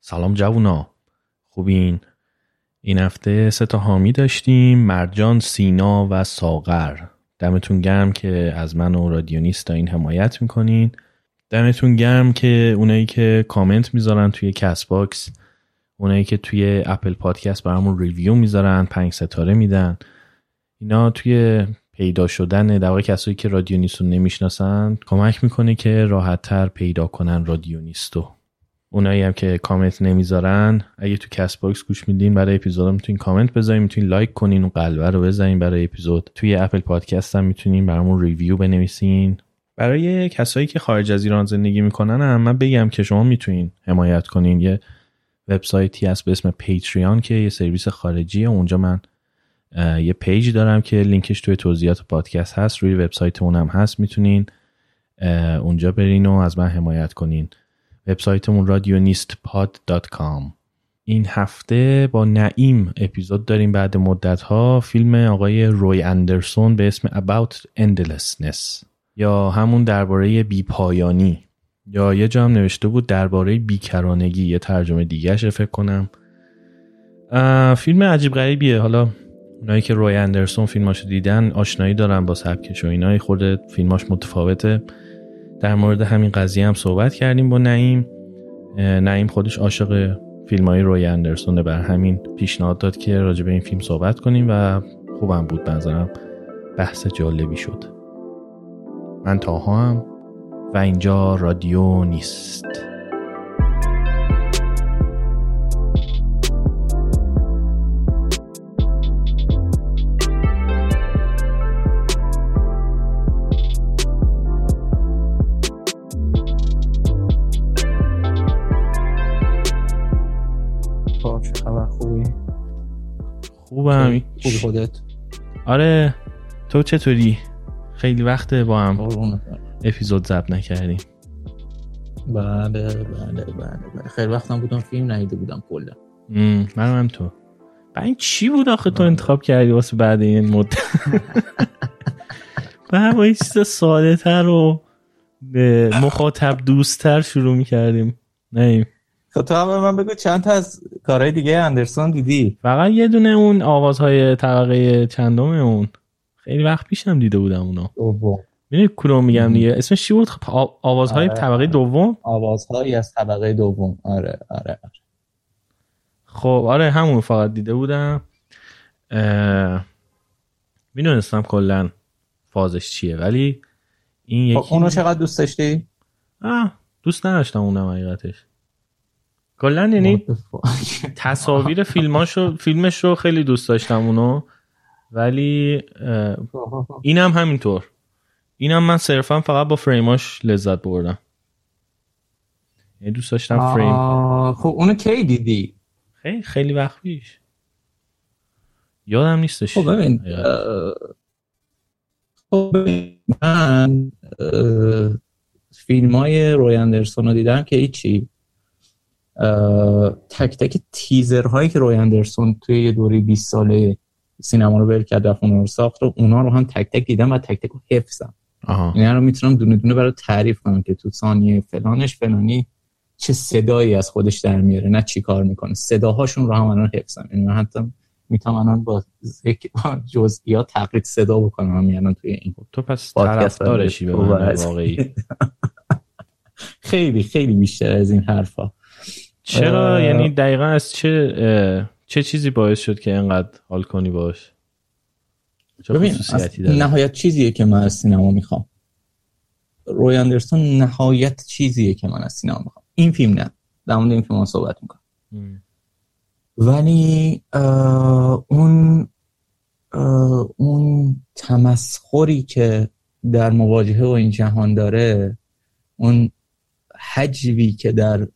سلام جوونا، خوبین؟ این هفته 3 تا حامی داشتیم: مرجان، سینا و ساغر. دمتون گرم که از من و رادیونیست این حمایت میکنین. دمتون گرم که اونایی که کامنت میذارن توی کست باکس، اونایی که توی اپل پادکست برامون ریویو میذارن، 5 ستاره میدن. اینا توی پیدا شدن در واقع کسایی که رادیونیست رو نمیشناسن کمک میکنه که راحت‌تر پیدا کنن رادیونیستو. اونایی هم که کامنت نمیذارن، اگه تو کست باکس گوش میدین برای اپیزودا میتونین کامنت بذارین، میتونین لایک کنین و قلبه رو بزنین برای اپیزود. توی اپل پادکست هم میتونین برامون ریویو بنویسین. برای کسایی که خارج از ایران زندگی میکنن هم من بگم که شما میتونین حمایت کنین. یه وبسایتی هست به اسم پیتریون که یه سرویس خارجیه. اونجا من یه پیج دارم که لینکش توی توضیحات پادکست هست، روی وبسایت اونم هست. میتونین اونجا برین و از من حمایت کنین. وبسایتمون radionistpod.com. این هفته با نعیم اپیزود داریم بعد مدت‌ها. فیلم آقای روی اندرسون به اسم About Endlessness، یا همون درباره بی‌پایانی، یا یه جا هم نوشته بود درباره بیکرانگی، یه ترجمه دیگه‌اش فکر کنم. فیلم عجیب غریبیه. حالا اونایی که روی اندرسون فیلماشو دیدن آشنایی دارن با سبکش و اینا، خورده فیلماش متفاوته. در مورد همین قضیه هم صحبت کردیم با نعیم. نعیم خودش عاشق فیلمای روی اندرسونه، بر همین پیشنهاد داد که راجع به این فیلم صحبت کنیم و خوبم بود. بنظرم بحث جالبی شد. من تاها هم و اینجا رادیو نیست. خوبی خودت؟ آره، تو چطوری؟ خیلی وقته با هم اپیزود ضبط نکردیم. بله خیلی وقتم بودم فیلم ندیده بودم کلا. منم هم تو. این چی بود آخه تو انتخاب کردی واسه بعد این مدت؟ با یه چیز ساده تر و مخاطب دوست‌تر شروع می‌کردیم. نه تو هم من بگو چند تا از کارهای دیگه اندرسون دیدی؟ فقط یه دونه اون آوازهای طبقه چندم اون خیلی وقت پیشم دیده بودم اونا. میدونی کدوم میگم دیگه؟ اسمش چی بود؟ آوازهای طبقه دوم؟ آوازهایی از طبقه دوم. آره. خب آره همون فقط دیده بودم. میدونستم کلا فازش چیه، ولی این یکی اونو چقدر دوست داشتی؟ دوست نداشتم اونم حقیقتش. کلا یعنی تصاویر فیلمش رو خیلی دوست داشتم اونو، ولی اینم همینطور. اینم من صرفا فقط با فریماش لذت بردم. یعنی دوست داشتم فریم. خب اونو کی دیدی؟ خیلی وقت پیش، یادم نیستش. خب ببین من فیلمای روی اندرسون رو دیدم که هیچی. تک تک تیزرهایی که روی اندرسون توی یه دوره 20 ساله سینما رو ول کرد رفت اونها رو ساخت و اونا رو هم تک تک دیدم و تک تک رو حفظم. یعنی رو میتونم دونه دونه برای تعریف کنم که تو ثانیه فلانی چه صدایی از خودش در میاره، نه چی کار میکنه. صداهاشون رو هم الان حفظم. یعنی من حتی میتونم الان با جزئیات تقلید صدا بکنم الان توی این. تو پس طرفدارشی به معنی واقعی. خیلی خیلی بیشتر از این حرفا. چرا؟ یعنی دقیقا از چه چیزی باعث شد که اینقدر حال کنی باش؟ ببین نهایت چیزیه که من از سینما میخوام. روی اندرسون نهایت چیزیه که من از سینما میخوام. این فیلم نه، در مورد این فیلم صحبت میکنم. ولی اون تمسخری که در مواجهه با این جهان داره، اون حجوی که در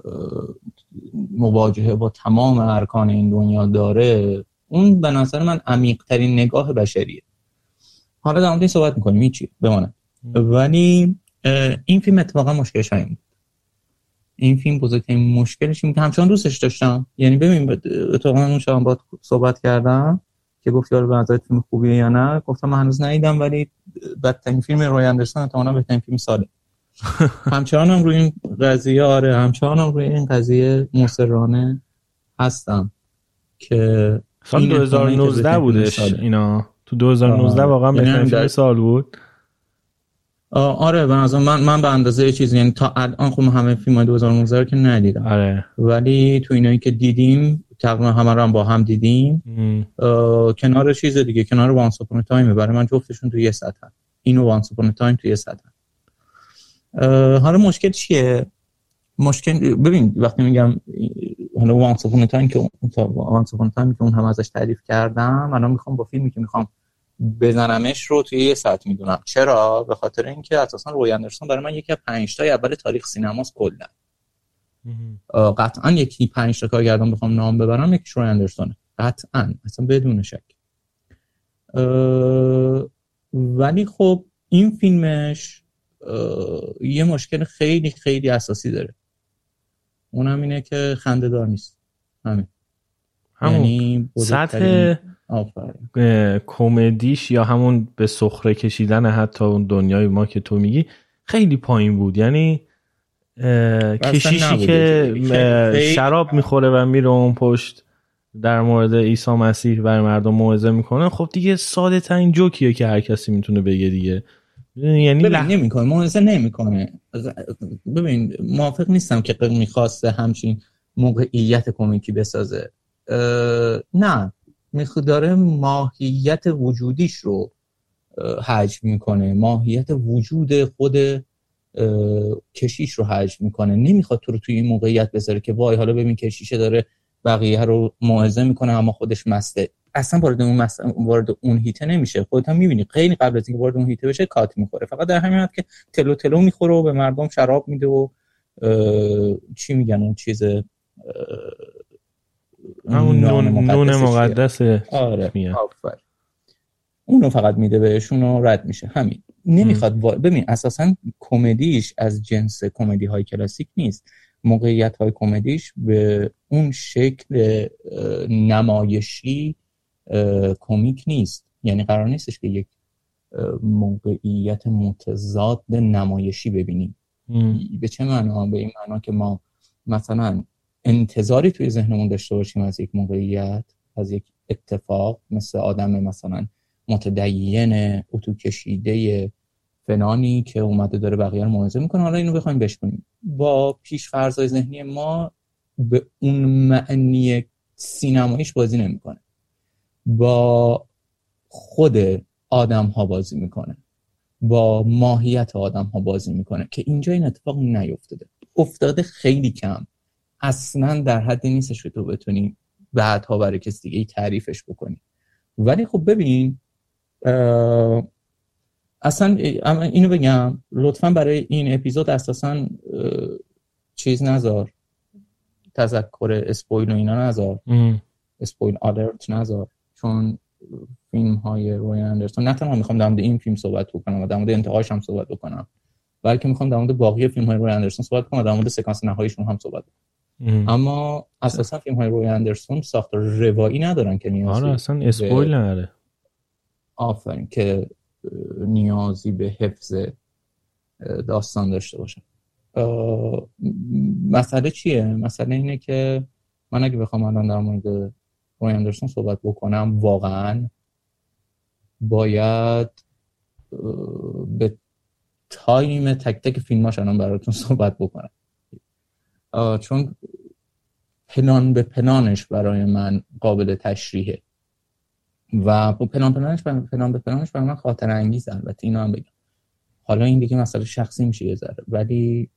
مواجهه با تمام ارکان این دنیا داره، اون به نظر من عمیق‌ترین نگاه بشریه. حالا در مورد این صحبت می‌کنیم، هیچی بمانه. ولی این فیلم اتفاقا مشکلش همین بود. این فیلم بزرگترین مشکلش این که همچنان دوستش داشتم. یعنی ببین اتفاقا اون شب با صحبت کردم که گفت یارو به نظرت فیلم خوبیه یا نه، گفتم من هنوز ندیدم ولی بدترین فیلم روی اندرسون اتفاقا بهترین فیلم ساله. همچنانم روی این قضیه همچنانم روی این قضیه مصرانه هستم که سال 2019 بودش اینا. تو 2019 واقعا بهترین فیلم سال بود. آره من به اندازه چیزی، یعنی تا الان خب همه فیلم‌های 2019 رو که ندیدم. آره. ولی تو اینایی که دیدیم تقریبا همه رو هم با هم دیدیم. کنار چیز دیگه، کنار وانس اپون تایم، برای من جفتشون تو یه سطحن. اینو وانس اپون تایم تو یه سطحن. حالا مشکل چیه؟ مشکل ببین وقتی میگم حالا وانس اپون تایم که اون هم ازش تعریف کردم، الان میخوام با فیلمی که میخوام بزنمش رو توی یه سطح میدونم. چرا؟ به خاطر اینکه اساسا روی اندرسون برای من یکی از 5 تا اول تاریخ سینماست کلا. قطعا یکی 5 تا کارگردان بخوام نام ببرم یکیش روی اندرسونه، قطعا، اصلا بدون شک. ولی خب این فیلمش یه مشکل خیلی خیلی اساسی داره، اونم اینه که خنده‌دار نیست. همون یعنی سطح کمدیش یا همون به سخره کشیدن حتی اون دنیای ما که تو میگی خیلی پایین بود. یعنی کشیشی که شراب میخوره و میره اون پشت در مورد عیسی مسیح بر مردم موعظه میکنه، خب دیگه ساده ترین جوکیه که هر کسی میتونه بگه دیگه. یعنی نمیکنه، موعظه نمیکنه. ببین موافق نیستم که میخواسته همچین موقعیت کمدی بسازه. نه، داره ماهیت وجودیش رو حجم میکنه، ماهیت وجود خود کشیش رو حجم میکنه. نمیخواد تو رو توی این موقعیت بذاره که وای حالا ببین کشیشه داره بقیه رو موعظه میکنه اما خودش مسته. اصلا وارد اون هیته نمیشه. خودت هم میبینی خیلی قبل از اینکه وارد اون هیته بشه کات میخوره، فقط در همین حد که تلو میخوره و به مردم شراب میده و چی میگن اون چیز همون نون مقدسه. آره اونو فقط میده بهشون و رد میشه. همین. نمیخواد ببین اساسا کمدیش از جنس کمدی های کلاسیک نیست. موقعیت های کمدیش به اون شکل نمایشی کمیک نیست. یعنی قرار نیستش که یک موقعیت متضاد نمایشی ببینیم. به چه معنا؟ به این معنا که ما مثلا انتظاری توی ذهنمون داشته باشیم از یک موقعیت، از یک اتفاق، مثل آدم مثلا متدین اتو کشیده فلانی که اومده داره بقیه رو موعظه میکنه، حالا اینو بخوایم بشکنیم. با پیش فرضای ذهنی ما به اون معنی سینماییش بازی نمیکنه، با خود آدم ها بازی میکنه، با ماهیت آدم ها بازی میکنه که اینجا این اتفاق نیفتاده. افتاده خیلی کم، اصلا در حدی نیستش که تو بتونی بعدها برای کسی دیگه تعریفش بکنی. ولی خب ببین اصلا اینو بگم لطفاً برای این اپیزود اساساً چیز نذار، تذکر اسپویل و اینا نذار، اسپویل آلرت نذار، چون فیلم های روی اندرسون نه تنها میخوام در مورد این فیلم صحبت بکنم و در مورد انتهاش هم صحبت بکنم، بلکه میخوام در مورد باقی فیلم های روی اندرسون صحبت کنم و در مورد سکانس نهاییشون هم صحبت بکنم. اما اساسا فیلم های روی اندرسون ساختار روایی ندارن که نیازی اصلا اسپویل نداره. آفرین، که نیازی به حفظ داستان داشته باشن. مسئله چیه؟ مسئله اینه که من اگه بخوام الان در مورد روی اندرسون صحبت بکنم واقعا باید به تایم تک تک فیلماش الان براتون صحبت بکنم، چون پلان به پلانش برای من قابل تشریحه و پلان به پلانش برای من خاطر انگیزه. البته اینو هم بگم، حالا این دیگه مسئله شخصی میشه یه ذره، ولی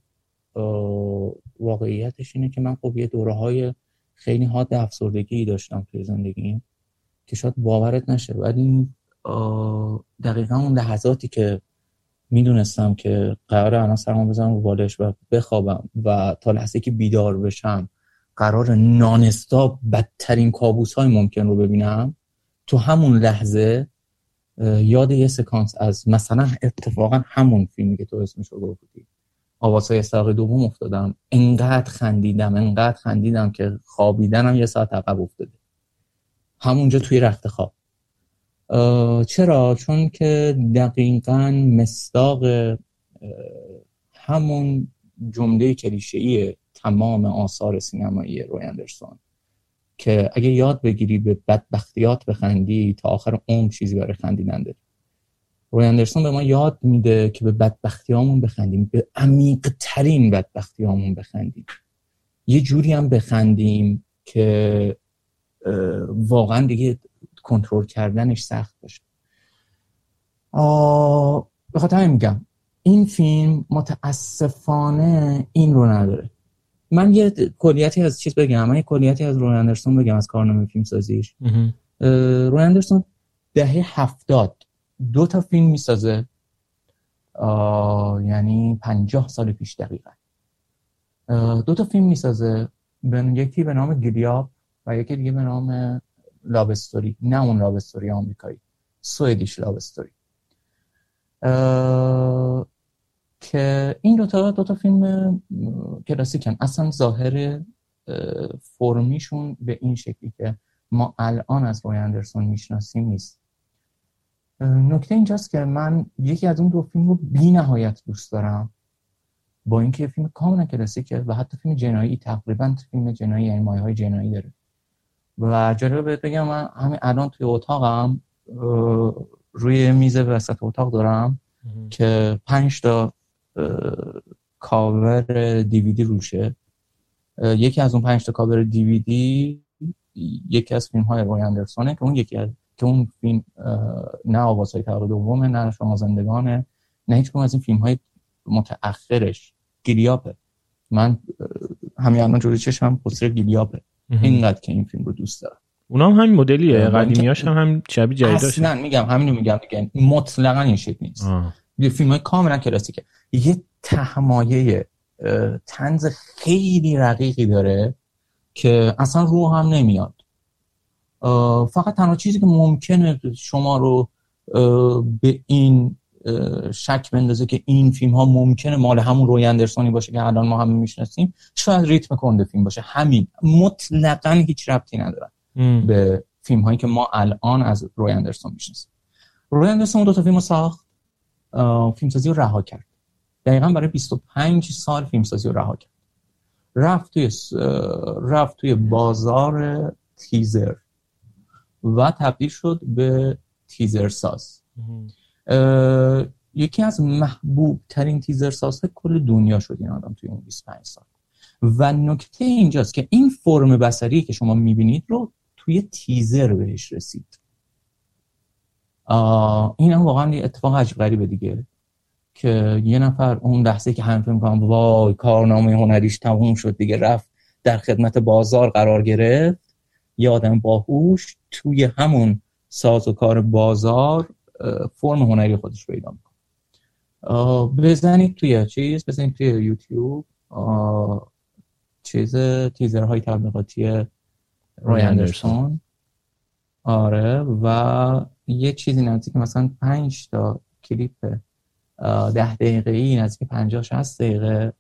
واقعیتش اینه که من خب یه دوره‌های خیلی حاد افسردگی داشتم توی زندگیم که شاید باورت نشه، ولی دقیقاً اون لحظاتی که میدونستم که قراره الان سرمو بزنم رو بالش و بخوابم و تا لحظه که بیدار بشم قراره نان استاپ بدترین کابوس‌های ممکن رو ببینم، تو همون لحظه یاد یه سکانس از مثلا اتفاقا همون فیلمی که تو اسمش رو گفتی آوازهای استراق دوم افتادم. انقدر خندیدم که خوابیدنم یه ساعت عقب افتاده همونجا توی رخت خواب. چرا؟ چون که دقیقاً مصداق همون جمله کلیشه‌ای تمام آثار سینمایی روی اندرسون که اگه یاد بگیری به بدبختیات بخندی تا آخر عمر چیزی برای خندیدن داری. روی اندرسون به ما یاد میده که به بدبختیامون بخندیم، به عمیق ترین بدبختیامون بخندیم، یه جوری هم بخندیم که واقعا دیگه کنترل کردنش سخت باشه. به خاطر همین میگم این فیلم متاسفانه این رو نداره. من یه کلیتی از چیز بگم، من یه کلیتی از روی اندرسون بگم از کارنامه فیلم سازیش. روی اندرسون دهه 70 2 تا فیلم میسازه، یعنی 50 سال پیش دقیقا 2 تا فیلم میسازه، یکی به نام گلیاب و یکی دیگه به نام لاب استوری، نه اون لاب استوری آمریکایی، سوئدیش لاب استوری، که این دو تا فیلم کلاسیکن. اصلا ظاهر فرمیشون به این شکلی که ما الان از روی اندرسون میشناسیم نیست. نکته اینجاست که من یکی از اون 2 فیلم رو بی نهایت دوست دارم، با اینکه فیلم کاملا کلاسیکه و حتی فیلم جنایی، تقریبا فیلم جنایی، یعنی مایه‌های جنایی داره. و جالبه بهت بگم من همین الان توی اتاقم روی میز وسط اتاق دارم که 5 تا کاور دیویدی روشه. یکی از اون 5 تا کاور دیویدی یکی از فیلم های روی اندرسونه که اون فیلم نه آوازهای طبقه دومه، نه شما زندگانه، نه هیچ کدوم از این فیلم های متأخرش. گلیاپه. من همین الان جلوی چشمم پوستر گلیاپه. اینقدر که این فیلم رو دوست دارم. اونام همین مدلیه، قدیمیاش هم شبیه جدیداش. اصلا همینو میگم دیگه، مطلقاً این شکل نیست. یه فیلمای کاملا کلاسیکه. یه تهمایه طنز خیلی رقیقی داره که اصلا رو هم نمیاد. فقط تنها چیزی که ممکنه شما رو به این شک بندازه که این فیلم ها ممکنه مال همون روی اندرسونی باشه که الان ما هم میشناسیم، شاید ریتم کنده فیلم باشه. همین، مطلقاً هیچ ربطی نداره به فیلم هایی که ما الان از روی اندرسون میشناسیم. روی اندرسون 2 تا فیلم رو ساخت، فیلمسازی رو رها کرد. دقیقاً برای 25 سال فیلمسازی رو رها کرد. رفت توی بازار تیزر و تبدیل شد به تیزر ساز. یکی از محبوب ترین تیزر سازهای کل دنیا شد این آدم توی اون 25 سال. و نکته اینجاست که این فرم بصری که شما میبینید رو توی تیزر بهش رسید. این هم واقعا اتفاق عجیب غریبه دیگه، که یه نفر اون لحظه که همه فکر می‌کنن وای کارنامه هنریش تموم شد دیگه، رفت در خدمت بازار قرار گرفت، یه آدم باهوش توی همون سازوکار بازار فرم هنری خودش پیدا میکنه. بزنید توی یوتیوب تیزرهای تبلیغاتی روی اندرسون. آره، و یه چیزی نزدیک مثلا 5 تا کلیپ 10 دقیقه‌ای، نزدیک 50-60 دقیقه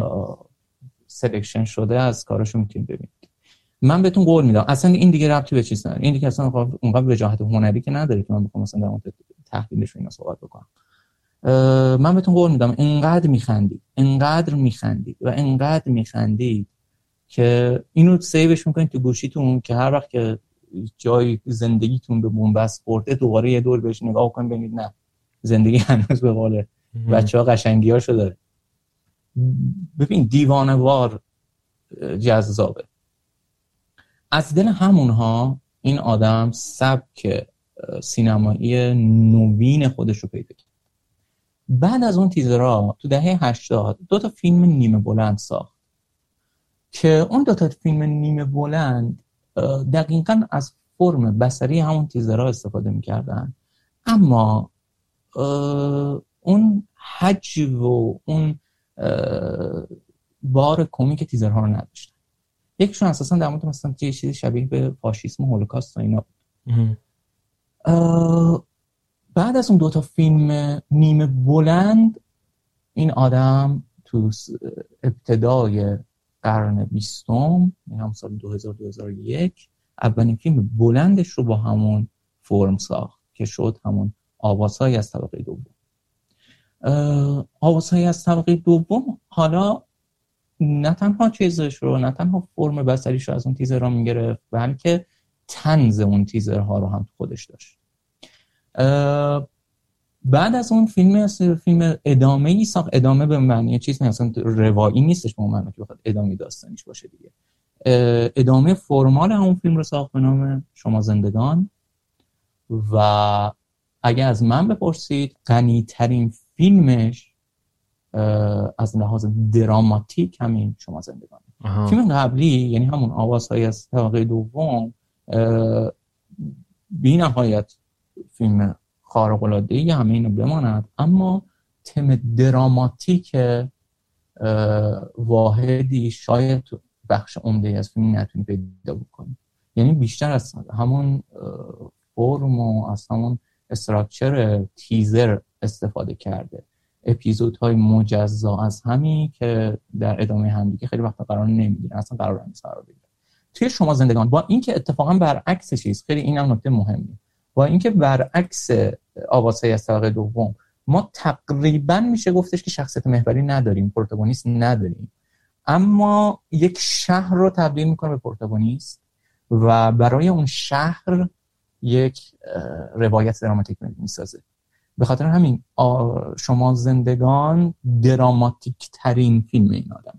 سلکشن شده از کاراشو میتونید ببینید. من بهتون قول میدم اصلا این دیگه ربطی به چیز نداره. این دیگه اصلا اونقدر وجاهت هنری که نداره که من بخوام مثلا در مورد تحلیلش و اینا صحبت بکنم. من بهتون قول میدم انقدر میخندید که اینو سیوش میکنید تو گوشیتون که هر وقت که جای زندگیتون به بنبست خورده دوباره یه دور بهش نگاه کنید ببینید نه زندگی هنوز به قول بچه‌ها قشنگیاشو داره. ببین دیوانه‌وار جذابه. از دل همونها این آدم سبک سینمایی نوین خودش رو پیدا کرد. بعد از اون تیزرها تو دهه 80 2 تا فیلم نیمه بلند ساخت که اون 2 تا فیلم نیمه بلند دقیقاً از فرم بصری همون تیزرها استفاده می‌کردن، اما اون حجم و اون بار کمیک تیزرها رو نداشتن. یکیشون اساساً در مورد مثلا یه چیزی شبیه به فاشیسم و هولوکاست و اینا. بعد از اون 2 تا فیلم نیمه بلند این آدم تو ابتدای قرن 20، این هم سال 2001 اولین فیلم بلندش رو با همون فرم ساخت که شد همون آوازهای از طبقه دوم. آوازهای از طبقه دوم حالا نه تنها چیزش رو، نه تنها فرم بصریش رو از اون تیزرها میگرفت، بلکه طنز اون تیزرها رو هم خودش داشت. بعد از اون فیلم ادامه‌ای ساخت. ادامه به معنی چیز نه، اصلا روایی نیستش به معنی که بخواد ادامه داستانیش باشه دیگه. ادامه فرمال همون فیلم رو ساخت به نام شما زندگان و اگه از من بپرسید غنی‌ترین فیلمش از لحاظ دراماتیک همین شما زندگان. فیلم قبلی یعنی همون آوازهای از طبقه دوم بی نهایت فیلم خارق‌العاده‌ای، همه اینو بماند، اما تم دراماتیک واحدی شاید بخش عمده از فیلم نتونی پیدا بکنی. یعنی بیشتر از همون فرم و از همون استراکچر تیزر استفاده کرده، اپیزودهای مجزا از همین که در ادامه هم دیگه خیلی وقتا قرار نمیگیرن، اصلا قرار نیست قرار بگیرن. توی شما زندگان با اینکه اتفاقا برعکس چیز، خیلی اینم نکته مهمه، با اینکه برعکس آوازهای از طبقه دوم ما تقریبا میشه گفتش که شخصیت محوری نداریم، پروتاگونیست نداریم، اما یک شهر رو تبدیل میکنه به پروتاگونیست و برای اون شهر یک روایت دراماتیک میسازه. به خاطر همین شما زندگان دراماتیک ترین فیلم این آدم.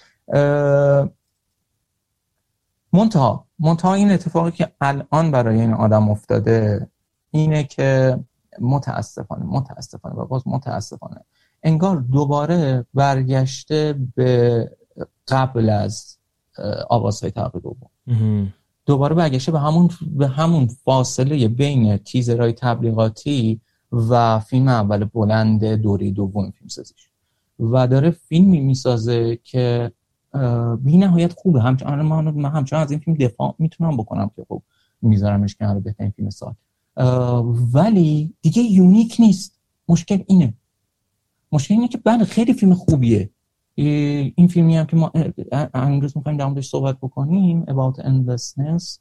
منتها این اتفاقی که الان برای این آدم افتاده اینه که متاسفانه و باز متاسفانه انگار دوباره برگشته به قبل از آوازهای طبقه دوم، دوباره برگشته به همون فاصله بین تیزرهای تبلیغاتی و فیلم اول بلند دوره دوم فیلم سازیش و داره فیلمی میسازه که بی نهایت خوبه. من همچنان از این فیلم دفاع میتونم بکنم که خب میذارمش کنار بهترین فیلم سال، ولی دیگه یونیک نیست. مشکل اینه که بله خیلی فیلم خوبیه. این فیلمی هم که ما امروز میخوایم در موردش صحبت بکنیم، About Endlessness،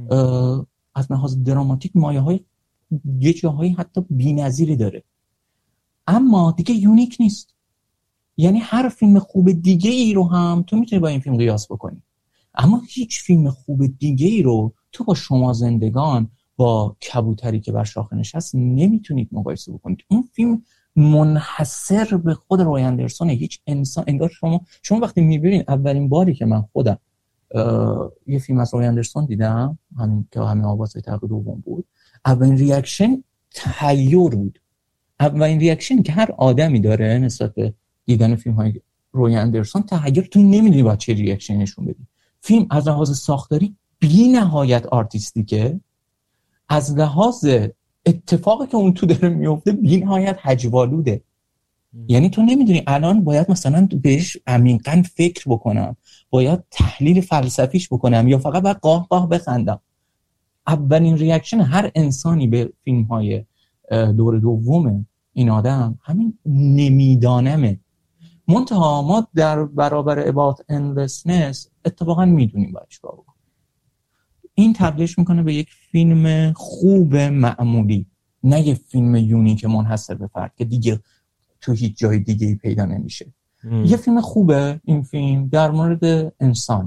از لحاظ دراماتیک مایه‌های یه جاهایی حتی بی‌نظیری داره، اما دیگه یونیک نیست. یعنی هر فیلم خوب دیگه ای رو هم تو میتونی با این فیلم قیاس بکنی، اما هیچ فیلم خوب دیگه ای رو تو با شما زندگان، با کبوتری که بر شاخه نشست نمیتونید مقایسه بکنید. اون فیلم منحصر به خود روی اندرسون، هیچ انسان انگار شما وقتی میبینید، اولین باری که من خودم یه فیلم از روی اندرسون دیدم، همین آوازهای طبقه دوم بود، اولین ریاکشن تحیر بود. اولین ریاکشنی که هر آدمی داره نسبت به دیدن فیلم‌های روی اندرسون تحیر. تو نمیدونی باید چه ریاکشنی نشون بدی. فیلم از لحاظ ساختاری بی نهایت آرتیستیکه، از لحاظ اتفاقی که اون تو داره میفته بی نهایت هجوالوده. یعنی تو نمیدونی الان باید مثلا بهش عمیقاً فکر بکنم، باید تحلیل فلسفیش بکنم، یا فقط باید قاه قاه بخندم. اولین ریاکشن هر انسانی به فیلم‌های دور دوم این آدم همین نمیدانمه. منتها ما در برابر About Endlessness اتفاقا میدونیم باید چیکار بکنیم. این تبدیلش میکنه به یک فیلم خوب معمولی، نه یک فیلم یونیک منحصر به فرد که دیگه تو هیچ جای دیگه پیدا نمیشه. یه فیلم خوبه این فیلم در مورد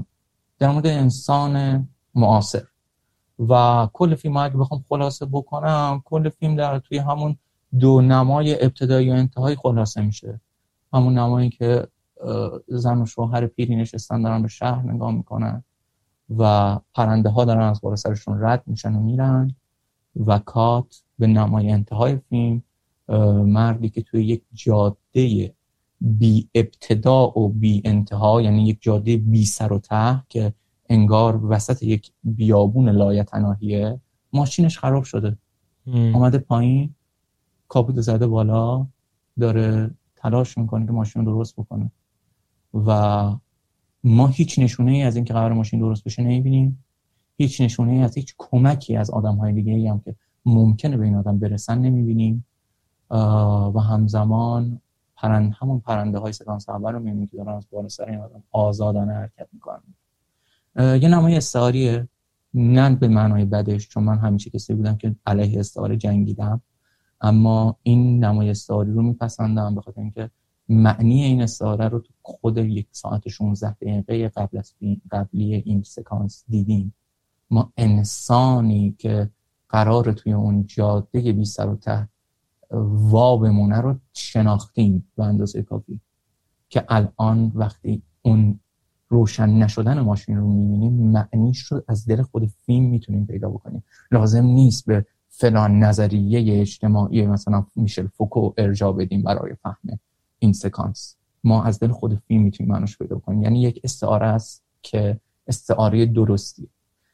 انسان معاصر و کل فیلم اگه بخوام خلاصه بکنم، کل فیلم در توی همون دو نمای ابتدایی و انتهایی خلاصه میشه. همون نمایی که زن و شوهر پیری نشستن دارن به شهر نگاه میکنن و پرنده ها دارن از بالا سرشون رد میشن و میرن، و کات به نمای انتهای فیلم مردی که توی یک جاده بی ابتدا و بی انتها، یعنی یک جاده بی سر و ته که انگار وسط یک بیابون لایتناهیه، ماشینش خراب شده، آمده پایین، کاپوت زده بالا، داره تلاش میکنه که ماشین رو درست بکنه و ما هیچ نشونه‌ای از این که قرار ماشین درست بشه نمیبینیم، هیچ نشونه‌ای از هیچ کمکی از آدم‌های دیگه‌ای هم که ممکنه به این آدم برسن نمیبینیم و همزمان همون پرنده‌های سکانس اول رو میبینیم که دارن از بالا سر این آدم آزادانه حرکت میکنن. یه نمای استعاریه، نه به معنای بدش، چون من همیشه کسی بودم که علیه استعاره جنگیدم، اما این نمای استعاری رو میپسندم به خاطر اینکه معنی این استعاره رو تو خود 1 ساعت 16 دقیقه قبلی این سکانس دیدیم. ما انسانی که قرار توی اون جاده بی سر و ته وا بمونه رو شناختیم به اندازه کافی که الان وقتی اون روشن نشدن ماشین رو میبینیم معنیش رو از دل خود فیلم میتونیم پیدا بکنیم. لازم نیست به فلان نظریه اجتماعی مثلا میشل فوکو ارجاع بدیم برای فهم این سکانس. ما از دل خود فیلم میتونیم معنیش پیدا بکنیم. یعنی یک استعاره است که استعاره درستی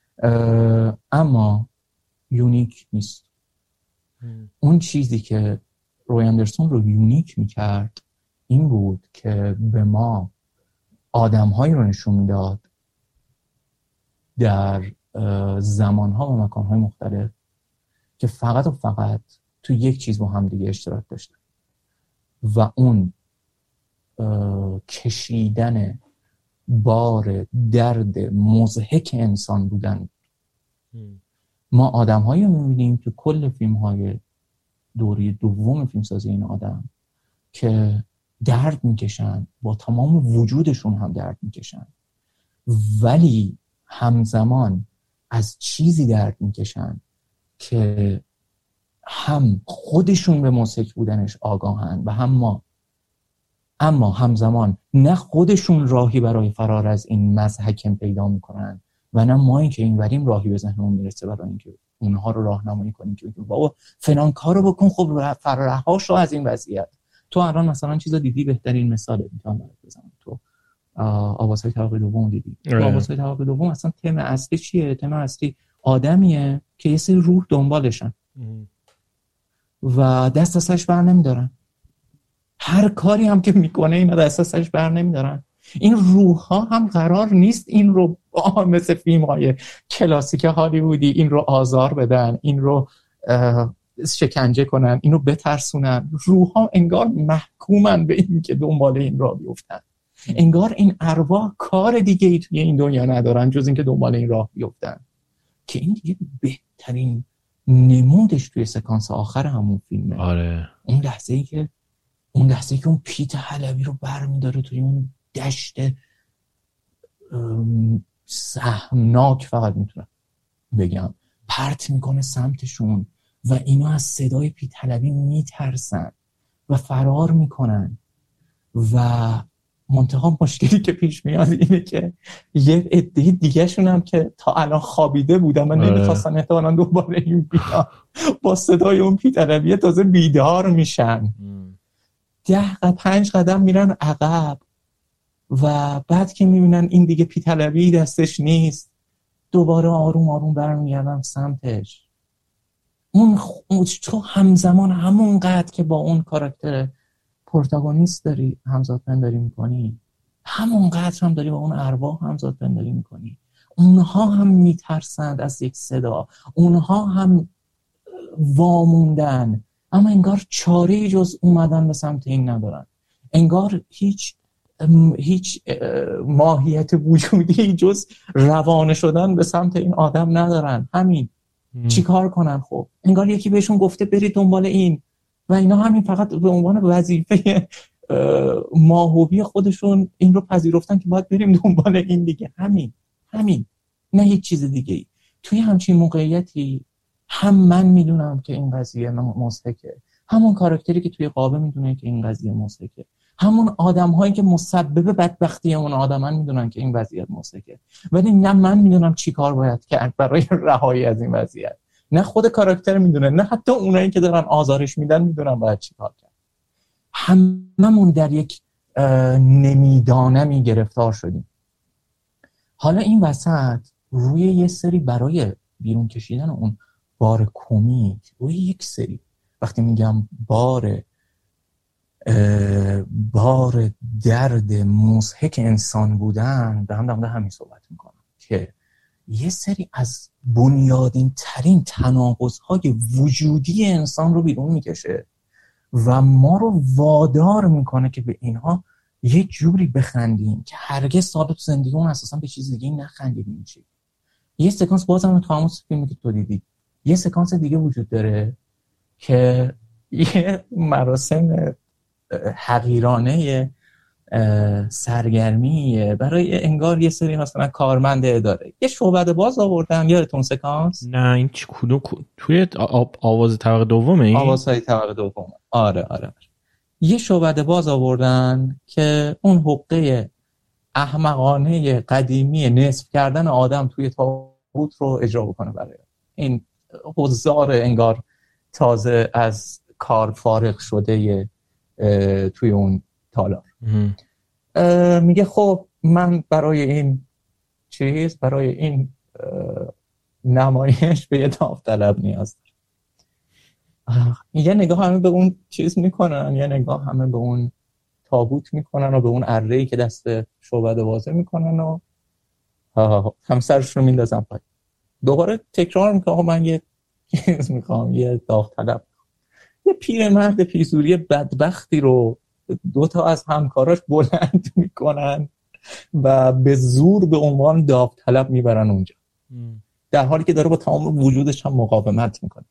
اما یونیک نیست. اون چیزی که روی اندرسون رو یونیک میکرد این بود که به ما آدم‌هایی رو نشون میداد در زمان‌ها و مکان‌های مختلف که فقط و فقط تو یک چیز با هم دیگه اشتراک داشتن و اون کشیدن بار درد مضحک انسان بودن. ما آدم‌هایی رو می‌بینیم تو کل فیلم‌های دوره دوم فیلمسازی این آدم که درد میکشن، با تمام وجودشون هم درد میکشن، ولی همزمان از چیزی درد میکشن که هم خودشون به مضحک بودنش آگاهن و هم ما. اما همزمان نه خودشون راهی برای فرار از این مضحک پیدا میکنن و نه ما این که این وریم راهی به ذهنمون میرسه برای اینکه اونها رو راهنمایی کنیم که بابا فلان کارو بکن، خب فرارهاش رو از این وضعیت. تو الان مثلا چیزا دیدی، بهترین مثاله میتونم برات بزنم، تو آوازهای طبقه دوم دیدی. تو آوازهای طبقه دوم اصلا تم اصلی چیه؟ تم اصلی آدمیه که یه سری روح دنبالشن و دست ازش بر نمیدارن. هر کاری هم که میکنه اینا دست ازش بر نمیدارن. این روح ها هم قرار نیست این رو مثل فیلم های کلاسیک هالیوودی این رو آزار بدن، این رو شکنجه کنن، این رو بترسونن. روح ها انگار محکومن به این که دنبال این راه بیفتن. انگار این ارواح کار دیگه ای توی این دنیا ندارن جز این که دنبال این راه بیفتن. که این دیگه بهترین نمودش توی سکانس آخر همون فیلمه. آره. اون لحظه ای که اون پیت حلبی رو برمیداره توی اون دشت سهمناک، فقط میتونم بگم، پرت میکنه سمتشون و اینا از صدای پیت حلبی میترسن و فرار میکنن و منتها مشکلی که پیش میاد اینه که یه عده دیگه شون هم که تا الان خوابیده بودن و نمیخواستن احتمالاً دوباره این بیان با صدای اون پیت حلبی تازه بیدار میشن. 5 قدم میرن عقب و بعد که میبینن این دیگه پیت حلبی دستش نیست دوباره آروم آروم برمیگردن سمتش. اون تو همزمان همونقدر که با اون کاراکتر پروتاگونیست داری همزاد پنداری میکنی، همونقدر هم داری با اون ارواح همزاد پنداری میکنی. اونها هم میترسند از یک صدا، اونها هم واموندن، اما انگار چاره‌ای جز اومدن به سمت این ندارن. انگار هیچ ماهیت وجودی جز روانه شدن به سمت این آدم ندارن. همین چیکار کنن؟ خب انگار یکی بهشون گفته برید دنبال این و اینا همین فقط به عنوان وظیفه ماهوی خودشون این رو پذیرفتن که باید بریم دنبال این دیگه. همین نه هیچ چیز دیگه ای. توی همچین موقعیتی هم من میدونم که این قضیه مضحکه، همون کاراکتری که توی قابه میدونه که این قضیه مضحکه، همون آدم‌هایی که مسبب بدبختی اون آدمن میدونن که این وضعیت مضحکه، ولی نه من میدونم چی کار باید کرد برای رهایی از این وضعیت، نه خود کاراکتر میدونه، نه حتی اونایی که دارن آزارش میدن میدونن باید چی کار کرد. هممون در یک نمیدانمی گرفتار شدیم. حالا این وسط روی یه سری برای بیرون کشیدن اون بار کمیک، روی یک سری، وقتی میگم بار درد مضحک انسان بودن، به همین صحبت میکنم که یه سری از بنیادین ترین تناقض‌های وجودی انسان رو بیرون میکشه و ما رو وادار میکنه که به اینها یه جوری بخندیم که هرگز تا تو زندگیمون اساسا به چیز دیگه نخندیدیم. یه سکانس بازم تو همون فیلمی که تو دیدی، یه سکانس دیگه وجود داره که یه مراسم حقیرانه سرگرمی برای انگار یه سری مثلا کارمند اداره. یه شعبده باز آوردن، یادتون سکانس؟ نه این چی کدوم توی آواز طبقه دومه؟ این آوازهای طبقه دوم. آره. یه شعبده باز آوردن که اون حقه احمقانه قدیمی نصف کردن آدم توی تابوت رو اجرا بکنه برای این حضار انگار تازه از کار فارغ شده توی اون تالار. میگه خب من برای این نمایش به یه داوطلب نیاز دارم. یه نگاه همه به اون چیز میکنن، یه نگاه همه به اون تابوت میکنن و به اون اره‌ای که دست شعبده بازه میکنن و هم سرش رو میندازن پای. دوباره تکرار میکنه من یه چیز میخوام، یه داوطلب. یه پیرمرد پیزوری بدبختی رو دوتا از همکاراش بلند میکنن و به زور به عنوان داوطلب میبرن اونجا، در حالی که داره با تمام وجودش هم مقاومت میکنه.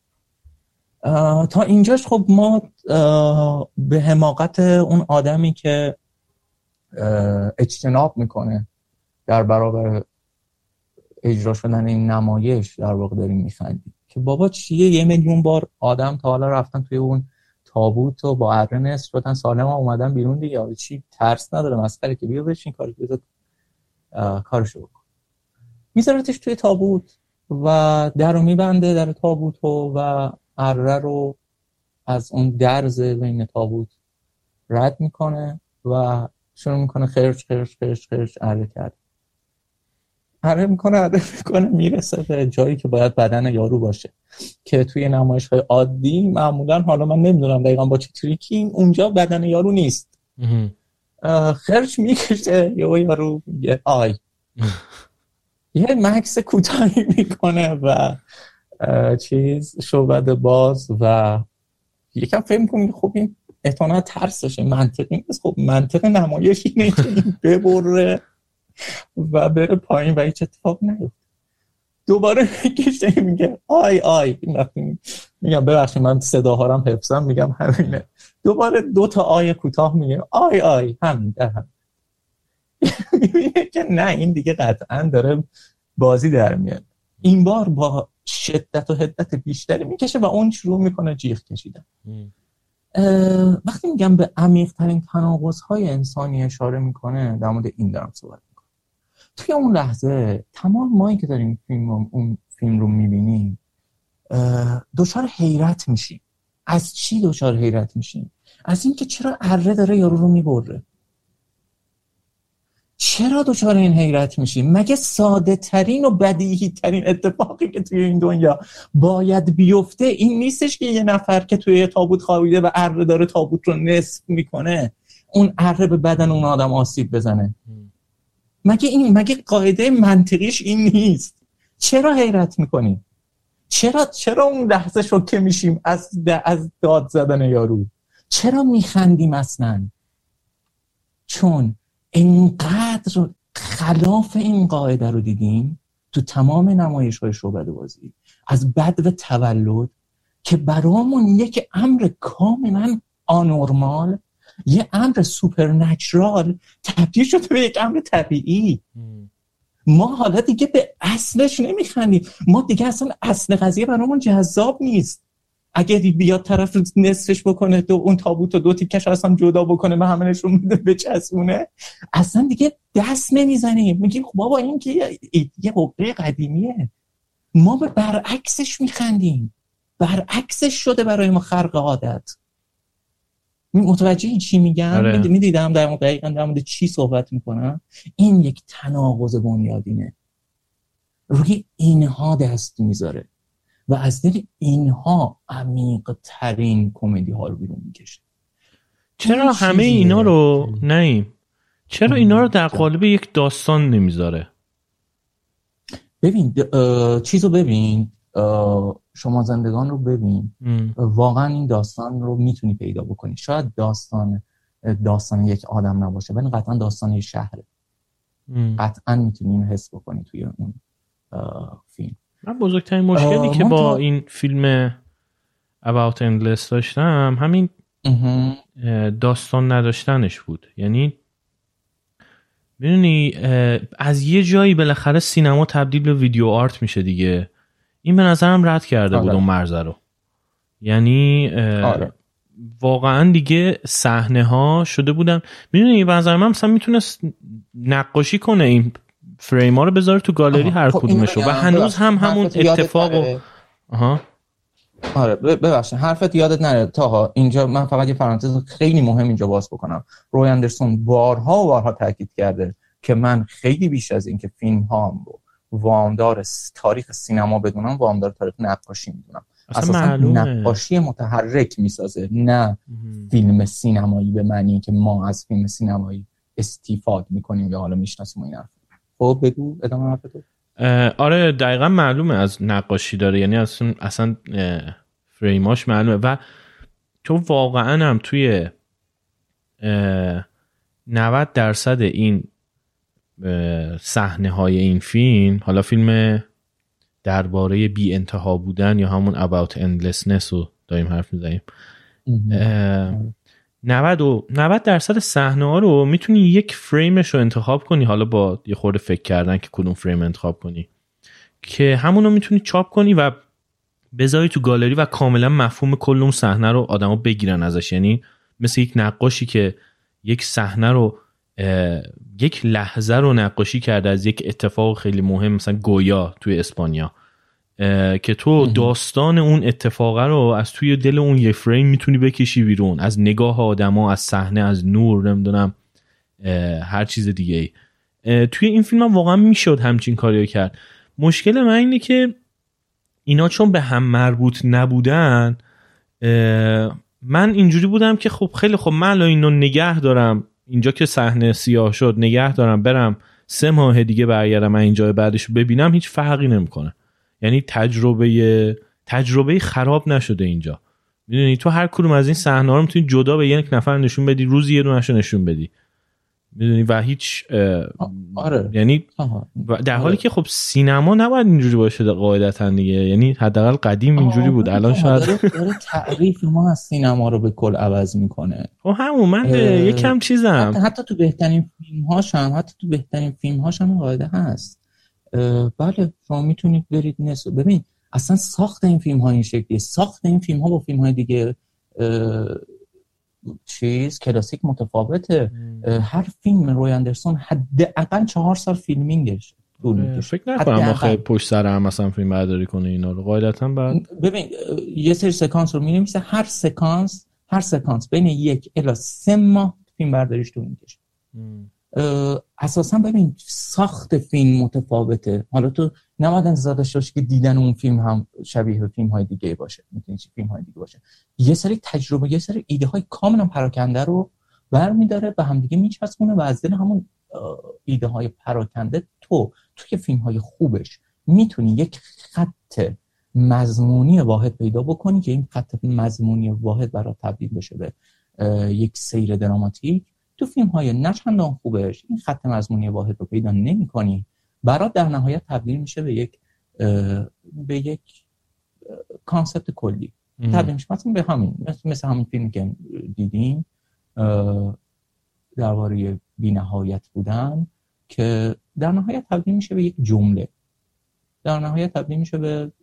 تا اینجاش خب ما به حماقت اون آدمی که اجتناب میکنه در برابر اجرا شدن این نمایش در واقع داریم میخندیم که بابا چیه 1 میلیون بار آدم تا حالا رفتن توی اون تابوت و با اره نصف شدن سالم ها اومدن بیرون دیگه، چی ترس نداره مسخره که بیا بشین کارشو بکن. میذارتش توی تابوت و در رو میبنده در تابوت و اره رو از اون درز بین تابوت رد میکنه و شروع میکنه خرش اره کرد. اره میکنه میرسه به جایی که باید بدن یارو باشه که توی نمایش‌های عادی معمولا، حالا من نمیدونم دقیقاً با چه تریکی، اونجا بدن یارو نیست. خرش میکشه یارو میگه آی یه مکس کوتاهی میکنه و شعبده باز و یکم فکر میکنه خب این احتمالاً ترسشه، منطقی نیست. خب منطق نمایش اینه که این ببره و بره پایین و هیچ اتفاق نیفته. دوباره میکشه میگه آی میگم ببخشید من صداها رو هم حفظم، میگم همینه. دوباره 2 تا آی کوتاه میگه آی همین در هم. میبینه که نه این دیگه قطعا داره بازی در میاد. این بار با شدت و حدت بیشتری میکشه و اون شروع میکنه جیغ کشیدن. وقتی میگم به عمیق ترین تناقض‌های انسانی اشاره میکنه، در مورد این دارم صحبت میکنم. توی اون لحظه تمام مایی که داریم اون فیلم رو میبینیم دچار حیرت میشیم. از چی دچار حیرت میشیم؟ از این که چرا اره داره یارو رو میبره. چرا دچار این حیرت میشیم؟ مگه ساده ترین و بدیهی ترین اتفاقی که توی این دنیا باید بیفته این نیستش که یه نفر که توی تابوت خوابیده و اره داره تابوت رو نصف میکنه اون اره به بدن اون آدم آسیب بزنه؟ مگه قاعده منطقیش این نیست؟ چرا حیرت میکنیم؟ چرا اون لحظه شوکه میشیم از داد زدن یارو؟ چرا میخندیم اصلا؟ چون اینقدر خلاف این قاعده رو دیدیم تو تمام نمایش‌های شعبده بازی از بدو تولد که برامون یک امر کاملا آنورمال، یه امر سوپرنچرال تبدیل شده به یک امر طبیعی. ما حالا دیگه به اصلش نمیخندیم، ما دیگه اصلا اصل قضیه برامون جذاب نیست. اگه بیاد طرف نصفش بکنه اون تابوت و 2 تیکش اصلا جدا بکنه و همه نشون میده بچسبونه، اصلا دیگه دست نمیزنیم. میگیم خب بابا این که یه حقه قدیمیه. ما به برعکسش میخندیم، برعکسش شده برای ما خرق عادت. متوجه چی میگم؟ میدیدم دقیقاً در مورد چی صحبت میکنم. این یک تناقض بنیادینه، روی اینها دست میذاره و از دل اینها عمیق ترین کمدی ها رو بیرون میکشه. چرا همه اینا رو چرا اینا رو در قالب یک داستان نمیذاره؟ ببین چیزو ببین، شما زندگان رو ببین، واقعا این داستان رو میتونی پیدا بکنی. شاید داستان یک آدم نباشه ولی قطعا داستان یک شهره. قطعا میتونی این حس بکنی توی اون فیلم. من بزرگترین مشکلی که با این فیلم About Endless داشتم همین داستان نداشتنش بود. یعنی میدونی از یه جایی بالاخره سینما تبدیل به ویدیو آرت میشه دیگه. این به نظرم رد کرده بود اون مرز رو. یعنی واقعا دیگه صحنه ها شده بودن، میدونی به نظر من مثلا میتونست نقاشی کنه این فریم ها رو بذاره تو گالری هر کدومشو و هنوز هم همون اتفاقو آره ببخشید حرفت یادت نره تاها. اینجا من فقط یه پرانتز خیلی مهم اینجا باز بکنم. روی اندرسون بارها و بارها تاکید کرده که من خیلی بیش از این که فیلم ها وامدار تاریخ سینما بدونم، وامدار تاریخ نقاشی میدونم. اساسا نقاشی متحرک میسازه، نه فیلم سینمایی به معنی که ما از فیلم سینمایی استفاده میکنیم یا حالا میشناسیم این حرف. خب بگو ادامه حرفتو. آره دقیقا معلومه از نقاشی داره، یعنی اصلا فریماش معلومه و تو واقعا هم توی 90% این صحنه های این فیلم، حالا فیلم درباره بی انتها بودن یا همون About Endlessness رو داریم حرف میزنیم، 90% صحنه ها رو میتونی یک فریمش رو انتخاب کنی، حالا با یه خورده فکر کردن که کدوم فریم انتخاب کنی، که همون رو میتونی چاپ کنی و بذاری تو گالری و کاملا مفهوم کل اون صحنه رو آدما بگیرن ازش. یعنی مثل یک نقاشی که یک صحنه رو یک لحظه رو نقاشی کرده از یک اتفاق خیلی مهم، مثلا گویا توی اسپانیا، که تو داستان اون اتفاقه رو از توی دل اون یه فریم میتونی بکشی بیرون، از نگاه آدما، از صحنه، از نور، نمیدونم هر چیز دیگه ای. توی این فیلم هم واقعا میشد همچین کاریو کرد. مشکل من اینه که اینا چون به هم مربوط نبودن، من اینجوری بودم که خب خیلی خب من اینو نگه دارم اینجا که صحنه سیاه شد، نگه دارم برم 3 ماه دیگه برگردم من اینجا بعدش ببینم، هیچ فرقی نمیکنه. یعنی تجربه خراب نشده اینجا. میدونی تو هر کدوم از این صحنه‌ها رو میتونی جدا به یک نفر نشون بدی، روزی یه دونه‌شو نشون بدی، میدونی، و هیچ آره. یعنی در حالی که خب سینما نباید اینجوری باشه قاعدتاً دیگه، یعنی حداقل قدیم اینجوری بود، الان شاید داره تعریف ما از سینما رو به کل عوض میکنه. خب همون من یکم چیزم حتی تو بهترین فیلم‌هاش هم قاعده هست. بله شما میتونید برید ببین اصلا ساخت این فیلم ها این شکلیه، ساخت این فیلم ها با فیلم های دیگه کلاسیک متفاوته. هر فیلم روی اندرسون حداقل 4 سال فیلمینگش طول میکشه. فکر نکنم آخه پشت سر هم مثلا فیلم برداری کنه اینا رو قاعدتا. بعد ببین یه سری سکانس رو می‌نویسه، هر سکانس بین 1 الی 3 ماه فیلم برداریش طول میکشه. اساسا ببین ساخت فیلم متفاوته. حالا تو نباید انتظار داشته باشی که دیدن اون فیلم هم شبیه فیلم‌های دیگه باشه، میتونه فیلم‌های دیگه باشه. یه سری تجربه، یه سری ایده‌های کاملا پراکنده رو برمی‌داره به هم دیگه میچسبونه و از دل همون ایده‌های پراکنده توی فیلم‌های خوبش میتونی یک خط مضمونی واحد پیدا بکنی که این خط مضمونی واحد برات تبدیل بشه به یک سیر دراماتیک. تو فیلم‌های نه چندان خوبش این خط مضمونی واحد رو پیدا نمی‌کنی، برات در نهایت تبدیل میشه به یک کانسپت کلی. تبدیل میشه مثل همین فیلمی که دیدیم درباره بی‌نهایت بودن، که در نهایت تبدیل میشه به یک جمله، در نهایت تبدیل میشه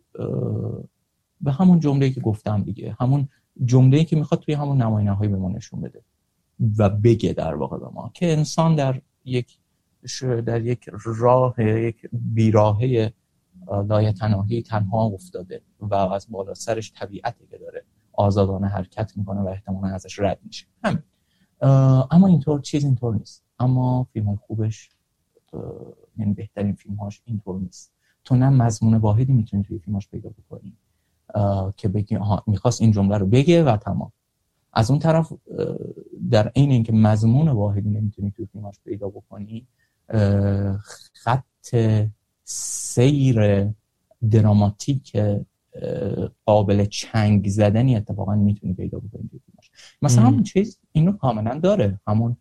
به همون جمله‌ای که گفتم دیگه، همون جمله‌ای که میخواد توی همون نمایانه‌های به ما نشون بده و بگه در واقع به ما که انسان در یک راه، یک بیراهه لایتناهی تنها افتاده و از بالا سرش طبیعتی که داره آزادانه حرکت میکنه و احتمالاً ازش رد میشه. همین. اما اینطور نیست. اما فیلم‌های خوبش، یعنی بهترین فیلم‌هاش اینطور نیست. تو نه مضمون واحدی میتونی توی فیلماش پیدا بکنی که بگی میخواست این جمله رو بگه و تمام. از اون طرف در عین اینکه مضمون واحدی نمیتونی توی فیلماش پیدا بکنی، خط سیر دراماتیک قابل چنگ زدنی اتفاقا میتونی پیدا بکنی توی فیلماش. مثلا همون چیز اینو کاملا داره، همون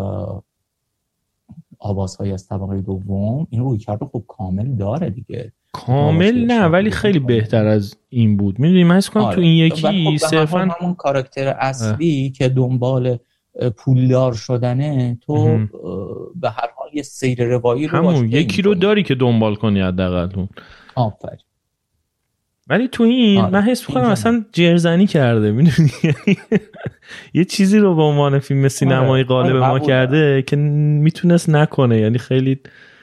آوازهای از طبقه دوم این روی کرده خوب کامل داره دیگه. کامل نه، ولی خیلی بهتر از این بود. میدونی من حس کنم تو این یکی صرفا همون کاراکتر اصلی که دنبال پولدار شدنه، تو به هر حال یه سیر روایی رو همون یکی رو داری که دنبال کنی حداقل. آفرین. ولی تو این من حس می‌کنم اصلا جرزنی کرده، میدونی یه چیزی رو به عنوان فیلم سینمایی قالب ما کرده که میتونست نکنه. یعنی خیلی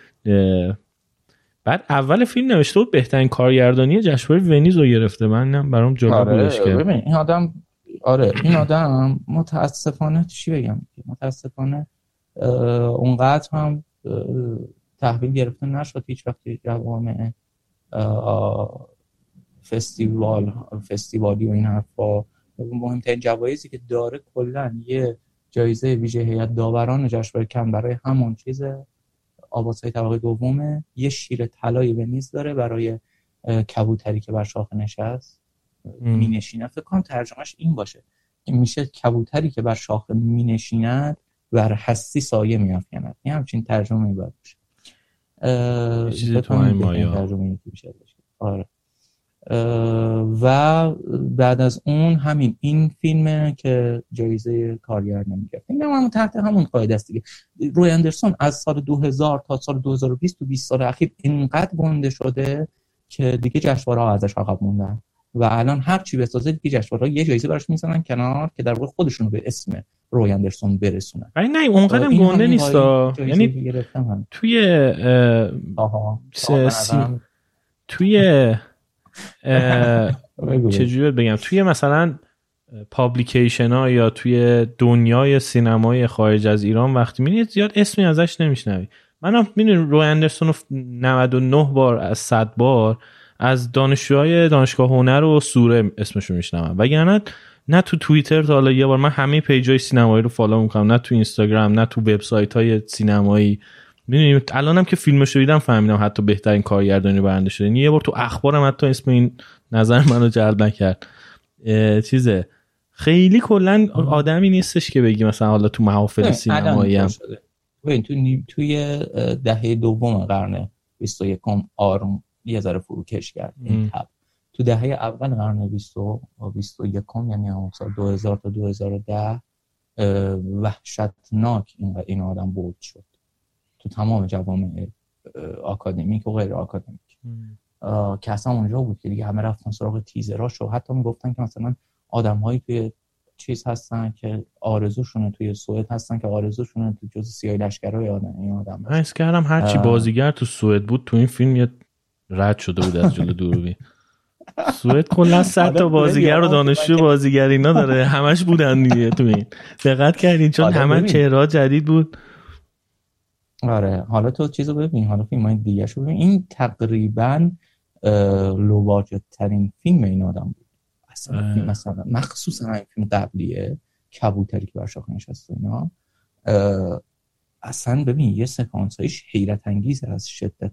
بعد اول فیلم نوشته بود بهترین کارگردانی جشنواره ونیز رو گرفته. من برام جالب بودش که ببین این آدم متاسفانه چی بگم، متاسفانه اونقدر هم تحویل گرفته نشد هیچ وقت جوامع فستیوالی و این حرفا. مهمترین جوایزی که داره کلا یه جایزه ویژه هیئت داوران جشنواره کن برای همون چیز آوازهای طبقه دومه، یه شیر طلایی ونیز داره برای کبوتری که بر شاخه نشست مینشینه. فکر کنم ترجمهش این باشه که میشه کبوتری که بر شاخه مینشیند بر هستی سایه میافکند. این همچین ترجمه‌ای باید باشه. چیزی تو این مایا ترجمه‌ای که میشه. آره. و بعد از اون همین این فیلمه که جایزه کارگردانی گرفت. این هم تحت همون قاعده است دیگه. روی اندرسون از سال 2000 تا سال 2020 تو 20 سال اخیر اینقدر گنده شده که دیگه جشنواره‌ها ازش عقب موندن و الان هر چی بسازه دیگه جشنواره‌ها یه جایزه براش میزنن کنار که در واقع خودشون رو به اسم روی اندرسون برسونن. ولی نه اونقدرم گنده نیستا. یعنی توی چجوری بگم، توی مثلا پابلیکیشن ها یا توی دنیای سینمای خارج از ایران وقتی میبینید زیاد اسمی ازش نمیشنوی. منم میدونم روی اندرسون رو 99 بار از 100 بار از دانشجوهای دانشگاه هنر و سوره اسمشو میشنوم، وگرنه نه تو توییتر تا حالا یه بار من همه پیجای سینمایی رو فالو میکنم، نه تو اینستاگرام، نه تو وبسایت های سینمایی. میدونی الانم که فیلمشو دیدم فهمیدم حتی بهترین کارگردانی برنده شده. یه بار تو اخبارم حتی اسم این نظر منو جلب نکرد. چیزه خیلی کلا آدمی نیستش که بگی مثلا حالا تو محافل سینمایی هم ببین توی دهه دوم قرن 21 آروم یه ذره فروکش کرد این تب. تو دهه اول قرن 21 یعنی همون سال 2000 تا 2010 وحشتناک این آدم بود شد تو تمام جوامع آکادمیک و غیر آکادمیک که اصلا اونجا بود که دیگه همه رفتن سراغ تیزراش و حتی میگفتن که مثلا آدم‌هایی توی چیز هستن که آرزوشونه توی سوئد هستن که آرزوشونه تو جزء سیاه لشکرای این آدم. من حس کردم هرچی بازیگر تو سوئد بود تو این فیلم یه رد شده بود از جلوی دوربین. سوئد کلا 100 تا بازیگر و دانشجو بازیگر اینا داره، همش بودن دیگه تو این. دقت کردین چون همه چهره‌ها جدید بود. آره حالا تو چیزو ببین، حالا فیلمای دیگه شو ببین، این تقریبا لوواجت ترین فیلم این آدم بود اصلا. فیلم مثلا مخصوصا این فیلم قبلیه کبوتری که بر شاخه نشست اینا، اصلا ببین یه سکانسایش حیرت انگیز از شدت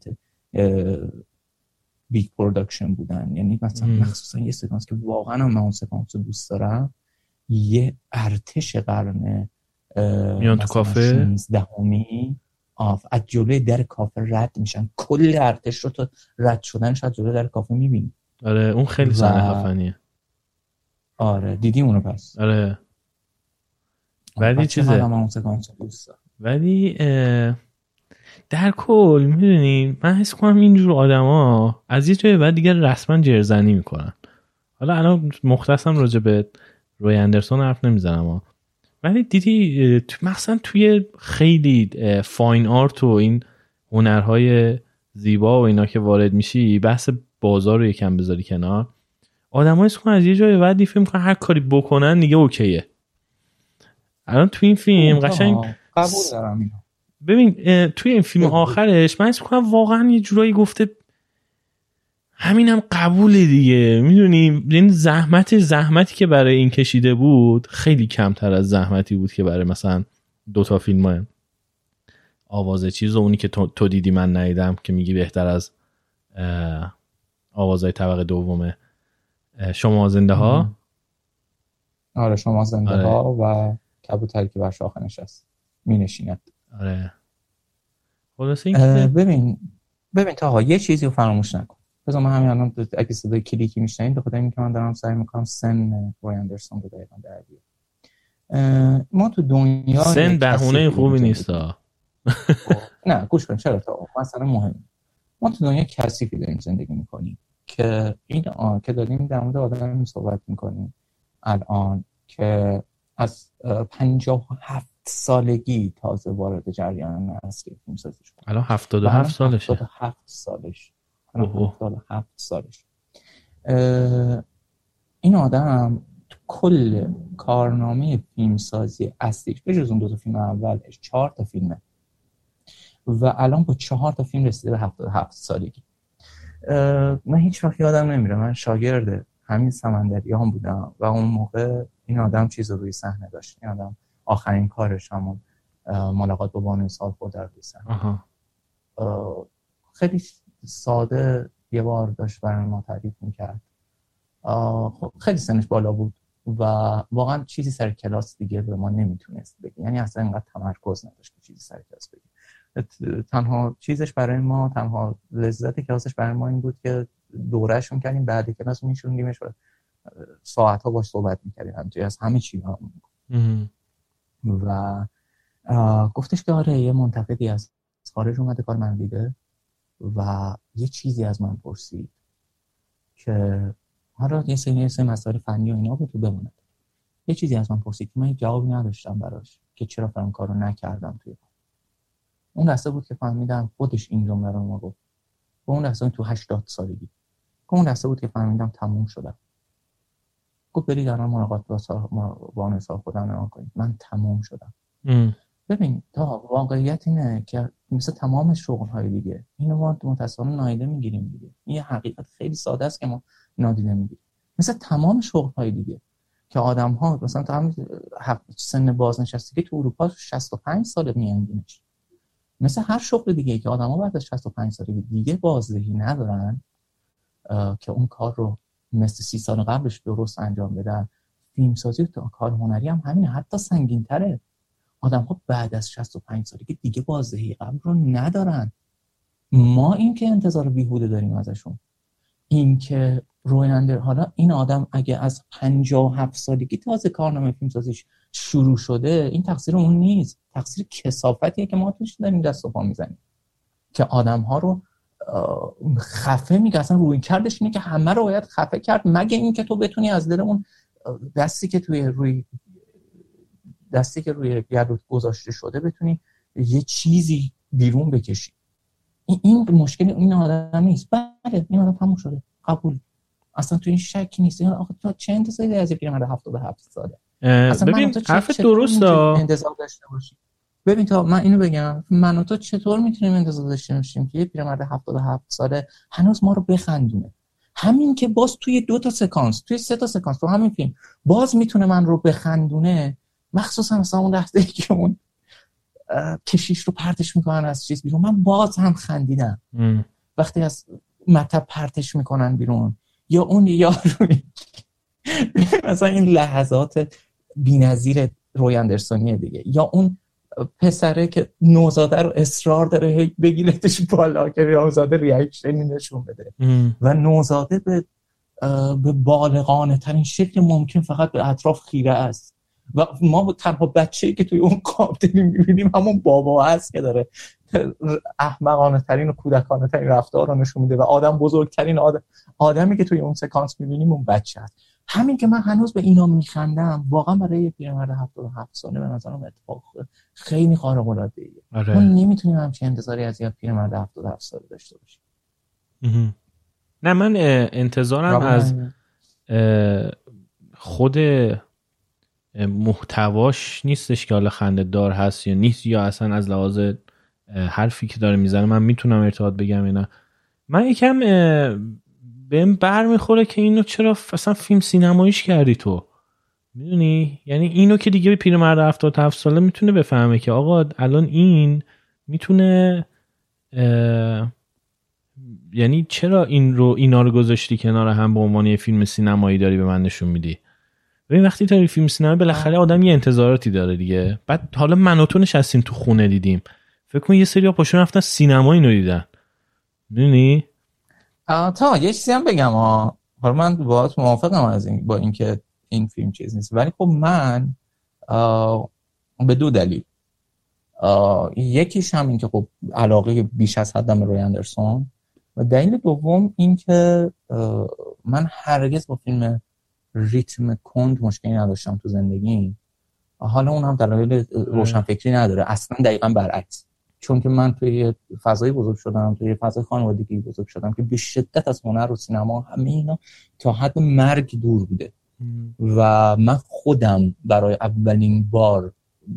بیگ پروداکشن بودن. یعنی مثلا مخصوصا یه سکانس که واقعا من اون سکانس رو دوست دارم، یه ارتش قرن میان تو کافه 16 از جلوی در کافه رد میشن، کل ارتش رو تا رد شدنش از جلوی در کافه میبینی. آره اون خیلی صحنه خفنیه. آره دیدی اونو پس؟ آره ولی چیزه ولی در کل میدونی من حس کنم اینجور آدما از یه جای بعد دیگه رسما جرزنی میکنن. حالا الان مختصم راجع به روی اندرسون حرف نمیزنم، ولی دیدی مثلا توی خیلی فاین آرت و این هنرهای زیبا و اینا که وارد میشی، بحث بازار رو یکم بذاری کنار، آدم‌ها اسم از یه جای بعد فیلم کنن هر کاری بکنن دیگه اوکیه. الان توی این فیلم قشنگ قبول دارم اینو. ببین توی این فیلم آخرش من اسم کنم واقعا یه جورایی گفته همینم قبوله دیگه. میدونی این زحمتی که برای این کشیده بود خیلی کمتر از زحمتی بود که برای مثلا 2 فیلم آوازه چیز و اونی که تو دیدی من ندیدم که میگی بهتر از آوازهای طبقه دومه، شما زنده ها. آره شما زنده ها و کبوتری که بر شاخه نشست مینشیند. آره خلاصه این ببین تاها یه چیزی رو فراموش نکن. بذار من همین الان اگه صدای کلیکی میشنین به خاطر اینکه من دارم سعی میکنم سن روی اندرسون رو دقیقاً در بیارم. ما تو دنیا سن بهونه خوبی نیست. نه گوش کن، چرا تا مثلا مهمه. ما تو دنیا کثیفی داریم زندگی میکنیم که این که داریم در مورد آدم صحبت میکنیم الان که از 57 سالگی تازه وارد جریان اصلی فیلمسازی شد. الان 77 سالشه. 77 سالش. 77 سالش. این آدم کل کارنامه فیلمسازی اصلیش به جز اون 2 تا فیلم اولش 4 تا فیلمه و الان با 4 تا فیلم رسیده به 77 سالگی. من هیچ وقت یادم نمیره من شاگرد همین سمندریان بودم و اون موقع این آدم چیز روی صحنه داشت. این آدم آخرین کارش همون ملاقات با بانوی سالخورد در روی صحنه. خیلی ساده یه بار داشت برای ما تعریف میکرد. خیلی سنش بالا بود و واقعا چیزی سر کلاس دیگه به ما نمیتونست بگه، یعنی اصلا اینقدر تمرکز نداشت که چیزی سر کلاس بگه. تنها چیزش برای ما، تنها لذت کلاسش برای ما این بود که دورهشون کردیم، بعد کلاس میشوندیمش و ساعت‌ها باش صحبت میکردیم همچنین از همه چی و گفتش که آره یه منتقدی از خارج اومده کار من دیده و یه چیزی از من پرسید که حالا یه سری مسائل فنی و اینا بود تو بمونه. یه چیزی از من پرسید که من جوابی نداشتم براش که چرا فلان کارو نکردم توی اون لحظه بود که فهمیدم خودش این جمله رو ما گفت. و اون لحظه تو 80 سالگی اون لحظه بود که فهمیدم تموم شدم. گفت برید الان ملاقات با نسا خودم نگاه کنید، من تموم شدم. ببین تا واقعیت اینه که مثل تمام شغل‌های دیگه اینو ما متأسفانه نادیده میگیریم دیگه. این حقیقت خیلی ساده است که ما نادیده میگیریم. مثل تمام شغل‌های دیگه که آدم‌ها مثلا تا همین سن بازنشستگی تو اروپا 65 سال میانگینش، مثل هر شغل دیگه که آدم‌ها بعد از 65 سالگی دیگه بازدهی ندارن که اون کار رو مثل 30 سال قبلش درست انجام بدن. فیلمسازی تا کار هنری هم همینه، حتی سنگین‌تره. آدم‌ها بعد از 65 سالگی دیگه بازدهی قبل رو ندارن. ما این که انتظار بیهوده داریم ازشون. این که روینندر حالا این آدم اگه از 57 سالگی تازه کارنامه فیلمسازیش شروع شده، این تقصیر اون نیست، تقصیر کثافتیه که ما توش داریم دست و پا میزنیم که آدم‌ها رو خفه میگه. اصلا روی کردش اینه که همه رو باید خفه کرد مگه این که تو بتونی از دل اون دستی که روی گردوت گذاشته شده بتونی یه چیزی بیرون بکشی. این مشکل این آدم نیست. بله این آدم تموم شده، قبول، اصلا تو این شکی نیست. آخه تو چه انتظاری از یه پیرمرد 77 ساله؟ ببین حرف درسته، انتظار داشته باشی. ببین تا من اینو بگم، من و تو چطور میتونیم انتظار داشته باشیم که یه پیرمرد 77 ساله هنوز ما رو بخندونه؟ همین که باز توی 2 تا سکانس، توی 3 تا سکانس تو همین فیلم باز میتونه من رو بخندونه، مخصوصا مثلا اون لحظه‌ای که اون کشیش رو پرتش میکنن از چیز بیرون، من باز هم خندیدم. وقتی از مطب پرتش میکنن بیرون، یا اون یاروی مثلا این لحظات بی‌نظیر روی اندرسونیه دیگه، یا اون پسره که نوزاده رو اصرار داره بگیرتش بالا که نوزاده ریاکشنی نشون بده و نوزاده به بالغانه ترین شکل ممکن فقط به اطراف خیره است و ما تنها بچه‌ای که توی اون قاب داریم می‌بینیم همون بابا هست که داره احمقانه ترین و کودکانه ترین رفتار رو نشون میده و آدم بزرگترین آدمی که توی اون سکانس می‌بینیم اون بچه است. همین که من هنوز به اینا میخندم واقعا برای یه پیرمرد 77 ساله به نظرم اتفاق خیلی خارق‌العاده‌ایه. ما نمیتونیم همچین انتظاری از یه پیرمرد 77 ساله داشته باشیم. نه من انتظارم از خود محتواش نیستش که حالا خنده‌دار هست یا نیست، یا اصلا از لحاظ حرفی که داره میزنه من میتونم ارتباط بگم اینا. من یکم بهم برمیخوره که اینو چرا اصلا فیلم سینماییش کردی تو، میدونی؟ یعنی اینو که دیگه پیرمرد 77 ساله میتونه بفهمه که آقا الان این میتونه یعنی چرا اینا رو گذاشتی کنار هم به عنوان یه فیلم سینمایی داری به من نشون میدی. ببین وقتی تا فیلم سینمایی بالاخره آدم یه انتظاراتی داره دیگه. بعد حالا من و تو نشستیم تو خونه دیدیم، فکر کن یه سری ها پاشون رفتن سینما اینو دیدن، میدونی؟ تا یه چیزی هم بگم حالا من باهات موافقم از این با اینکه این فیلم چیز نیست، ولی خب من به دو دلیل، یکیش هم این که خب علاقه بیش از حدم روی اندرسون، و دلیل دوم این که من هرگز با فیلم ریتم کند مشکلی نداشتم تو زندگی. حالا اون هم دلایل روشنفکری نداره، اصلا دقیقاً برعکس، چون که من توی فضایی بزرگ شدم، توی فضای خانوادگی بزرگ شدم که به شدت از هنر و سینما همه اینا تا حد مرگ دور بوده و من خودم برای اولین بار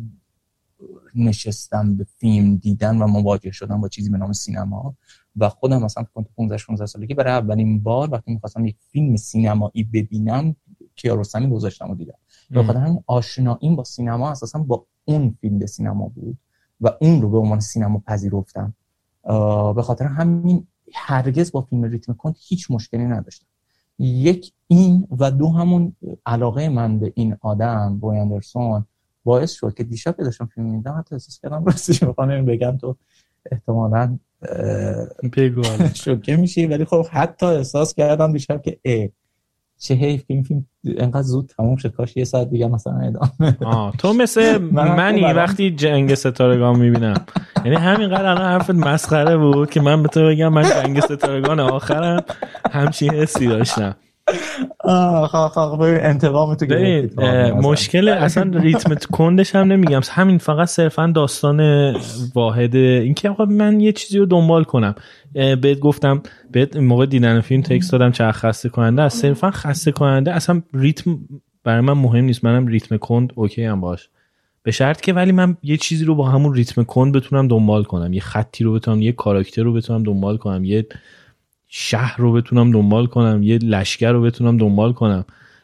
نشستم به فیلم دیدن و مواجه شدم با چیزی به نام سینما و خودم مثلا فکر کنم 15-16 سالگی برای اولین بار وقتی می‌خواستم یک فیلم سینمایی ببینم کیارستمی گذاشتم و دیدم. به خاطر همین آشناییم با سینما اساسا با اون فیلم به سینما بود و اون رو به عنوان سینما پذیرفتم. به خاطر همین هرگز با فیلم ریتم کند هیچ مشکلی نداشتم. یک این و دو همون علاقه من به این آدم روی اندرسون باعث شد که دیشب که داشتم فیلم می‌دیدم حتی احساس کردم راستش بخوام بگم تو احتمالاً شوکه میشی، ولی خب حتی احساس کردم دیشب که چه حیف که این فیلم انقدر زود تموم شد، کاش یه ساعت دیگه مثلا ادامه. تو مثل منی وقتی جنگ ستارگان میبینم، یعنی همینقدر الان حرفت مسخره بود که من به تو بگم من جنگ ستارگان آخرم همچین حسی داشتم. انتقام تو گرفت. مشکل اصلا ریتم کندش هم نمیگم، همین فقط صرفا داستان واحده، این که من یه چیزی رو دنبال کنم. بهت گفتم بهت موقع دیدن فیلم تکست دادم چه خسته کننده است، صرفا خسته کننده، اصلا ریتم برای من مهم نیست، منم ریتم کند اوکی ام باش، به شرط که ولی من یه چیزی رو با همون ریتم کند بتونم دنبال کنم، یه خطی رو بتونم، یه کاراکتر رو بتونم دنبال کنم، یه شهر رو بتونم دنبال کنم، یه لشکر رو بتونم دنبال کنم.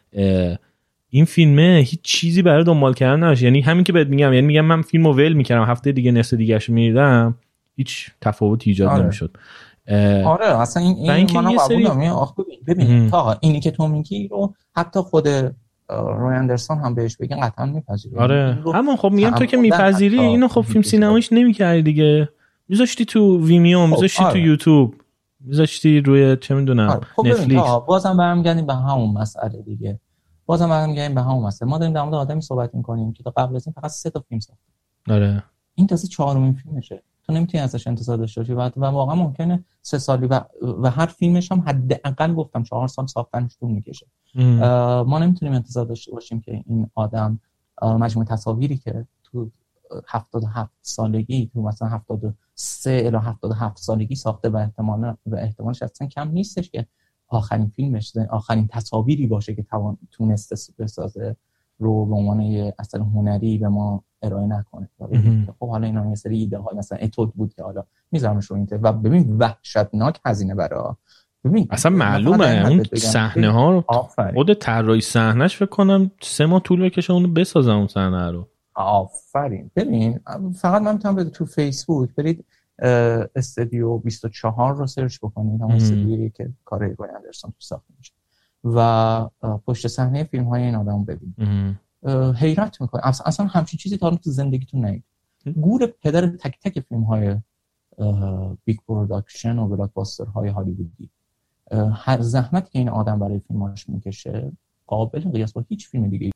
این فیلمه هیچ چیزی برای دنبال کردن نداشت، یعنی همین که بهت میگم، یعنی میگم من فیلمو ول میکردم هفته دیگه نصف دیگه‌اشو می‌دیدم هیچ تفاوتی ایجاد نمیشد. آره اصلا این منو قبولم. ببین تا اینی که تو میگی رو حتی خود روی اندرسون هم بهش بگن قطعا میپذیره. آره همون خب میگم تو که میپذیری اینو خب فیلم سینماییش نمی‌کردی دیگه، میذاشتی تو ویمیو، میذاشتی تو یوتیوب، میذاشتی روی چه میدونم نتفلیکس. بازم برمیگردیم به همون مسئله دیگه، ما داریم در مورد آدمی صحبت می‌کنیم که تا قبل از این فقط 3 تا فیلم ساخته. آره این تازه 4مین فیلمشه، تو نمیتونی ازش انتظار داشته باشی و واقعا ممکنه 3 سالی و هر فیلمش هم حداقل گفتم 4 سال ساختنش طول میکشه. ما نمیتونیم انتظار داشته باشیم که این آدم مجموعه تصاویری که تو 77 سالگی تو مثلا 73 الی 77 سالگی ساخته و احتمالش اصلا کم نیستش که آخرین فیلمش آخرین تصاویری باشه که تونسته بسازه رو به عنوان یه اثر هنری به ما ارائه نکنه. خب حالا اینا یه سری ایده ها مثلا اتود بود که حالا میذارمش رو اینتر و ببین وحشتناک هزینه برای ببین اصلا معلومه اون صحنه ها رو خود طراحی صحنهش فکر کنم 3 ماه طول بکشه اونو بسازن اون صحنه رو. آفرین. ببین فقط من میتونم تو فیسبوک برید استودیو 24 رو سرچ بکنید، همون استودیویی که کار روی اندرسون تو ساخته میشه و پشت صحنه فیلم های این آدمو ببینید، حیرت میکنه. اصلا همچین چیزی تا الان تو زندگیتون ندید. گور پدر تک تک فیلم های بیگ پروداکشن و بلاکباستر های هالیوودی، هر زحمت که این آدم برای فیلماش میکشه قابل قیاس با هیچ فیلم دیگه.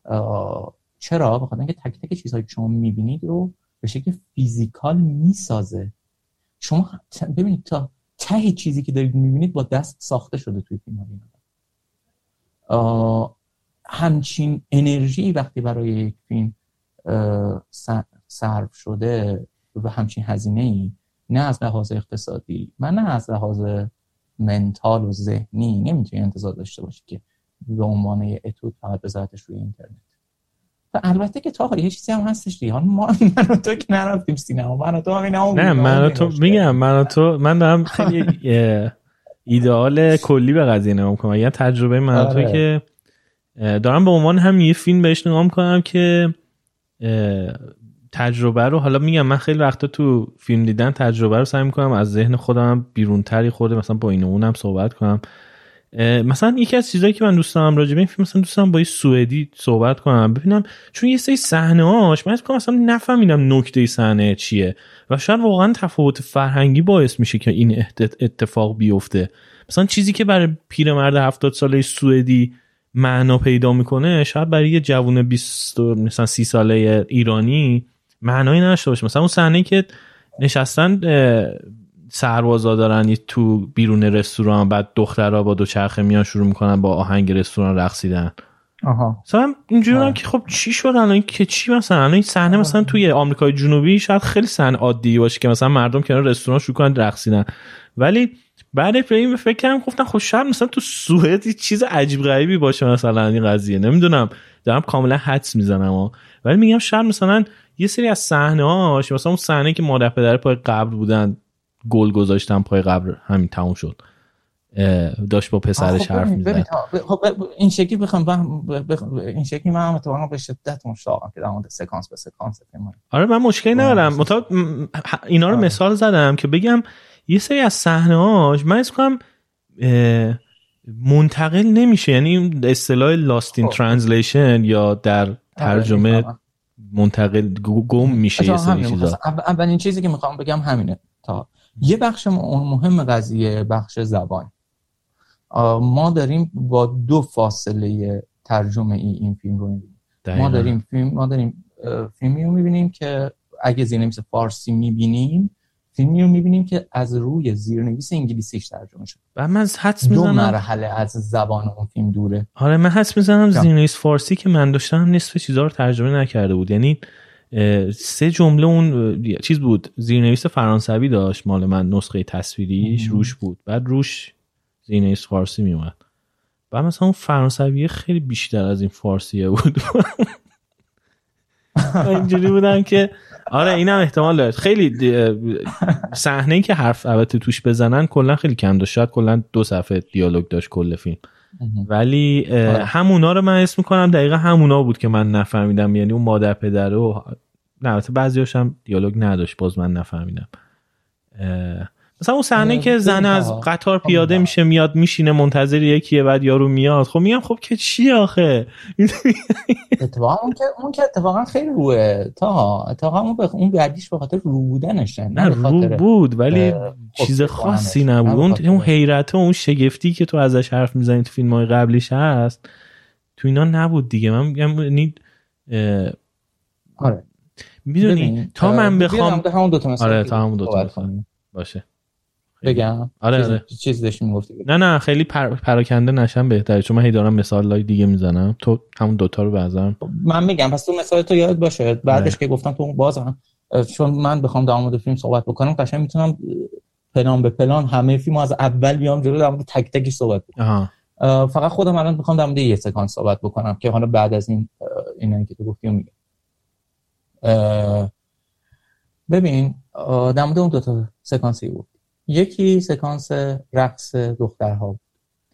چرا؟ بخاطر اینکه تک تک چیزهایی که شما میبینید رو به شکل فیزیکال میسازه. شما ببینید تا ته چیزی که دارید میبینید با دست ساخته شده توی فیلم های این آدم. همچین انرژی وقتی برای یک فیلم صرف شده و همچین هزینه‌ای، نه از لحاظ اقتصادی و نه از لحاظ منتال و ذهنی، نمیتونی انتظار داشته باشی که به عنوان یه اتود فقط بذارتش روی اینترنت. و البته که تا یه چیزی هم هستش دیگه، من و تو که نرفتیم سینما، من و تو همین نه من و تو میگم من دارم خیلی ایدئال کلی به قضیه نگاه می‌کنم، یعنی تجربه من و تو که دارم به عنوان هم یه فیلم بهش نگاه می‌کنم که تجربه رو، حالا میگم من خیلی وقتا تو فیلم دیدن تجربه رو سعی می‌کنم از ذهن خودم بیرون‌تری خورده مثلا با این و اونم صحبت کنم. مثلا یکی از چیزایی که من دوست دارم راجع به این فیلم، مثلا دوست دارم با یه سوئدی صحبت کنم ببینم، چون یه سری صحنه‌هاش من مثلا نفهمیدم نکته صحنه چیه و شاید واقعا تفاوت فرهنگی باعث میشه که این اتفاق بیفته. مثلا چیزی که برای پیرمرد 70 ساله سوئدی معنا پیدا میکنه شاید برای یه جوون 20 مثلا 30 ساله ایرانی معنایی نداشته باشه. مثلا اون صحنه‌ای که نشستن سربازا دارن تو بیرون رستوران، بعد دخترها با دوچرخه میان شروع میکنن با آهنگ رستوران رقصیدن. مثلا اینجوریه که خب چی شد الان که چی، مثلا این صحنه مثلا توی آمریکای جنوبی شاید خیلی صحنه عادی باشه که مثلا مردم کنار رستوران شروع کنن رقصیدن، ولی بعد فیلم فکر کردم گفتم خب شاید مثلا تو سوئد چیز عجیب غریبی باشه مثلا این قضیه، نمیدونم دارم کاملا حدس میزنم ولی میگم شاید مثلا یه سری از صحنه‌هاش، مثلا اون صحنه که مادر پدر پای قبر بودن گل گذاشتن پای قبر همین تموم شد، داشت با پسرش حرف می‌زد. خب این شکلی این شکلی من اتفاقا به شدت مشتاقم که در مورد سکانس به سکانس فیلم. آره من مشکلی ندارم، اینا رو مثال زدم که بگم یه سری از صحنه‌هاش من اسم کنم منتقل نمیشه، یعنی اصطلاح lost in translation یا در ترجمه منتقل گم میشه یه سری چیزا. اولین چیزی که میخوام بگم همینه، تا یه بخش مهم قضیه بخش زبان. ما داریم با 2 فاصله ترجمه این فیلم رو می‌بینیم. ما داریم فیلمی رو می‌بینیم که اگه زیرنویس فارسی می‌بینیم، فیلمی رو می‌بینیم که از روی زیرنویس انگلیسیش ترجمه شده. و من حدس می‌زنم 2 مرحله از زبان اون فیلم دوره. آره من حدس می‌زنم زیرنویس فارسی که من داشتم نصف چیزا رو ترجمه نکرده بود، یعنی 3 جمله اون چیز بود، زیرنویس فرانسوی داشت مال من، نسخه تصویریش روش بود، بعد روش زیرنویس فارسی میومد، بعد مثلا اون فرانسوی خیلی بیشتر از این فارسیه بود. اینجوری بودن که آره اینم احتمال داره. خیلی صحنه‌ای که حرف البته توش بزنن کلا خیلی کم داشت، شاید کلا 2 صفحه دیالوگ داشت کل فیلم، ولی همونا رو من اسم می‌کنم دقیقاً همونا بود که من نفهمیدم، یعنی اون مادر پدر و نه البته بعضی‌هاش هم دیالوگ نداشت باز من نفهمیدم. مثلا اون صحنه که زن از قطار پیاده میشه میاد میشینه منتظر یکیه بعد یارو میاد، خب میگم خب که چی آخه اتفاقا خیلی روه اتفاقا اون بعدیش به خاطر رو بودنشه، نه رو بود ولی چیز خاصی نبود. اون حیرت و اون شگفتی که تو ازش حرف میزنی تو فیلم‌های قبلیش هست تو اینا نبود دیگه. من میگم آره میدونی تا من بخوام همون 2 تا مثلا آره تا همون 2 تا باشه بگم آره چیز داشتی میگفتی نه خیلی پراکنده نشم بهتره، چون من هی دارم مثالای دیگه میزنم، تو همون 2 تا رو بزن. من میگم پس تو مثال تو یاد باشه بعدش که گفتم تو بازم، چون من بخوام در مورد فیلم صحبت بکنم قشنگ میتونم پلان به پلان همه فیلمو از اول بیام جلو در مورد تک تکش صحبت بکنم. فقط خودم الان میخوام در مورد یه سکانس صحبت بکنم که حالا بعد از اینایی که تو گفتی میگم. ببین در مورد اون 2 تا سکانسی بود، یکی سکانس رقص دخترها بود.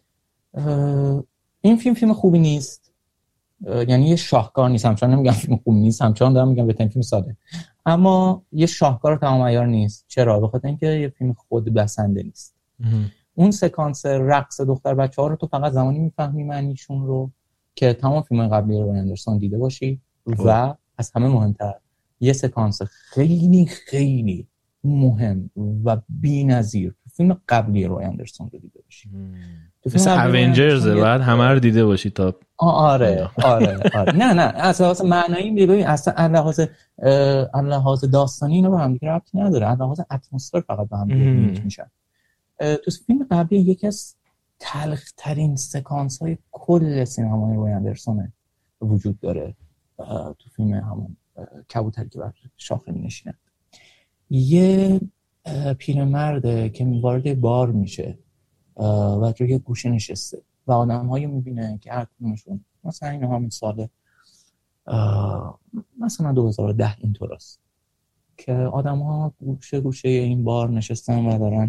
این فیلم خوبی نیست، یعنی یه شاهکار نیست، همچنان نمیگم فیلم خوبی نیست، همچنان دارم میگم بهترین فیلم ساده، اما یه شاهکار تمام عیار نیست. چرا؟ به خاطر اینکه یه فیلم خودبسنده نیست. اون سکانس رقص دختر بچه‌ها رو تو فقط زمانی میفهمی معنیشون رو که تمام فیلم‌های قبلی روی اندرسون دیده باشی و از همه مهمتر یه سکانس خیلی خیلی مهم و بی‌نظیر فیلم قبلی روی اندرسون رو دیده باشی. مثل اونجرز بعد همه رو دیده باشی تا آره نه از لحاظ معنایی ببین اصلا از لحاظ داستانی اینو به هم دیگه ربطی نداره، از لحاظ اتمسفر فقط به هم دیگه لینک میشن. تو فیلم قبلی یکی از تلخ‌ترین سکانس‌های کل سینمای روی اندرسون وجود داره، تو فیلم همون کبوتری که بر شاخه می‌نشینه. یه پیرمرده که وارد بار میشه و روی گوشه نشسته و آدم‌هایی می‌بینه که هر کدومشون مثلا اینها همین سال مثلا 2010 اینطوراست که آدم‌ها گوشه این بار نشستن و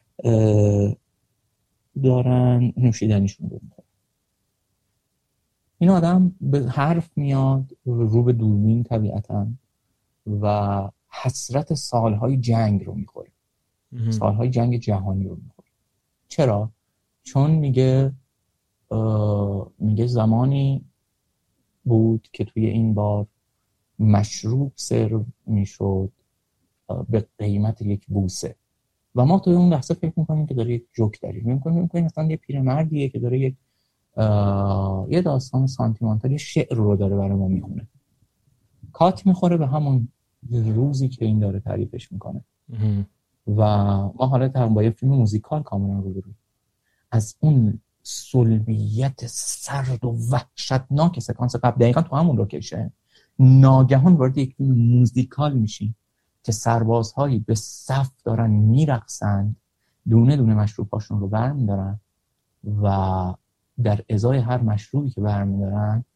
دارن نوشیدنیشون رو می‌خورن. این آدم به حرف میاد رو به دوربین طبیعتاً و حسرت سالهای جنگ رو میخوره، سالهای جنگ جهانی رو میخوره. چرا؟ چون میگه میگه زمانی بود که توی این بار مشروب سرو میشد به قیمت یک بوسه و ما توی اون لحظه فکر میکنیم که داره یک جوک داره میکنیم اصلا یه پیرمردیه که داره یه داستان سانتیمانتال، یه شعر رو داره برای ما میخونه. کات میخوره به همون روزی که این داره تعریفش میکنه و ما حالا با یه فیلم موزیکال کاملا روبرو از اون سلبیت سرد و وحشتناک سکانس قبل دقیقا تو همون لوکیشن ناگهان وارد یک فیلم موزیکال میشیم که سربازهایی به صف دارن میرقصند، دونه دونه مشروباشون رو برمیدارن و در ازای هر مشروبی که برمیدارن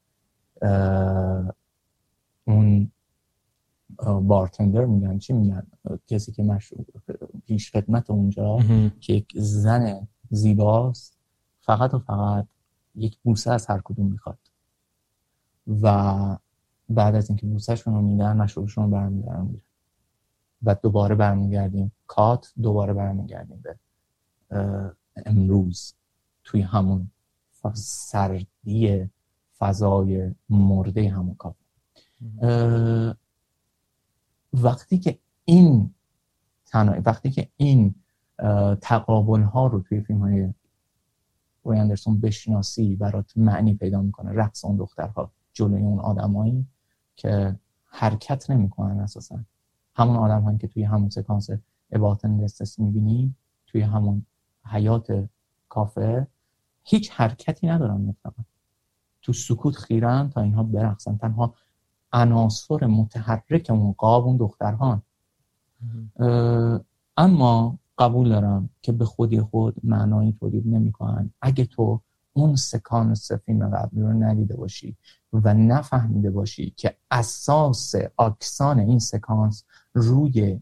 اون بارتندر میگن چی میگن، کسی که مشروب پیش خدمت اونجا که یک زن زیباست، فقط و فقط یک بوسه از هر کدوم میخواد و بعد از اینکه بوسهشون رو میدن مشروبشون رو برمیدارن و دوباره برمیگردیم کات، دوباره برمیگردیم به امروز توی همون سردی فضای مرده همون کافه. وقتی که این تقابل ها رو توی فیلم های روی اندرسون بشناسی برات معنی پیدا میکنه. رقص اون دخترها جلوی اون آدمایی که حرکت نمیکنن، اساسا همون آدم‌هایی که توی همون سکانس اباطن لستس میبینی توی همون حیات کافه هیچ حرکتی ندارن، مطلقا تو سکوت خیرن تا اینها برقصن. تنها عناصر متحرک اون قاب اون دخترها. اما قبول دارم که به خودی خود معنایی تولید نمی‌کنن. اگه تو اون سکانس فیلم قبلی رو ندیده باشی و نفهمیده باشی که اساس اکسان این سکانس روی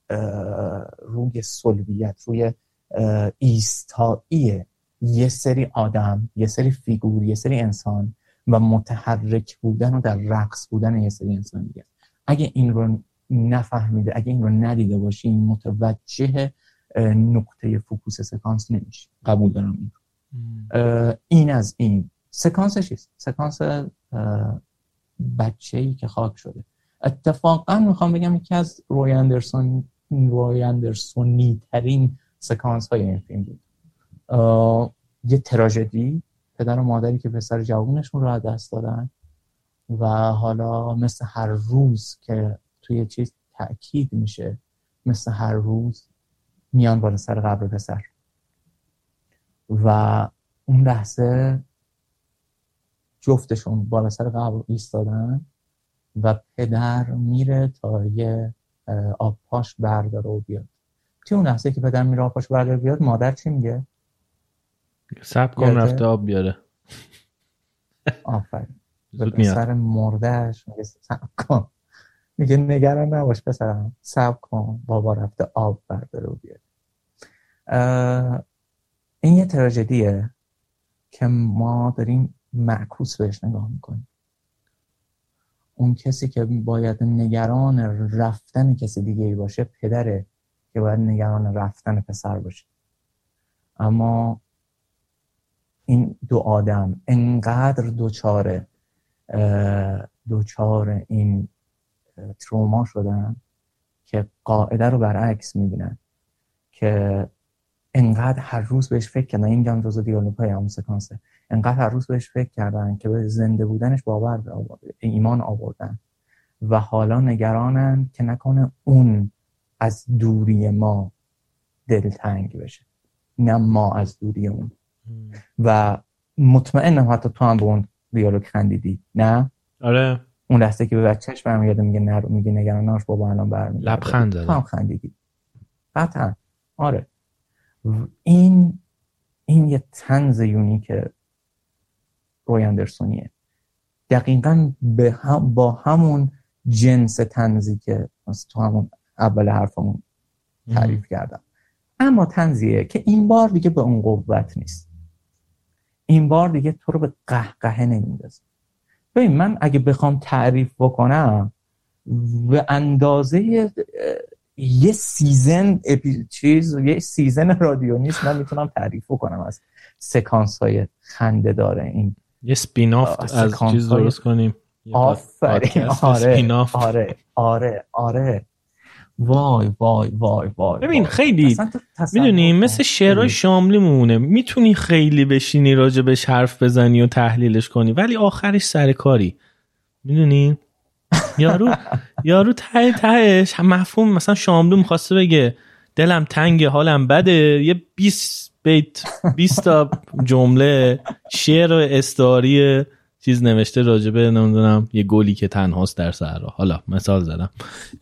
سلبیت، روی ایستایی یه سری آدم، یه سری فیگور، یه سری انسان و متحرک بودن و در رقص بودن یه سری انسان دیگه، اگه این رو نفهمیده، اگه این رو ندیده باشی، متوجه نقطه فوکوس سکانس نمیشه. قبول دارم این رو. این از این سکانس چیست؟ سکانس بچه‌ای که خاک شده. اتفاقا میخوام بگم یکی از روی اندرسونی ترین سکانس های این فیلم بود. یه تراژدی، پدر و مادری که پسر جوونشون رو از دست دادن و حالا مثل هر روز که توی چیز تأکید میشه، مثل هر روز میان بالا سر قبر پسر و اون لحظه جفتشون بالا سر قبر ایستادن و پدر میره تا یه آب پاش برداره و بیاد. توی اون لحظه که پدر میره آب پاش برداره بیاد، مادر چی میگه؟ صبر کن رفته آب بیاره. آفرین. به پسر مردهش میگه صبر کن، میگه نگران نباش پسرم، صبر کن بابا رفته آب برداره و بیاد. این یه تراژدیه که ما داریم معکوس بهش نگاه میکنیم. اون کسی که باید نگران رفتن کسی دیگه ای باشه پدره که باید نگران رفتن پسر باشه. اما این دو آدم انقدر دوچار این تروما شدن که قاعده رو برعکس میبینن، که انقدر هر روز بهش فکر کردن. این جان جزو دیالوگ‌های همون سکانسه. انقدر هر روز بهش فکر کردن که به زنده بودنش ایمان آوردن و حالا نگرانن که نکنه اون از دوری ما دلتنگ بشه، نه ما از دوری اون. و مطمئنم حتی تو هم به اون دیالوگ خندیدی، نه؟ آره. اون لحظه که به بچهش برمیگرده میگه نگران نباش بابا الان برمیگرده، لبخند زد. تو هم خندیدی قطعا. آره. این یه طنز یونیک روی اندرسونیه، دقیقاً با همون جنس طنزی که تو همون اول حرفمون تعریف کردم. اما طنزیه که این بار دیگه به اون قوت نیست. این بار دیگه تو رو به قهقهه نمیندازه. ببین من اگه بخوام تعریف بکنم به اندازه یه سیزن رادیو نیست من میتونم تعریف کنم از سکانس های خنده داره. این یه سپین آف از چیز درست کنیم. آفرین. آره. وای. ببین خیلی میدونی مثل شعرهای شاملی مونه، میتونی خیلی بشینی راجع بهش حرف بزنی و تحلیلش کنی ولی آخرش سرکاری. میدونی یارو تهش مفهوم، مثلا شاملو میخواسته بگه دلم تنگه حالم بده، یه 20 بیت 20 تا جمله شعر و استعاری چیز نوشته راجبه نمیدونم یه گلی که تنهاست در صحرا، حالا مثال زدم.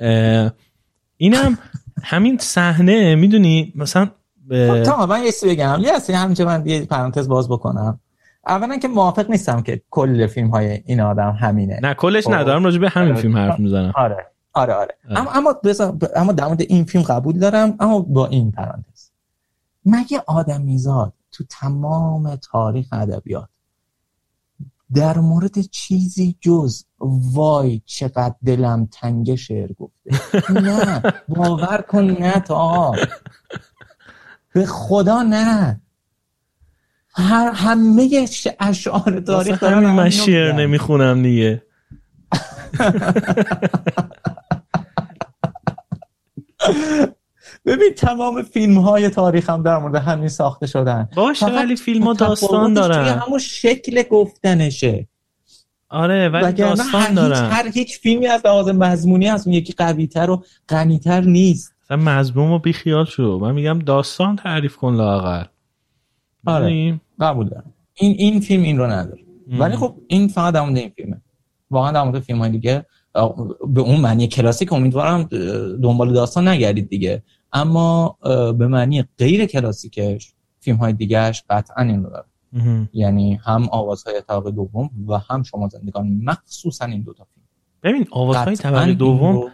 اینم همین صحنه میدونی مثلا من یه چیزی بگم، همینجا من یه پرانتز باز بکنم. اولا که موافق نیستم که کل فیلم های این آدم همینه. نه کلش ندارم، راجع به همین فیلم حرف میزنم. آره. اما در مورد این فیلم قبول دارم، اما با این پرانتز، مگه آدمیزاد تو تمام تاریخ ادبیات در مورد چیزی جز وای چقدر دلم تنگه شعر گفته؟ نه باور کن، نه تا به خدا نه. همه اشعار تاریخ دارن من شعر نمیخونم دیگه. ببین تمام فیلم های تاریخ هم در مورد همین ساخته شدن باشه، ولی فیلم ها داستان دارن، همون شکل گفتنشه. آره ولی داستان دارن. هر هیچ فیلمی از لحاظ مضمونی از اون یکی قوی‌تر و غنی‌تر نیست. مثلا مضمونو بی خیال شو، من میگم داستان تعریف کن لااقل. آره قبول دارم. این فیلم این رو نداره. ولی خب این فقط در مورد این فیلمه. واقعا در مورد فیلم‌های دیگه به اون معنی کلاسیک امیدوارم دنبال داستان نگردید دیگه، اما به معنی غیر کلاسیکش فیلم‌های دیگه‌اش قطعاً این رو داره. یعنی هم آوازهای طبقه دوم و هم شما زندگان، مخصوصا این دو تا فیلم. ببین آوازهای طبقه دوم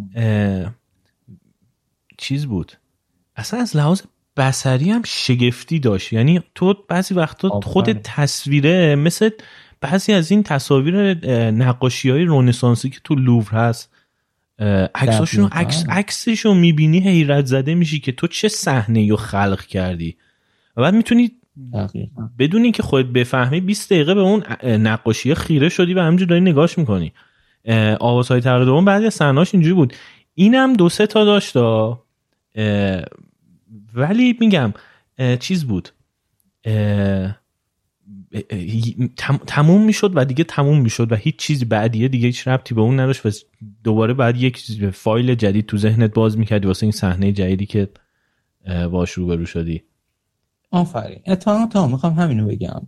چیز بود اصلا از لحاظ بصری هم شگفتی داشت. یعنی تو بعضی وقتا خود تصویره مثل بعضی از این تصاویر نقاشی‌های رنسانسی که تو لوور هست، عکساشون عکسشو میبینی حیرت زده میشی که تو چه صحنه‌ای رو خلق کردی و بعد میتونی بدون اینکه خودت بفهمی 20 دقیقه به اون نقاشی خیره شدی و همینجوری داری نگاهش میکنی. آوازهای طبقه دوم بعضی از صحنه‌هاش اینجوری بود. اینم 2-3 تا داشت ولی میگم چیز بود، تموم میشد و دیگه تموم میشد و هیچ چیزی بعدیه دیگه هیچ ربطی به اون نداشت و دوباره بعد یک فایل جدید تو ذهنت باز میکردی واسه این صحنه جدیدی که باش روبرو شدی. آفرین. اتفاقا میخوام همینو بگم.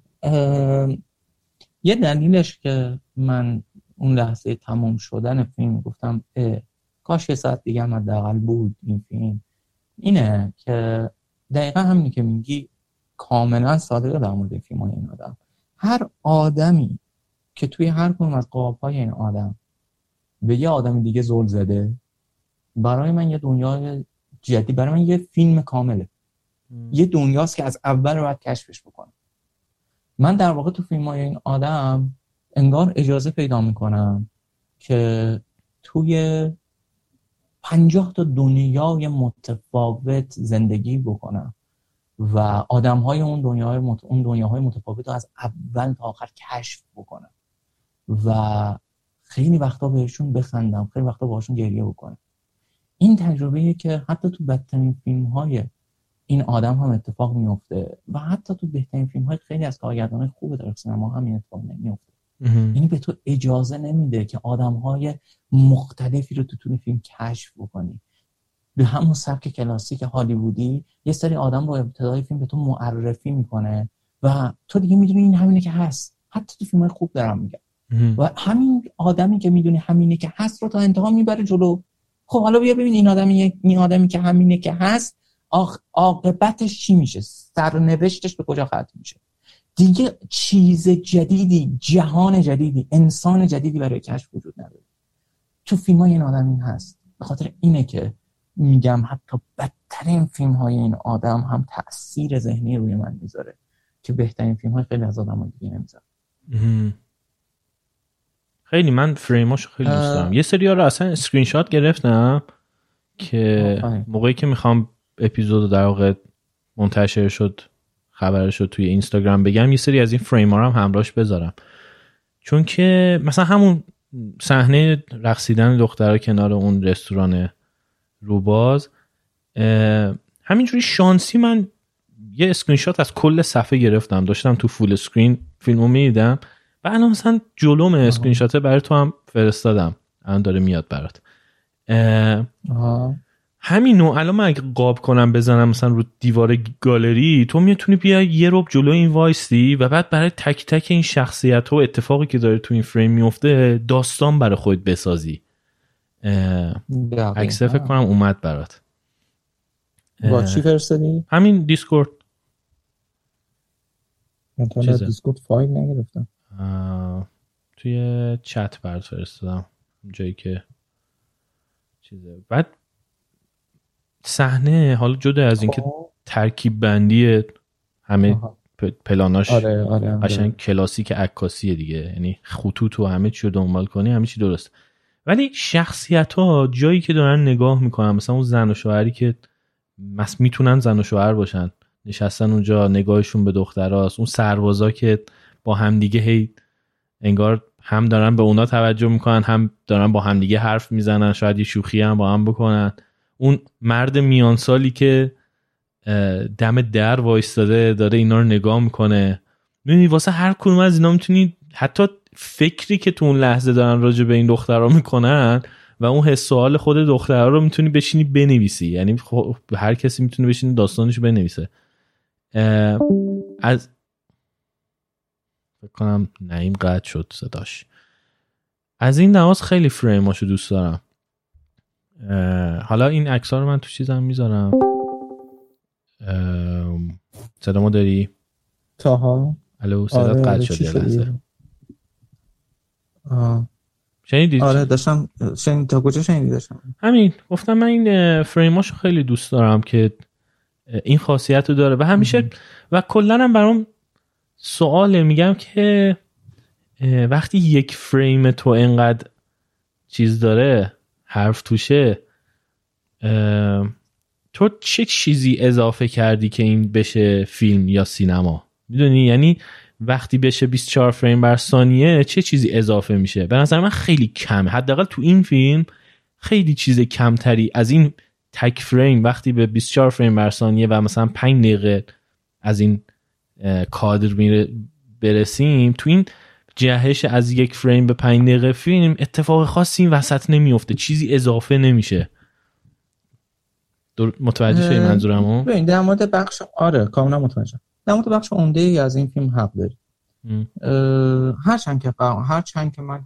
یه دلیلش که من اون لحظه تمام شدن فیلم گفتم کاش یه ساعت دیگه هم حداقل بود این فیلم، اینه که دقیقا همینی که میگی کاملا صادقه در مورد فیلم‌های این آدم. هر آدمی که توی هر کدوم از قاب‌های این آدم به یه آدم دیگه زل زده، برای من یه دنیای جدید، برای من یه فیلم کامله. یه دنیاست که از اول باید کشفش بکنم. من در واقع تو فیلم‌های این آدم انگار اجازه پیدا میکنم که توی 50 تا دنیای متفاوت زندگی بکنم و آدم‌های اون دنیاهای متفاوت رو از اول تا آخر کشف بکنم و خیلی وقتا بهشون بخندم، خیلی وقتا باهاشون گریه بکنم. این تجربه‌ایه که حتی تو بدترین فیلم‌های این آدم هم اتفاق میفته و حتی تو بهترین فیلم‌های خیلی از کارگردان‌های خوب در سینما هم این اتفاق نمیفته. یعنی به تو اجازه نمیده که آدم‌های مختلفی رو تو طول فیلم کشف بکنی. به همون سبک کلاسیک هالیوودی یه سری آدم رو ابتدای فیلم به تو معرفی میکنه و تو دیگه میدونی این همینه که هست. حتی تو فیلم‌های خوب دارم میگم. و همین آدمی که میدونی همینه که هست رو تا انتها میبره جلو. خب حالا بیا ببین این آدمی که همینه که هست عاقبتش چی میشه، سرنوشتش به کجا ختم میشه. دیگه چیز جدیدی، جهان جدیدی، انسان جدیدی برای کشف وجود نداره. تو فیلم‌های این آدم این هست. به خاطر اینه که میگم حتی بدترین فیلم‌های این آدم هم تأثیر ذهنی روی من میذاره که بهترین فیلم‌های خیلی از آدم‌ها دیگه نمیذاره. خیلی من فریماشو خیلی دوست دارم. یه سری‌ها رو اصلا اسکرین شات گرفتم که موقعی که میخوام اپیزود در واقع منتشر شد خبرش رو توی اینستاگرام بگم یه سری از این فریم ها هم همراهش بذارم، چون که مثلا همون صحنه رقصیدن دخترها کنار اون رستوران روباز، همینجوری شانسی من یه اسکرین شات از کل صفحه گرفتم، داشتم تو فول اسکرین فیلمو میدیدم و الان مثلا جلوم اسکرین شات برای تو هم فرستادم، الان داره میاد برات. همین نوع الان من اگه قاب کنم بزنم مثلا رو دیوار گالری، تو میتونی بیای یه رب جلو این وایسی و بعد برای تک تک این شخصیت و اتفاقی که داره تو این فریم میفته داستان برای خودت بسازی. عکس فکر کنم اومد برات. با چی فرستادی؟ همین دیسکورد. من تا دیسکورد فایل نگرفتم. توی چت برات فرستادم جایی که چیزه. بعد صحنه حالا جدا از اینکه ترکیب بندی همه پلاناش قشنگ کلاسیک عکاسیه دیگه، یعنی خطوط و همه چی رو دنبال کنی همه چی درست، ولی شخصیت ها جایی که دارن نگاه میکنن، مثلا اون زن و شوهری که میتونن زن و شوهر باشن نشستن اونجا نگاهشون به دختراست، اون سربازا که با همدیگه هی انگار هم دارن به اونا توجه میکنن هم دارن با همدیگه حرف میزنن، شاید یه شوخی هم با هم بکنن، اون مرد میان سالی که دم در وایستاده داره اینا رو نگاه میکنه. میبینی واسه هر کدوم از اینا میتونی حتی فکری که تو اون لحظه دارن راجع به این دخترها میکنن و اون حس و حال خود دخترها رو میتونی بشینی بنویسی، یعنی هر کسی میتونه بشینی داستانش بنویسه. از فکر کنم نعیم قطع شد صداش. از این لحاظ خیلی فریماشو دوست دارم. حالا این عکس‌ها رو من تو چیزم میذارم. صدامو داری؟ تاها الو صدات قطع شد یه لحظه. شنیدی؟ آره داشتم تا کجا شنیدی داشتم؟ همین گفتم من این فریماشو خیلی دوست دارم که این خاصیت رو داره و همیشه و کلا هم برام سواله، میگم که وقتی یک فریم تو اینقدر چیز داره حرف توشه، تو چه چیزی اضافه کردی که این بشه فیلم یا سینما؟ میدونی یعنی وقتی بشه 24 فریم بر ثانیه چه چیزی اضافه میشه؟ به نظر من خیلی کمه، حداقل تو این فیلم خیلی چیز کمتری از این تک فریم وقتی به 24 فریم بر ثانیه و مثلا 5 دقیقه از این کادر برسیم، تو این جهش از یک فریم به 5 دقیقه فیلم اتفاق خاصی این وسط نمیفته، چیزی اضافه نمیشه. متوجه شدی منظورمو؟ ببین در مورد بخش آره کاملا متوجهم. در مورد بخش عمده‌ای از این فیلم حق داری. هرچند که من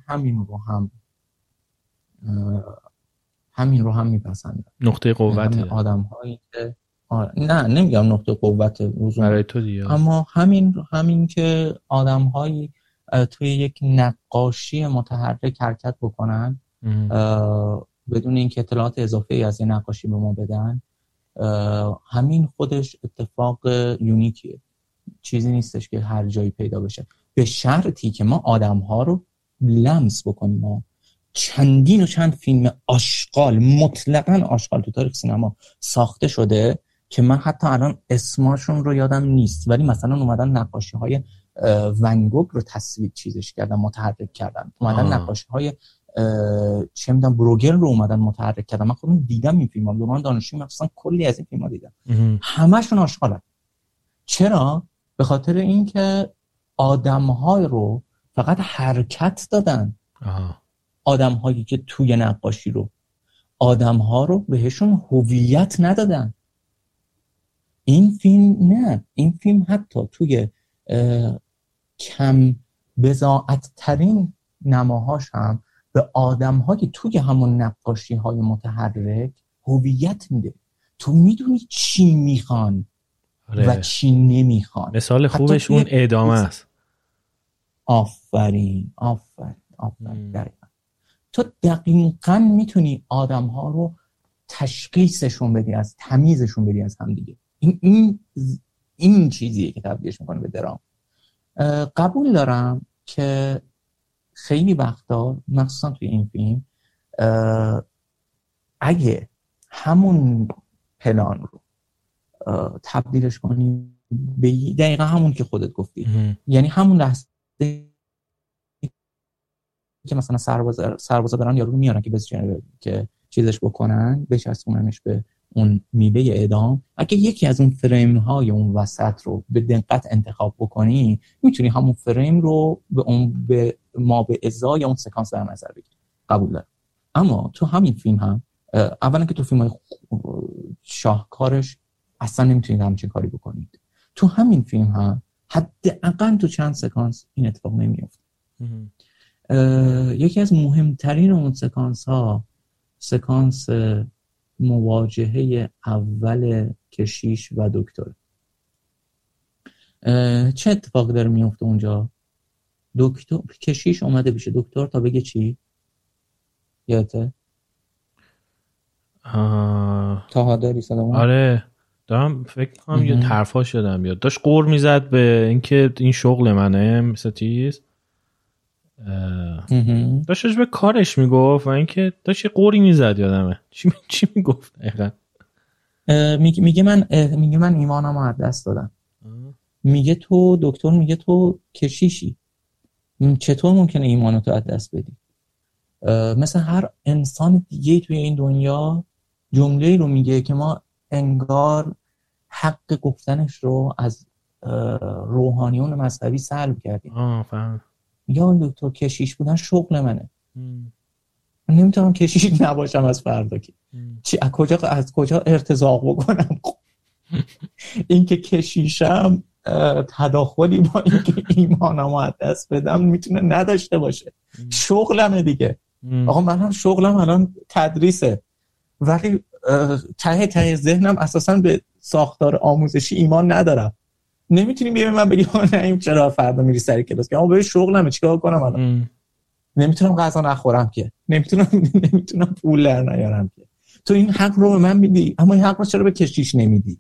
همین رو هم میپسندم. نقطه قوته آدم‌هایی که نه نمیگم نقطه قوت برای تو دیگه، اما همین که آدم‌هایی توی یک نقاشی متحرک حرکت بکنن بدون اینکه اطلاعات اضافه‌ای از این نقاشی به ما بدن، همین خودش اتفاق یونیکیه، چیزی نیستش که هر جایی پیدا بشه، به شرطی که ما آدم‌ها رو لمس بکنیم. ما چندین و چند فیلم آشغال، مطلقاً آشغال تو تاریخ سینما ساخته شده که من حتی الان اسماشون رو یادم نیست، ولی مثلا اومدن نقاشی‌های ون گوگ رو تصویر چیزش کردن، متحرک کردن، اومدن نقاشی‌های چه میدونم بروگل رو اومدن متحرک کردن. من خودم دیدم این فیلم‌ها، دوران دانشجویی مثلا کلی از این فیلم‌ها دیدم. همشون آشغالن. چرا؟ به خاطر اینکه آدم‌ها رو فقط حرکت دادن. آدم‌هایی که توی نقاشی رو، آدم‌ها رو بهشون هویت ندادن. این فیلم حتی توی کم بضاعت ترین نماهاش هم به آدم‌هایی توی همون نقاشی‌های متحرک هویت میده. تو میدونی چی میخوان و چی نمیخوان. مثال خوبش اون ادامه است. آفرین دقیقا. تو دقیقاً میتونی آدم‌ها رو تشخیصشون بدی، از تمیزشون بدی از هم دیگه. این چیزیه که تبدیلش میکنه به درام. قبول دارم که خیلی وقتا مخصوصا توی این فیلم اگه همون پلان رو تبدیلش کنی به دقیقا همون که خودت گفتی. یعنی همون لحظه که مثلا سربازا دارن یارو میارن که چیزش بکنن، بچسبوننش به اون میله اعدام، اگه یکی از اون فریم های اون وسط رو به دقت انتخاب بکنی، میتونی همون فریم رو به ما به ازای اون سکانس در نظر بگیری. قبول دارم. اما تو همین فیلم هم اولا که تو فیلم های شاهکارش اصلا نمیتونید همچین کاری بکنید. تو همین فیلم هم حداقل تو چند سکانس این اتفاق نمیفته. یکی از مهمترین اون سکانس مواجهه اول کشیش و دکتر. چه اتفاق داره میفته اونجا؟ کشیش اومده بشه دکتر تا بگه چی؟ یادته؟ تا داری صدامو؟ آره دارم فکر کنم یه طرفا شدم بیاد. داشت قور میزد به اینکه این شغل منه مثل چیز. داشتش به کارش میگفت و اینکه داشت یه قوری میزد یادمه. چی میگفت دقیقا؟ میگه من ایمانم رو از دست دادم. میگه تو دکتر، میگه تو کشیشی، چطور ممکنه ایمانتو از دست بدی؟ مثل هر انسان دیگه توی این دنیا جمله‌ای رو میگه که ما انگار حق گفتنش رو از روحانیون مذهبی سلب کردیم. فهم. یا دکتر کشیش بودن شغل منه. من نمیتونم کشیش نباشم از فردا که از کجا ارتزاق بکنم. این که کشیشم تداخلی با اینکه ایمانم رو از دست بدم میتونه نداشته باشه. شغلمه دیگه. آقا من هم شغلم الان تدریسه، ولی ته ذهنم اساسا به ساختار آموزشی ایمان ندارم. نمیتونی بیای من بگی نه چرا فردا میری سر کلاس که اما به شغلمه چیکار کنم الان؟ نمیتونم غذا نخورم که، نمیتونم پول در نیارم که. تو این حق رو به من میدی، اما این حق رو چرا به کشیش نمیدی؟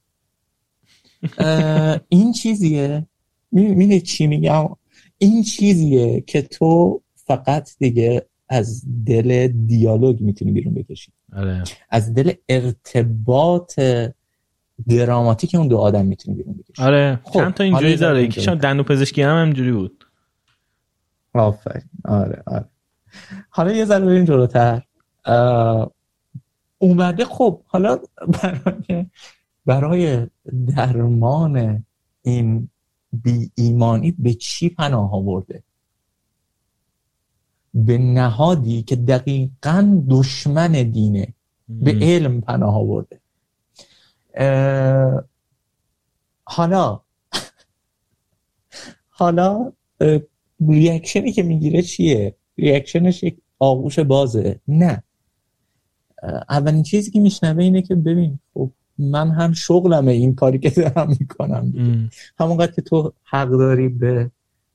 این چیزیه، میدونی چی میگم؟ این چیزیه که تو فقط دیگه از دل دیالوگ میتونی بیرون بکشی. از دل ارتباط دراماتیک اون دو آدم میتونی بیرون بکشی. آره چند تا اینجوری داره. یکیشون دندون پزشکی هم همینجوری بود. آفرین. آره. حالا یه ذره بریم جلوتر. اومده خب حالا برای درمان این بی ایمانی به چی پناه آورده؟ به نهادی که دقیقاً دشمن دینه، به علم پناه آورده. حالا ریاکشنی که میگیره چیه؟ ریاکشنش یک آغوش بازه؟ نه. اولین چیزی که میشنوه اینه که ببین خب من هم شغلمه این کاری که دارم میکنم دیگه. همونقدر که تو حق داری به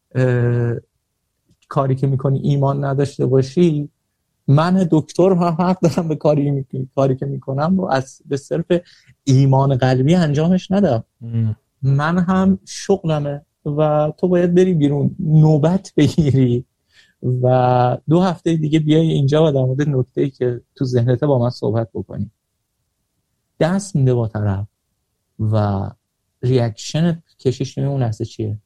کاری که میکنی ایمان نداشته باشی، من دکتر هم حق دارم به کاری که میکنم رو به صرف ایمان قلبی انجامش ندم. من هم شغلمه و تو باید بری بیرون نوبت بگیری و 2 هفته دیگه بیای اینجا و در مورد نکته‌ای که تو ذهنت با من صحبت بکنی. دست میده با طرف و ریاکشن کشیش اون لحظه چیه؟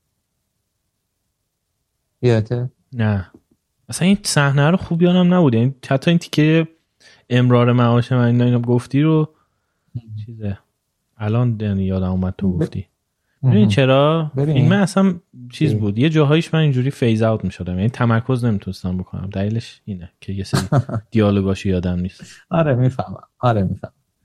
یادته؟ نه اصلا این صحنه رو خوب یادم نبود. یعنی حتی این تیکه امرار معاش من اینا گفتی رو چیزه الان یادم اومد تو گفتی. ببین چرا این من اصلا چیز بود یه جاهایش من اینجوری فیز اوت میشدم، یعنی تمرکز نمیتونستم بکنم. دلیلش اینه که یه سری دیالوگاشو یادم نیست. آره میفهمم.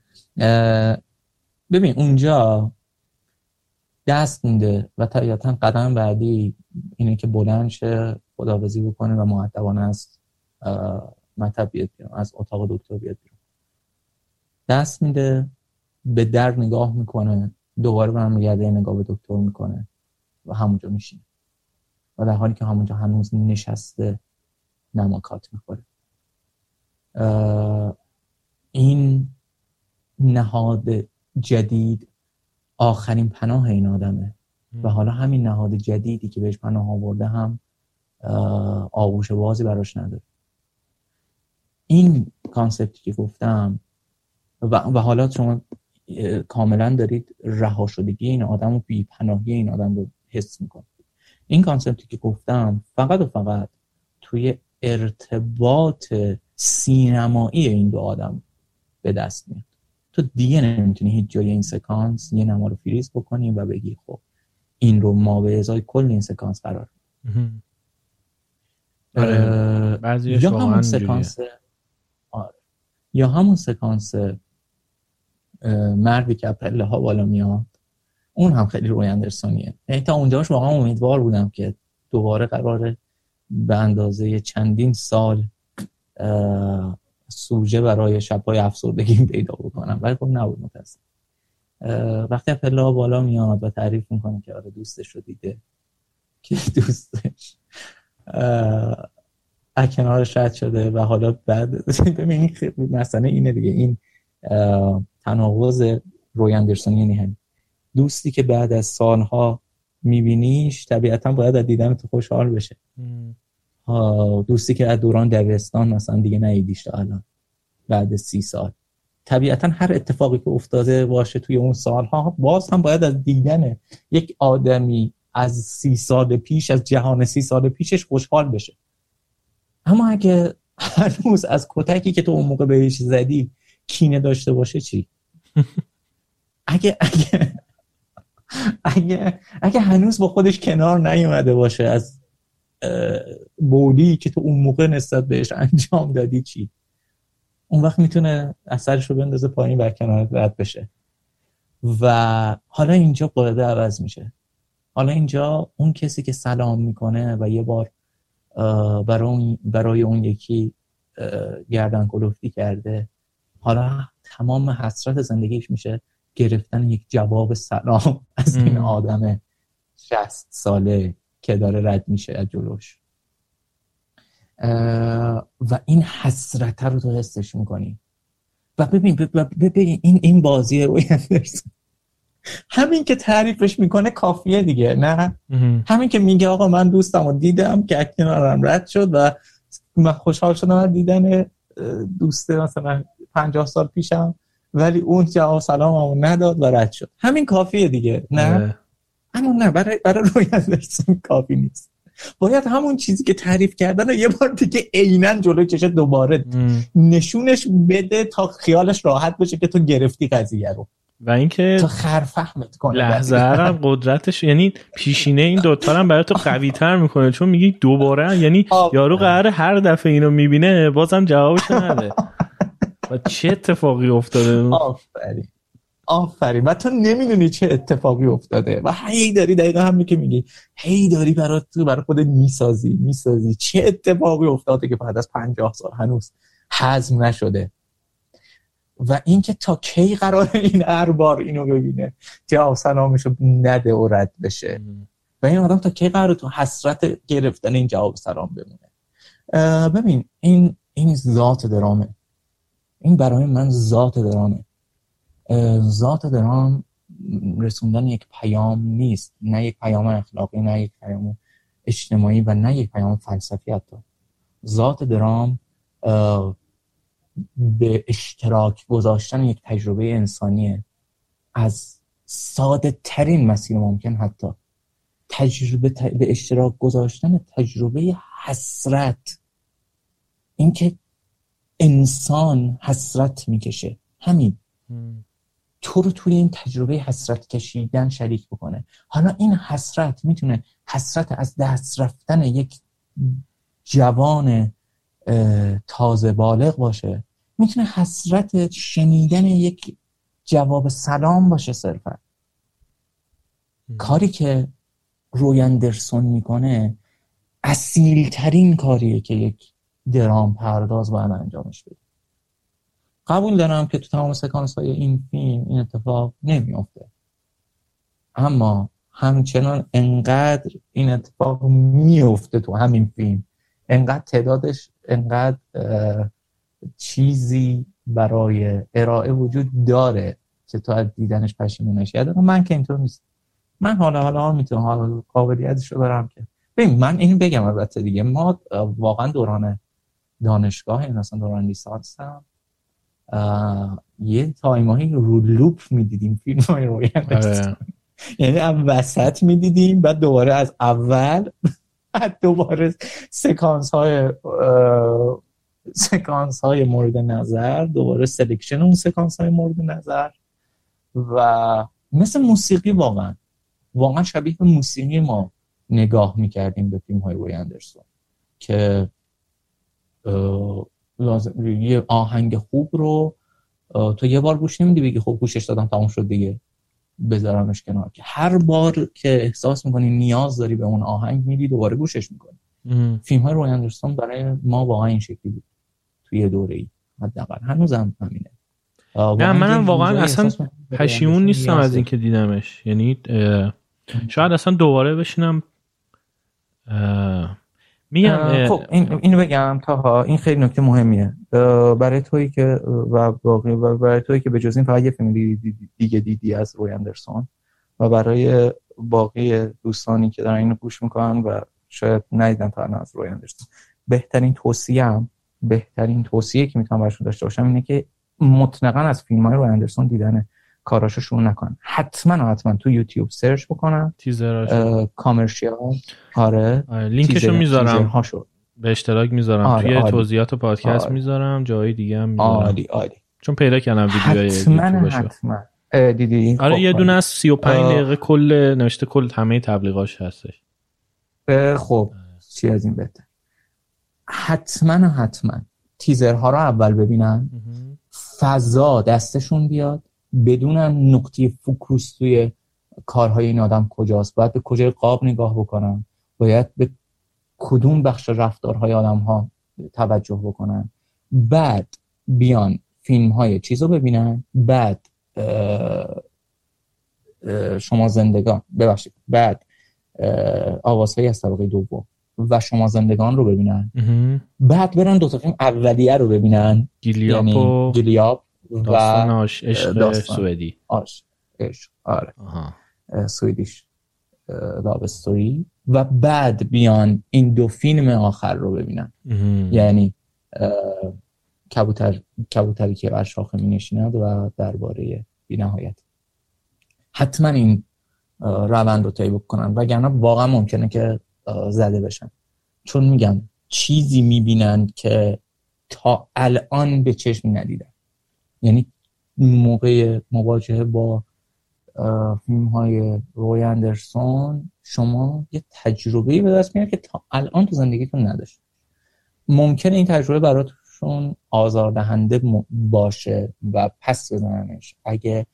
ببین اونجا دست میده و طبیعتا قدم بعدی اینه که بلند شه خداحافظی بکنه و مؤدبانه از مطب بیاد بیرون، از اتاق دکتر بیاد بیرون. دست میده، به در نگاه میکنه، دوباره برمیگرده نگاه به دکتر میکنه و همونجا میشینه و در حالی که همونجا هنوز نشسته نماکات میخوره. این نهاد جدید آخرین پناه این آدمه و حالا همین نهاد جدیدی که بهش پناه آورده هم آغوش بازی براش نداره. این کانسپتی که گفتم و حالا شما کاملا دارید رها شدگی این آدم و بی‌پناهی این آدم رو حس میکنید. این کانسپتی که گفتم فقط و فقط توی ارتباط سینمایی این دو آدم به دست میاد. تو دیگه نمیتونی هیچ جای این سکانس یه نما رو فریز بکنی و بگی خب این رو ما به ازای کل این سکانس قرار بعضیش واقعا اینجوریه. یا همون سکانس مردی که پله ها بالا میاد، اون هم خیلی روی اندرسونیه. تا اونجاش واقعا امیدوار بودم که دوباره قراره به اندازه چندین سال سوژه برای شب‌های افسردگی پیدا بکنم، ولی خب نبود متاسف. وقتی پله ها بالا میاد و تعریف میکنه که آره دوستش رو دیده که دوستش کنارش رد شده و حالا بعد ببینید مثلا اینه دیگه، این تناقض روی اندرسونی. یعنی دوستی که بعد از سالها میبینیش طبیعتا باید از دیدن تو خوشحال بشه. دوستی که از دوران دبستان مثلا دیگه ندیدیش تا الان بعد 30 سال، طبیعتا هر اتفاقی که افتاده باشه توی اون سالها باز هم باید از دیدن یک آدمی از 30 سال پیش، از جهان 30 سال پیشش خوشحال بشه. اما اگه هنوز از کتکی که تو اون موقع بهش زدی کینه داشته باشه چی؟ اگه هنوز با خودش کنار نیومده باشه از بودی که تو اون موقع نسبت بهش انجام دادی چی؟ اون وقت میتونه اثرش رو بندازه پایین و کنار رد بشه. و حالا اینجا قاعده عوض میشه. حالا اینجا اون کسی که سلام میکنه و یه بار برای اون یکی گردن کلفتی کرده، حالا تمام حسرت زندگیش میشه گرفتن یک جواب سلام از این آدم 60 ساله که داره رد میشه از جلوش. و این حسرت رو تو حسش میکنی. و ببین این بازی روی اندرسون، همین که تعریفش میکنه کافیه دیگه، نه؟ همین که میگه آقا من دوستم رو دیدم که کنارم رد شد و من خوشحال شدم از دیدن دوسته مثلا 50 سال پیشم، ولی اون جواب سلاممو نداد و رد شد. همین کافیه دیگه، نه؟ اما نه، برای روی اندرسون کافی نیست. باید همون چیزی که تعریف کردن رو یه بار دیگه عیناً جلوی چشت دوباره نشونش بده تا خیالش راحت بشه که تو گرفتی قضیه رو و اینکه تو خرفهمت کنه. لحظه هم قدرتش، یعنی پیشینه این دوتا هم برای تو قوی تر میکنه، چون میگی دوباره، یعنی یارو قراره هر دفعه اینو میبینه بازم جوابش نده و چه اتفاقی افتاده. آفرین. و تو نمیدونی چه اتفاقی افتاده و هی داری دقیقا همین که میگی، هی داری برای خودت میسازی چه اتفاقی افتاده که بعد از 50 سال هنوز هضم نشده. و اینکه تا کی قراره این هر بار اینو ببینه جواب سلامشو نده و رد بشه و این آدم تا کی قراره تو حسرت گرفتن این جواب سلام بمونه. ببین این ذات درامه. این برای من ذات درامه. ذات درام رسوندن یک پیام نیست، نه یک پیام اخلاقی، نه یک پیام اجتماعی و نه یک پیام فلسفی. حتی ذات درام به اشتراک گذاشتن یک تجربه انسانیه از ساده ترین مسیر ممکن، حتی به اشتراک گذاشتن تجربه حسرت. اینکه انسان حسرت میکشه، همین تو رو توی این تجربه حسرت کشیدن شریک بکنه. حالا این حسرت میتونه حسرت از دست رفتن یک جوان تازه بالغ باشه، میتونه حسرت شنیدن یک جواب سلام باشه صرفا. کاری که روی اندرسون میکنه اصیل ترین کاریه که یک درام پرداز باید انجامش بده. قبول دارم که تو تمام سکانس های این فیلم این اتفاق نمیافته، اما همچنان انقدر این اتفاق میافته تو همین فیلم، انقدر تعدادش، انقدر چیزی برای ارائه وجود داره که تو از دیدنش پشیمون نشی. من که اینطور نیست. من حالا میتونم قابلیتش رو دارم که ببین، من اینو بگم البته دیگه، ما واقعا دوران دانشگاه، مثلا دوران لیسانسم یه تایمایی رو لوپ میدیدیم فیلم های روی اندرسون. یعنی وسط میدیدیم بعد دوباره از اول، بعد دوباره سکانس های مورد نظر، دوباره سلکشن اون سکانس های مورد نظر و مثل موسیقی واقعا شبیه به موسیقی ما نگاه میکردیم به فیلم های روی اندرسون که لازم یه آهنگ خوب رو تو یه بار گوش نمیدی بگی خب گوشش دادم تموم شد دیگه بذارمش کنار، که هر بار که احساس میکنی نیاز داری به اون آهنگ میری دوباره گوشش میکنی. فیلم های روی اندرسون برای ما واقعا این شکلی بود توی دوره‌ای، حداقل هنوزم همینه. نه منم واقعا اصلا پشیمون نیستم از اینکه دیدمش، یعنی شاید اصلا دوباره بشینم میگم. خب اینو بگم تاها، این خیلی نکته مهمیه برای تویی که و برای تویی که به جز این فقط یه فیلم دیگه دیدی از روی اندرسون و برای باقی دوستانی که دارن اینو گوش میکنن و شاید ندیدن تا الان از روی اندرسون، بهترین توصیه که میتونم براشون داشته باشم اینه که مطلقاً از فیلم‌های روی اندرسون دیدن کاراشو شروع نکنن. حتما تو یوتیوب سرچ بکنن تیزراشو، کامرشیال. آره لینکشو میذارم به اشتراک میذارم توی توضیحات پادکست میذارم، جای دیگه هم میذارم. عالی. چون پیدا کردم ویدیوهای یوتیوبشو. حتما دیدی؟ آره یه دونه از 35 دقیقه کل نوشته کل همه تبلیغاش هستش. خب چی از این بهتر. حتما تیزرها رو اول ببینن، فضا دستشون بیاد، بدونن نقطه فوکوس توی کارهای این آدم کجاست، باید به کجای قاب نگاه بکنن، باید به کدوم بخش رفتارهای آدم ها توجه بکنن، بعد بیان فیلم های چیزو ببینن، بعد شما زندگان بعد آوازهای از طبقه دوم و شما زندگان رو ببینن، بعد برن دوتا فیلم اولیه رو ببینن، گیلیاب و عشق سوئدی عشق سوئدیش لاو استوری، و بعد بیان این دو فیلم آخر رو ببینن. یعنی کبوتری که بر شاخه می نشیند و درباره بی‌نهایت. حتما این روند رو طی بکنن وگرنه واقعا ممکنه که زده بشن، چون میگم چیزی میبینن که تا الان به چشم ندیدن. یعنی موقع مواجهه با فیلم های روی اندرسون شما یه تجربه‌ای به دست میارید که تا الان تو زندگیتون نداشت. ممکنه این تجربه براتون آزاردهنده باشه و پس بزننش اگه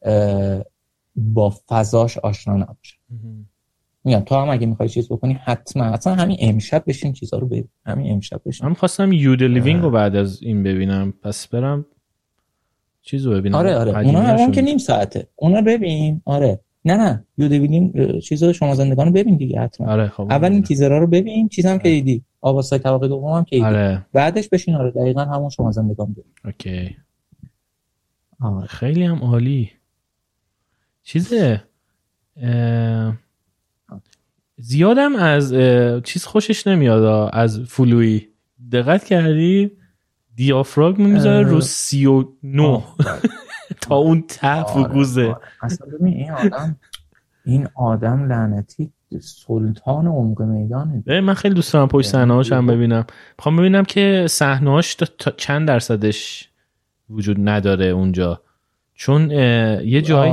با فضاش آشنا نباشه. میگم تو هم اگه میخوای چیز بکنی حتما همین امشب بشین چیزا رو ببین. من خواستم یود لیوینگ رو بعد از این ببینم، پس برم چیزو ببینم. آره اونها که نیم ساعته، اونا ببین. آره نه یود لیوینگ چیزا شما زندگان رو ببین دیگه حتما. آره خب اول این تیزرها رو ببین، چیزام که دیدی آوازهای طبقه دوم هم که دیدی. آره. بعدش بشین آره دقیقاً همون شما زندگان ببین. اوکی. خیلی هم عالی. چیزه زیادم از چیز خوشش نمیاد، از فلوی دقت کردی؟ دیافراگم میذاره رو 39 تا اون تف و گوزه. اصلا ببین این آدم لعنتی سلطان عمق میدانه. من خیلی دوست دارم پشت صحنه‌هاش هم ببینم. میخوام ببینم که صحنه‌هاش چند درصدش وجود نداره اونجا، چون یه جایی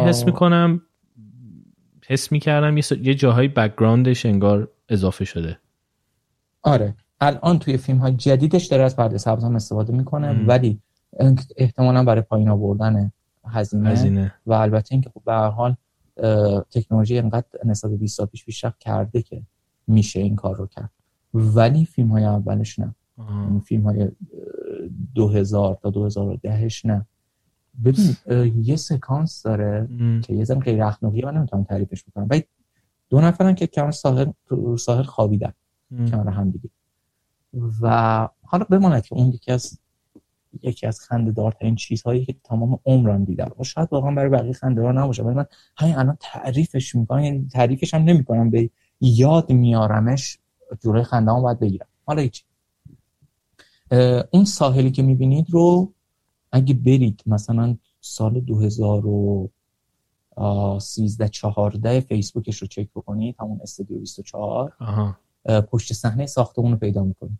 حس میکردم یه جاهای بک‌گراندش انگار اضافه شده. آره الان توی فیلم های جدیدش داره از پرده سبز هم استفاده میکنه ولی احتمالاً برای پایین آوردن هزینه و البته اینکه خب به هر حال تکنولوژی اینقدر نسبت به 20 سال پیش پیشرفت کرده که میشه این کار رو کرد، ولی فیلم های اولش نه. فیلم های 2000 تا 2010ش نه. ببین یه سکانس داره که یه ذره غیر اخلاقیه، من نمیتونم تعریفش بکنم، ولی دو نفرن که کنار ساحل خوابیدن کنار هم دیگه و حالا بماند که اون یکی از خنده‌دارترین چیزهایی که تمام عمرم دیدم و شاید واقعا برای بقیه خنده‌دار نباشه، ولی من همین الان تعریفش میکنم، یعنی تعریفش هم نمیکنم، به یاد میارمش، جلوی خنده‌ام باید بگیرم. حالا هیچ اون ساحلی که میبینید رو اگه برید مثلا سال 2013-14 فیسبوکش رو چک بکنید، همون استودیو 24 پشت صحنه ساختمون رو پیدا میکنید.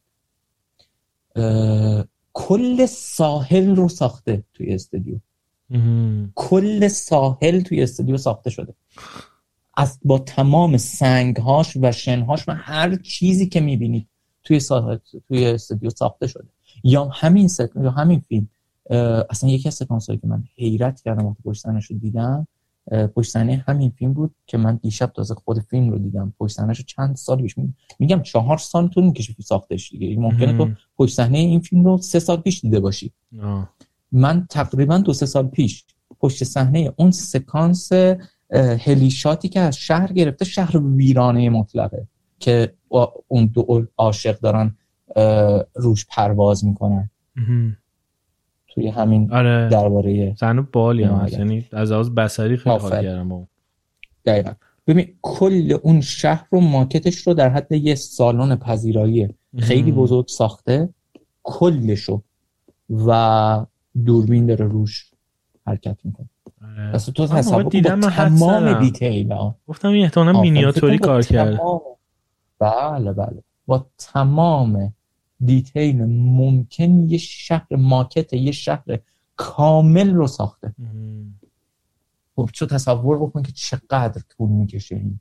کل ساحل رو ساخته توی استودیو. کل ساحل توی استودیو ساخته شده، با تمام سنگهاش و شنهاش و هر چیزی که میبینید توی استودیو ساخته شده. یا همین فیلم، اصلا یکی از سکانس‌هایی که من حیرت کردم وقتی پشت صحنه‌اش رو دیدم، پشت صحنه همین فیلم بود که من دیشب تازه خود فیلم رو دیدم. پشت صحنه‌اش چند سال پیش، میگم 4 سال طول می‌کشه ساختش دیگه. ممکنه تو پشت صحنه این فیلم رو 3 سال پیش دیده باشی. من تقریبا 2-3 سال پیش پشت صحنه اون سکانس هلیشاتی که از شهر گرفته، شهر ویرانه مطلقه که اون دو عاشق دارن روش پرواز میکنن توی همین درباره صحنه بالی هم، یعنی از لحاظ بصری خیلی حال کردم. دقیقاً ببین کل اون شهر رو، ماکتش رو در حد یه سالن پذیرایی خیلی بزرگ ساخته کلشو و دوربین داره روش حرکت میکنه. پس تو تصور کن با تمام دیتیل ها، گفتم این احتمالاً مینیاتوری کار کرده. بله با تمام دیتیل ممکن یه شهر، ماکت یه شهر کامل رو ساخته. خب چو تصور بکن که چقدر طول میکشه این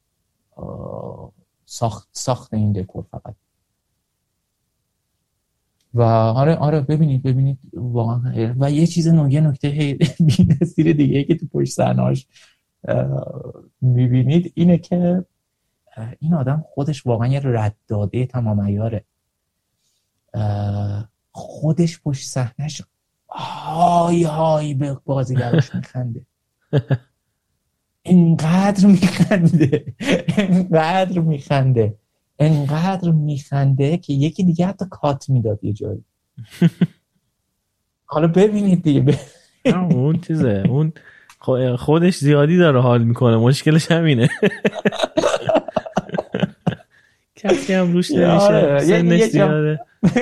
ساخت این دکور فقط. و آره ببینید واقعا. و یه چیز نکته بی‌نظیر دیگه که تو پشت صحنه‌اش میبینید اینه که این آدم خودش واقعا یه ردداده تمام عیاره. خودش پشت صحنه‌اش های به بازیگراش میخنده. انقدر میخنده که یکی دیگه حتی کات میداد یه جایی. حالا ببینید دیگه اون چیزه، اون خودش زیادی داره حال میکنه، مشکلش همینه. کسی هم روش نمیشه، سنش زیاده.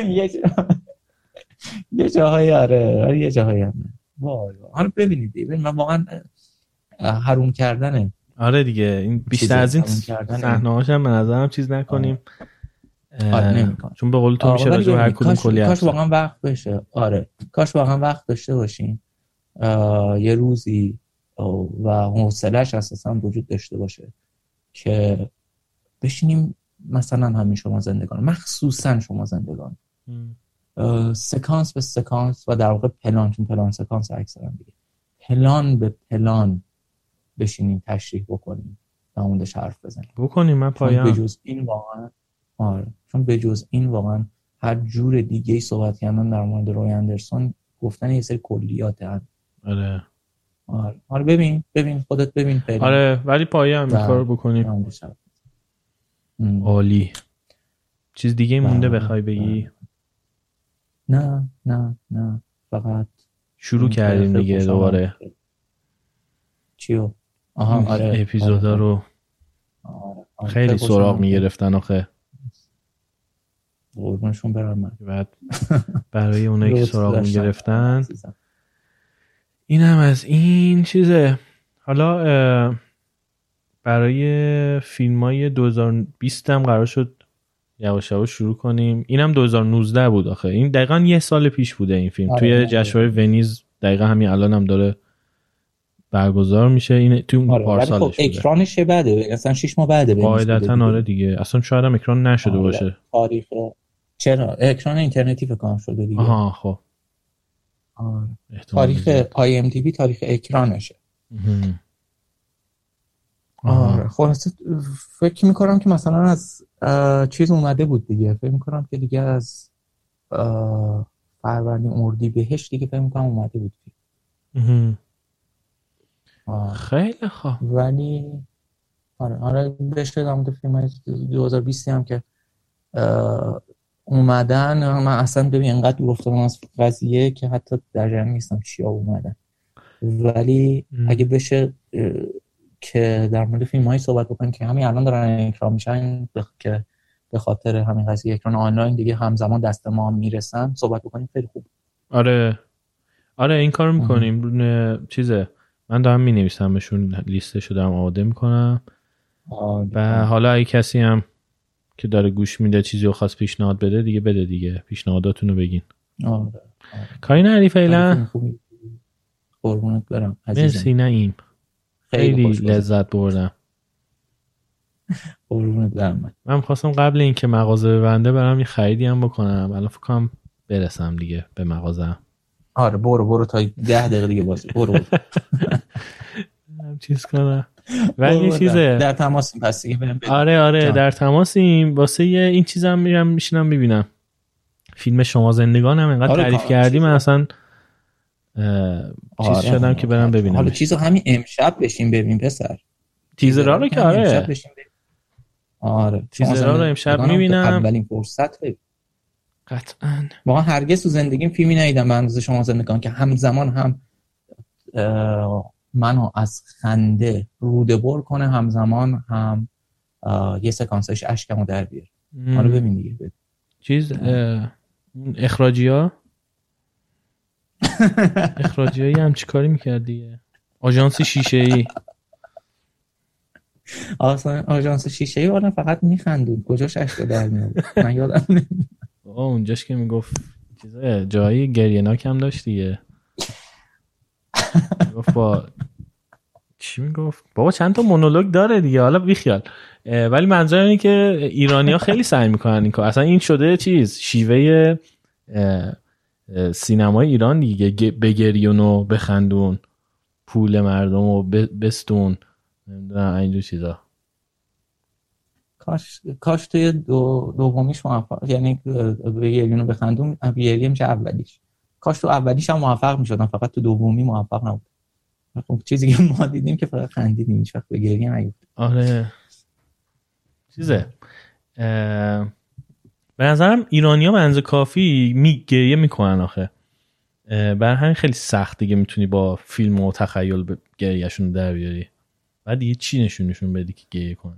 یه جاهایی آره یه جاهایی هم وای. حالا ببینید دیگه، من واقعا حروم کردنه. آره دیگه، این بیشتر از این صحنه‌هاش هم به نظرم چیز نکنیم. چون به قول تو میشه راجع به هر کدوم کلی کاش واقعا وقت بشه. آره کاش واقعا وقت داشته باشیم یه روزی و حوصله‌اش اساسا وجود داشته باشه که بشینیم مثلا همین شما زندگان، مخصوصا شما زندگان، سکانس به سکانس و در واقع پلان سکانس اکثرا دیگه، پلان به پلان بشینیم تشریح بکنیم و موندش حرف بزنیم. من پایم بجز این واقعا چون بجز این واقعا هر جور دیگه ای صحبت کردن در مورد روی اندرسون گفتن یه سری کلیاته. آره ببین خودت ببین پیدا. آره ولی پایه هم این کار بکنیم. عالی. چیز دیگه مونده بخوای بگی؟ نه فقط شروع کردیم دیگه دوباره. چیو؟ آره اپیزودا رو خیلی سراغ میگرفتن آخه. قربونشون برم من. بعد برای اونایی که سراغ میگرفتن این هم از این چیزه. حالا برای فیلمای 2020 هم قرار شد یواش یواش شروع کنیم. اینم 2019 بود آخه، این دقیقاً یه سال پیش بوده این فیلم. توی جشنواره ونیز دقیقاً همین الان هم داره برگزار میشه. این تو پارسالش بوده. اکرانش بعده، اصلا 6 ماه بعده قاعدتاً. آره دیگه اصلا شاید هم اکران نشده باشه. تاریخ چرا اکران اینترنتی فکر کنم شده دیگه. خب تاریخ IMDb تاریخ اکرانشه. آره خلاص فکر میکنم که مثلا از چیز اومده بود دیگه. فکر میکنم که دیگه از فروردین اردیبهشت دیگه فکر میکنم اومده بود. خیلی خوب. ولی آره بشه در مورد فیلم 2020 هم که اومدن. من اصلا ببین انقدر دور افتادم از قضیه که حتی در جریان نیستم چیا اومدن. ولی اگه بشه که در مورد فیلم‌هایی صحبت بکنیم که همین الان دارن اکران میشن که به خاطر همین قضیه اکران آنلاین دیگه همزمان دست ما هم میرسن، صحبت بکنیم خیلی خوب. آره آره این کارو میکنیم. چیزه من دارم مینویسم بهشون، لیستشو دارم آماده میکنم. و حالا اگه کسی هم که داره گوش میده چیزی رو خواست پیشنهاد بده دیگه بده دیگه، پیشنهاداتونو بگین. کاری نری فعلا. قربونت برم عزیزم. مرسی نعیم، خیلی لذت بردم. قربونت برم. من خواستم قبل اینکه مغازه ببنده برام یه خریدی هم بکنم، الان فکر کنم برسم دیگه به مغازه. آره برو تا 10 دقیقه دیگه بازی برو. چیز کنم ولی چیزه در تماسیم پس دیگه بریم. آره در تماسیم. واسه این چیزام میرم میشینم ببینم فیلم شما زندگانم انقدر تعریف کردی من اصلا چیز شدم که برم ببینم. حالا چیزو همین امشب بشین ببین پسر. تیزرها رو که آره تیزرها رو امشب میبینم. اولین فرصت ببین. قطعاً واقعا هرگز تو زندگیم فیلمی ندیدم به اندازه شما زندگان که همزمان هم منو از خنده روده‌بر کنه، همزمان هم یه سکانسش اشکمو در بیاره. حالا ببین دیگه ببین. چیز اخراجی‌ها اخراجیایی هم چی کاری میکرد دیگه؟ آژانس شیشه‌ای. اصلا آژانس شیشه‌ای والا فقط میخندون، کجاش اشک در میاد من یادم نمیاد. اونجاش که میگفت چیزا جایی گریه‌ناک هم داشت دیگه. گفت با چی میگفت بابا چند تا مونولوگ داره دیگه، حالا بیخیال. ولی منظورم اینه که ایرانی‌ها خیلی سعی میکنن این کار، اصلا این شده چیز شیوه سینمای ایران دیگه، بگریون و بخندون، پول مردم و بستون، نمیدونم اینجور چیزا. کاش توی دومیش موفق، یعنی بگریون و بخندون بگریه میشه اولیش، کاش تو اولیش هم موفق میشدن، فقط تو دومی موفق نبود. خب چیزی که ما دیدیم که فقط خندیدیم، هیچ وقت بگریه نیومد. آره چیزه به نظرم ایرانی‌ها به اندازه کافی گریه میکنن آخه، برای همین خیلی سخت دیگه میتونی با فیلم و تخیل گریهشون در بیاری. بعد دیگه چی نشون بدی که گریه کنن؟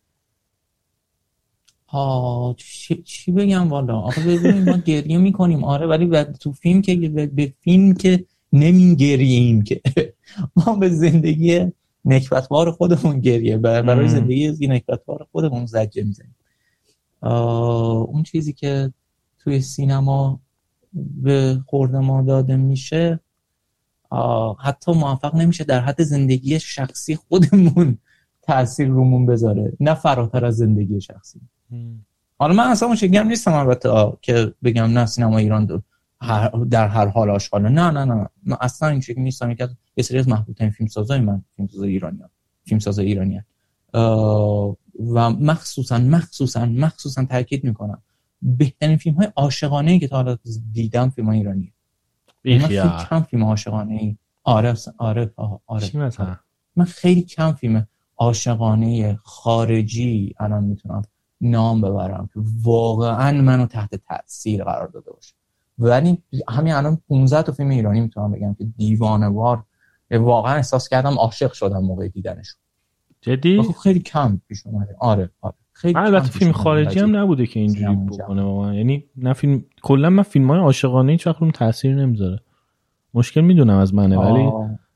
چی بگم والا آخه ببینیم ما گریه میکنیم آره، ولی تو فیلم که به فیلم که نمیگریم که ما به زندگی نکبتبار خودمون گریه برای زندگی نکبتبار خودمون زجه میزنیم. اون چیزی که توی سینما به خورد ما داده میشه حتی موفق نمیشه در حد زندگی شخصی خودمون تأثیر رومون بذاره، نه فراتر از زندگی شخصی. حالا من اصلا اون شکلی هم نیستم البته که بگم نه سینما ایران در هر حال آشغاله، نه من اصلا این شکلی نیستم. یه سری از محبوب‌ترین فیلمسازای من فیلمسازای ایرانیان و مخصوصا تاکید میکنم بهترین فیلم‌های عاشقانه‌ای که تا حالا دیدم فیلم‌های ایرانیه. من خیلی کم فیلم عاشقانه‌ای آره چی مثلا؟ من خیلی کم فیلم عاشقانه خارجی الان میتونم نام ببرم که واقعا منو تحت تاثیر قرار داده باشه، ولی همین الان 15 تا فیلم ایرانی میتونم بگم که دیوانه‌وار واقعا احساس کردم عاشق شدم موقع دیدنشون. جدی؟ خیلی کم پیش اومده. آره خیلی. البته فیلم خارجی هم نبوده که اینجوری بکنه با من، یعنی نه فیلم کلا من فیلم‌های عاشقانه هیچ وقت روم تاثیر نمیذاره. مشکل میدونم از منه ولی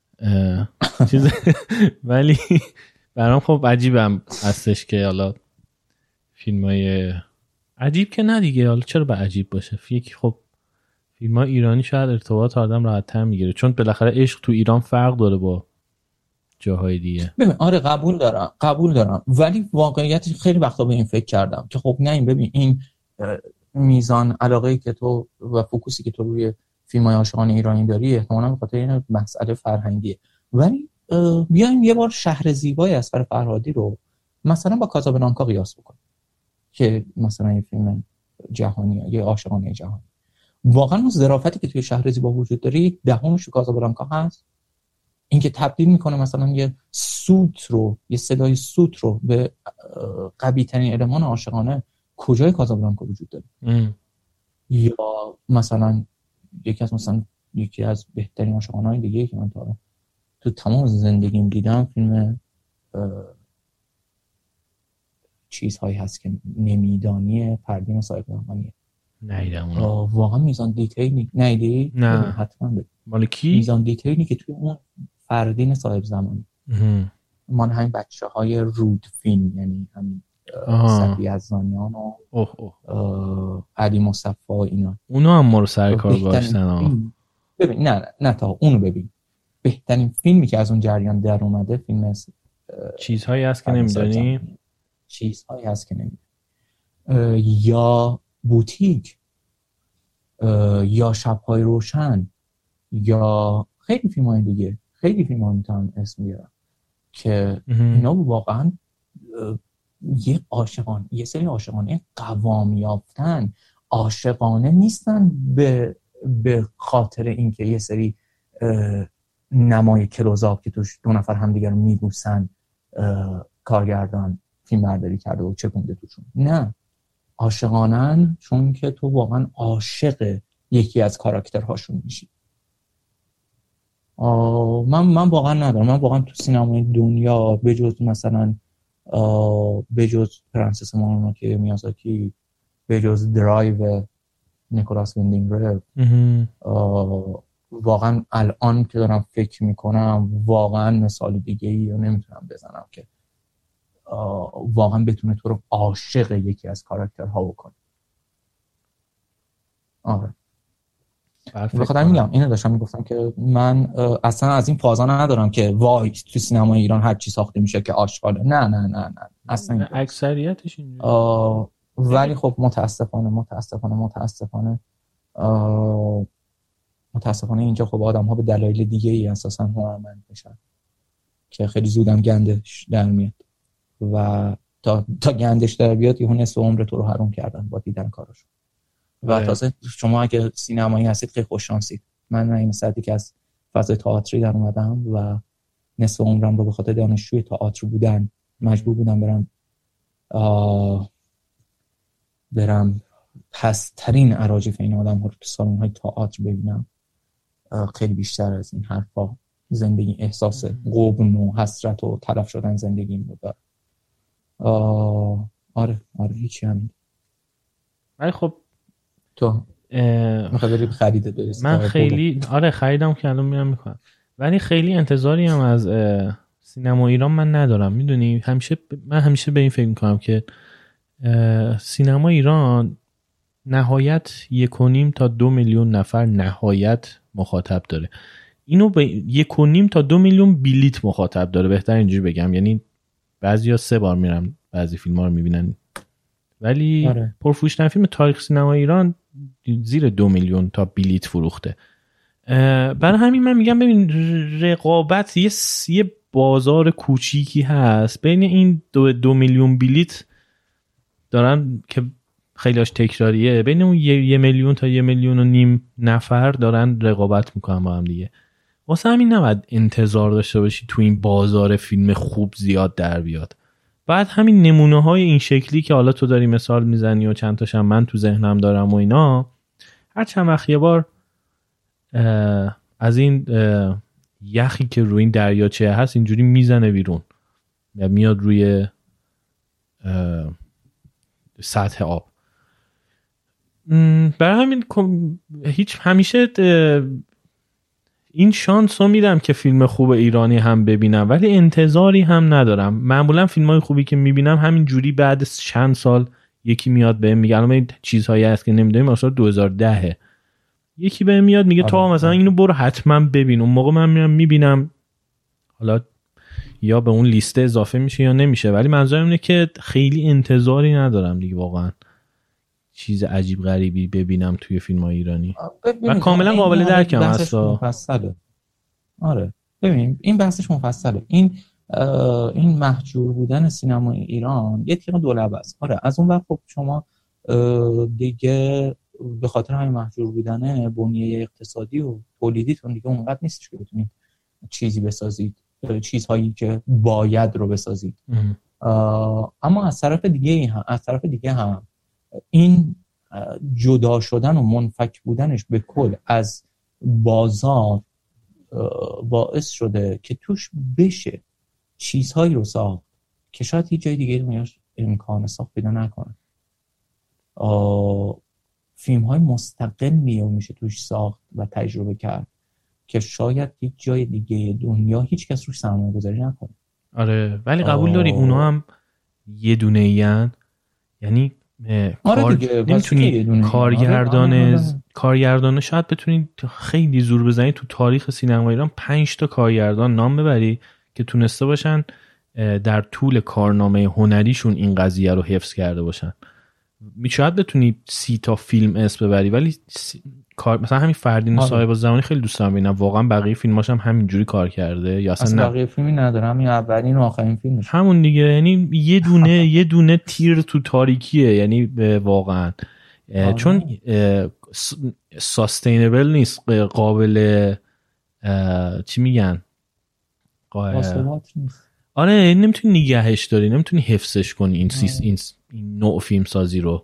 ولی برام خب عجیبم هستش که حالا فیلمای عجیب که نه دیگه، حالا چرا به عجیب باشه؟ یکی خب فیلمای ایرانی شاید ارتباط آدم راحت‌تر میگیره چون بالاخره عشق تو ایران فرق داره با جاهای دیگه. ببین آره قبول دارم ولی واقعیت خیلی وقتا به این فکر کردم که خب نه ببین این میزان علاقه‌ای که تو و فوکوسی که تو روی فیلم‌های عاشقانه ایرانی داری احتمالاً به خاطر این مسئله فرهنگیه، ولی بیایم یه بار شهر زیبای اصغر فرهادی رو مثلا با کازابلانکا قیاس بکنیم که مثلا یه فیلم جهانیه، یه عاشقانه جهانی. واقعا اون ظرافتی که توی شهر زیبا وجود داره یک دهمش تو کازابلانکا هست. این که تبدیل میکنه مثلا یه صدای سوت رو به قوی ترین المان عاشقانه کجای کازابلانکا وجود داره؟ یا مثلا یکی از بهترین عاشقانه‌های دیگه که من تو تمام زندگیم دیدم فیلم چیزهایی هست که نمیدانی پروین صاحب رحمانیه. نیدم اونو. واقعا میزان دیتیلی نیدی؟ نه حتما ببین. مال کی؟ میزان دیتیلی که توی اون فردین صاحب زمانی من همین بچه‌های رود فیلم، یعنی همین صفی یزدانیان و علی مصطفی اینا، اونو هم ما رو سر کار گذاشتن. ببین نه تا اونو ببین. بهترین فیلمی که از اون جریان در اومده فیلم چیزهایی هست که نمیدونی، چیزهایی هست که نمیدونی، یا بوتیک، یا شب‌های روشن، یا خیلی فیلم‌های دیگه، خیلی فیلم‌ها میتونم اسم بیارم که اینا واقعا یه سری عاشقانه قوام یافتن. عاشقانه نیستن به خاطر اینکه یه سری نمای کلوزآپ که توش دو نفر همدیگر رو میبوسن کارگردان فیلم برداری کرده و چکونده توشون. نه، عاشقانن چون که تو واقعا عاشق یکی از کاراکترهاشون میشی. من واقعا ندارم. من واقعا تو سینمای دنیا بجز مثلا بجز پرنسس مونوکه میازاکی، بجز درایو نیکولاس ویندینگ رف، واقعا الان که دارم فکر میکنم واقعا مثال دیگه ای رو نمیتونم بزنم که واقعا بتونه تو رو عاشق یکی از کاراکترها بکنه. آره بخاطر میگم اینو داشتم میگفتم که من اصلا از این فازا ندارم که وای تو سینما ایران هر چی ساخته میشه که آشغاله. نه اصلا اکثریتش اینجوری. ولی خب متاسفانه اینجا خب آدم‌ها به دلایل دیگه ای اساسا هنرمند میشن که خیلی زودم گندش در میاد و تا گندش در بیاد یهو نصف عمر تو رو حروم کردن با دیدن کارش. و تازه شما اگه سینمایی هستید خیلی خوش شانسید. من این ساعتی که از فضای تئاتری در اومدم و نصف عمرم رو به خاطر دانشجوی تئاتر بودن مجبور بودم برم پسترین اراجیف این آدم ها رو تو سالن های تئاتر ببینم. خیلی بیشتر از این حرفا زندگی احساس غبن و حسرت و تلف شدن زندگیم بود. آره هیچی همین. ولی خب تو میخوای بری خرید درست؟ من خیلی خریدم که الان میرم میکنم، ولی خیلی انتظاری هم از سینما ایران من ندارم. میدونی من همیشه به این فکر میکنم که سینما ایران نهایت 1.5 تا 2 میلیون نفر نهایت مخاطب داره. اینو به 1.5 تا 2 میلیون بلیت مخاطب داره، بهتر اینجوری بگم. یعنی بعضیا 3 بار میرن بعضی فیلم‌ها رو میبینن، ولی پرفروش‌ترین فیلم تاریخ سینما ایران زیر 2 میلیون تا بلیت فروخته. برای همین من میگم ببین رقابت یه بازار کوچیکی هست بین این 2 میلیون بلیت دارن که خیلیش تکراریه، بین اون 1 میلیون تا 1.5 میلیون نفر دارن رقابت میکنن با هم دیگه. واسه همین نباید انتظار داشته باشی تو این بازار فیلم خوب زیاد در بیاد. بعد همین نمونه های این شکلی که حالا تو داری مثال میزنی و چند تاشم من تو ذهنم دارم و اینا، هر چند وقت یه بار از این یخی که روی این دریاچه هست اینجوری میزنه بیرون یا میاد روی سطح آب. برای همین همیشه این شانس رو میدم که فیلم خوب ایرانی هم ببینم، ولی انتظاری هم ندارم. معمولا فیلم‌های خوبی که میبینم همین جوری بعد چند سال یکی میاد بهم میگه، الان این چیزهایی هست که نمیدونیم، مثلا 2010 یکی بهم میاد میگه تا مثلا اینو برو حتما ببین. اون موقع من میرم میبینم، حالا یا به اون لیست اضافه میشه یا نمیشه، ولی منظورم اینه که خیلی انتظاری ندارم دیگه واقعا چیز عجیب غریبی ببینم توی فیلم‌های ایرانی. و کاملا قابل درکم مفصله. آره ببین این بحثش مفصله. این محجور بودن سینمای ایران یه تیغ دولبه است. آره از اون وقت خب شما دیگه به خاطر همین محجور بودن بنیه اقتصادی و تولیدیتون دیگه اونقدر نیستش که بتونید چیزی بسازید، چیزهایی که باید رو بسازید. اما از طرف دیگه هم این جدا شدن و منفک بودنش به کل از بازار باعث شده که توش بشه چیزهایی رو ساخت که شاید هیچ جای دیگه دنیاش امکان ساخت پیدا نکنه. فیلم‌های مستقلی میشه توش ساخت و تجربه کرد که شاید یک جای دیگه دنیا هیچ کس روش سرمایه‌گذاری نکنه. آره ولی قبول داری اونا هم یه دونه این، یعنی نمیتونی کارگردانه شاید بتونی خیلی زور بزنی تو تاریخ سینما ایران 5 تا کارگردان نام ببری که تونسته باشن در طول کارنامه هنریشون این قضیه رو حفظ کرده باشن. شاید بتونی 30 تا فیلم اسم ببری ولی مثلا همین فردین صاحب الزمانی خیلی دوست دارم ببینم، واقعا بقیه فیلماش هم همینجوری کار کرده یا اصلا بقیه فیلمی نداره، همین اولین و آخرین فیلمش همون دیگه، یعنی یه دونه تیر تو تاریکیه، یعنی واقعا چون ساستینبل نیست، قابل چی میگن واثبات نیست. آره نمیتونی نگهش داری، نمیتونی حفظش کنی این نوع فیلم سازی رو.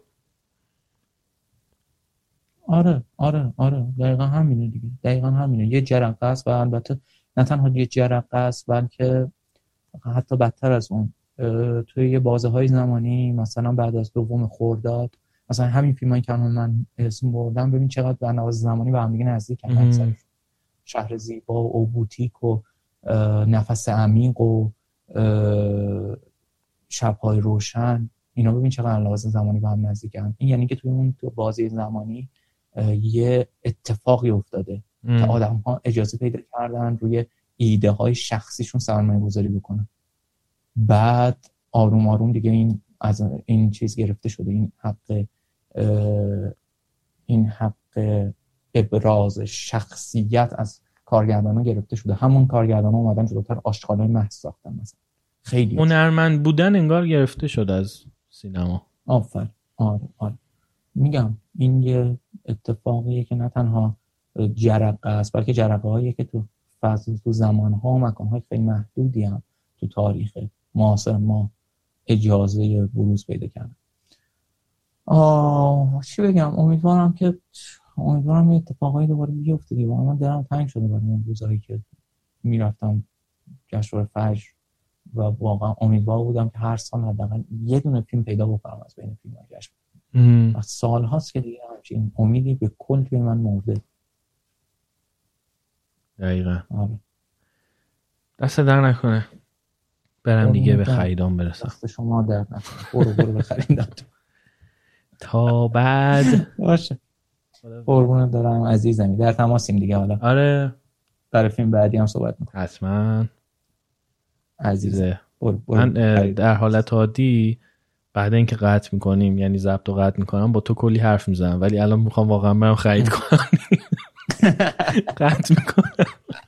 آره دقیقا همینه دیگه، دقیقا همینه. یه جرقه است و البته نه تنها یه جرقه است بلکه حتی بدتر از اون توی یه بازه های زمانی، مثلا بعد از دوم خرداد، مثلا همین فیلمایی که من اسم بردم ببین چقدر به اندازه زمانی به هم دیگه نزدیکن. شهر زیبا و بوتیک و نفس عمیق و شب‌های روشن، اینا ببین چقدر لحاظ زمانی به هم نزدیکن. این یعنی که توی اون تو بازی زمانی یه اتفاقی افتاده که آدم‌ها اجازه پیدا کردن روی ایده های شخصیشون سرمایه گذاری بکنن. بعد آروم آروم دیگه این از این چیز گرفته شده، این حق ابراز شخصیت از کارگردانا گرفته شده. همون کارگردانا اومدن جلوتر آشغالای محض ساختن، مثلا خیلی هنرمند بودن انگار گرفته شده از سینما. آفر آره میگم این یه اتفاقیه که نه تنها جرقه است بلکه جرقه هایی که تو زمان ها و مکان های خیلی محدودی هم تو تاریخ معاصر ما اجازه بروز پیدا کردن. چی بگم، امیدوارم این اتفاقایی دوباره بیفته دیگه. من دلم تنگ شده برای اون روزایی که میرفتم جشنواره فجر و واقعا امیدوار بودم که هر سال حداقل یه دونه فیلم پیدا بکنم از بین فیلم‌های جشنواره. سال هاست که دیگه همچین امیدی به کل توی من مرده. دقیقا. دست در نکنه، برم دیگه به خریدام برسم. دست شما در نکنه، برو به خریدام. تا بعد باشه، قربونت دارم عزیزمی، در تماسیم دیگه. حالا آره برای فیلم بعدی هم صحبت می‌کنیم حتما عزیزه. من در حالت عادی بعد اینکه قطع میکنیم، یعنی ضبط رو قطع میکنم، با تو کلی حرف میزنم، ولی الان میخوام واقعا برم خرید کنم. قطع میکنم.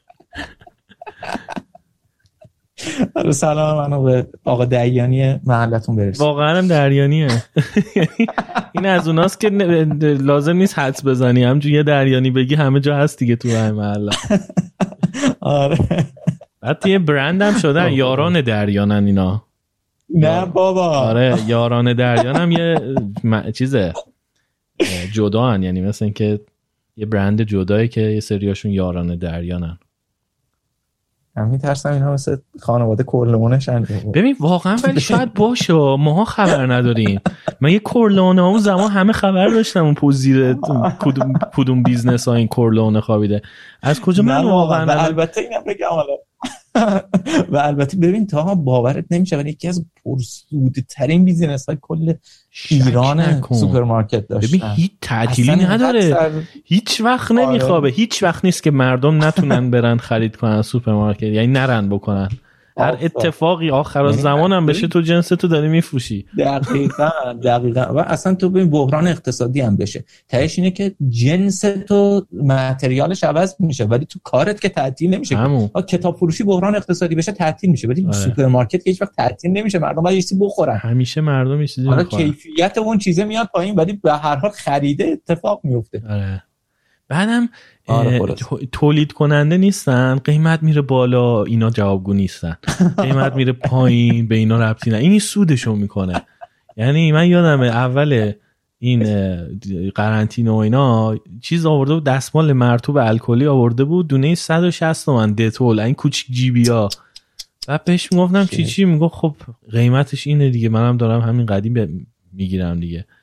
سلام منو به آقا دریانی محلتون برسید. واقعا هم دریانیه. این از اوناست که لازم نیست حدس بزنی، همجور یه دریانی بگی همه جا هست دیگه تو همه محله. آره حتی یه برند هم شدن، یاران دریانن اینا. نه بابا. آره یاران دریان هم یه چیزه جدا هن، یعنی مثل این که یه برند جدایی که یه سریاشون یاران دریانن. من میترسم اینا مثل خانواده کورلئونه‌شن. ببین واقعا ولی شاید باشه، ماها خبر نداریم. من یه کورلئونه اون زمان همه خبر داشتم اون پوزیر کدوم بیزنس ها این کورلئونه خوابیده از کجا. من واقعا البته اینم بگم حالا و البته ببین تا باورت نمیشه ولی یکی از پرسودترین بیزینس های کل ایران سوپرمارکت داشتن. ببین هیچ تعطیلی نداره، هیچ وقت نمیخوابه. هیچ وقت نیست که مردم نتونن برن خرید کنن سوپرمارکت، یعنی نرن بکنن. هر اتفاقی آخر الزمان هم بشه تو جنس تو داری میفروشی. دقیقاً و اصلا تو ببین بحران اقتصادی هم بشه، تهش اینه که جنس تو متریالش عوض میشه ولی تو کارت که تعطیل نمیشه. کتاب فروشی بحران اقتصادی بشه تعطیل میشه ولی سوپرمارکت که هیچ وقت تعطیل نمیشه. مردم باید یه چیزی بخورن، همیشه مردم یه چیزی بخورن. کیفیت اون چیزه میاد پایین ولی به هر حال خریده اتفاق میفته. بعدم تولید کننده نیستن، قیمت میره بالا اینا جوابگو نیستن، قیمت میره پایین به اینا ربطی نه، این سودشو میکنه. یعنی من یادمه اول این قرنطینه و اینا چیز آورده بود، دستمال مرطوب الکلی آورده بود، دونه 160 تومن دتول، این کوچیک جیبیا. بعد بهش میگفتم چی میگفت خب قیمتش اینه دیگه، منم دارم همین قدیم میگیرم دیگه.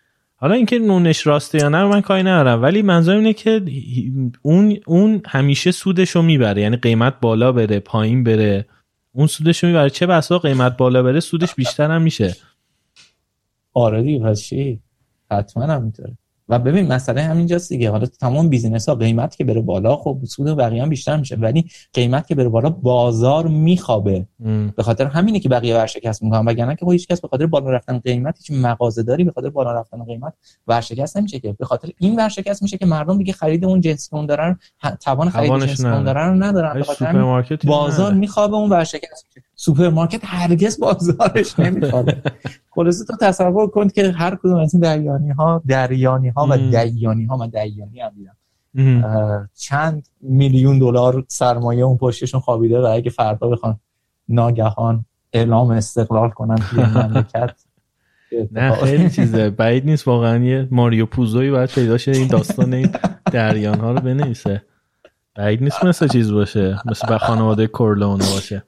حالا اینکه نونش راسته یا نه رو من کاری ندارم، ولی منظورم اینه که اون همیشه سودشو میبره، یعنی قیمت بالا بره پایین بره اون سودشو میبره، چه بسا قیمت بالا بره سودش بیشتر هم میشه. آره دیگه، پس چی؟ حتما هم میتونه. و ببین مسئله همینجاست دیگه، حالا تمام بیزینس ها قیمت که بره بالا خب سود بقیه هم بیشتر میشه، ولی قیمت که بره بالا بازار میخوابه. به خاطر همینه که بقیه ورشکست میکنن، وگرنه که هیچ کس به خاطر بالا رفتن قیمت، هیچ مغازه‌داری به خاطر بالا رفتن قیمت ورشکست نمیشه، که به خاطر این ورشکست میشه که مردم دیگه خرید اون جنسی که اون دارن، توان خرید جنسی اون دارن رو ندارن، به خاطر بازار میخوابه، اون ورشکست میشه. سوپرمارکت هرگز بازارش نمیخوابه. خلاصه تو تصور کن که هر کدوم از این دریانی ها و دیانی ها، من دیانی هم دیدم، چند میلیون دلار سرمایه اون پشتشون خوابیده و اگه فردا بخوان ناگهان اعلام استقلال کنن توی مملکت نه خیلی چیزه بعید نیست واقعا. یه ماریو پوزوی باید پیدا شه این داستان این دریان ها رو بنویسه. بعید نیست مثل چیز باشه، مثل به خانواده کورلونه باشه.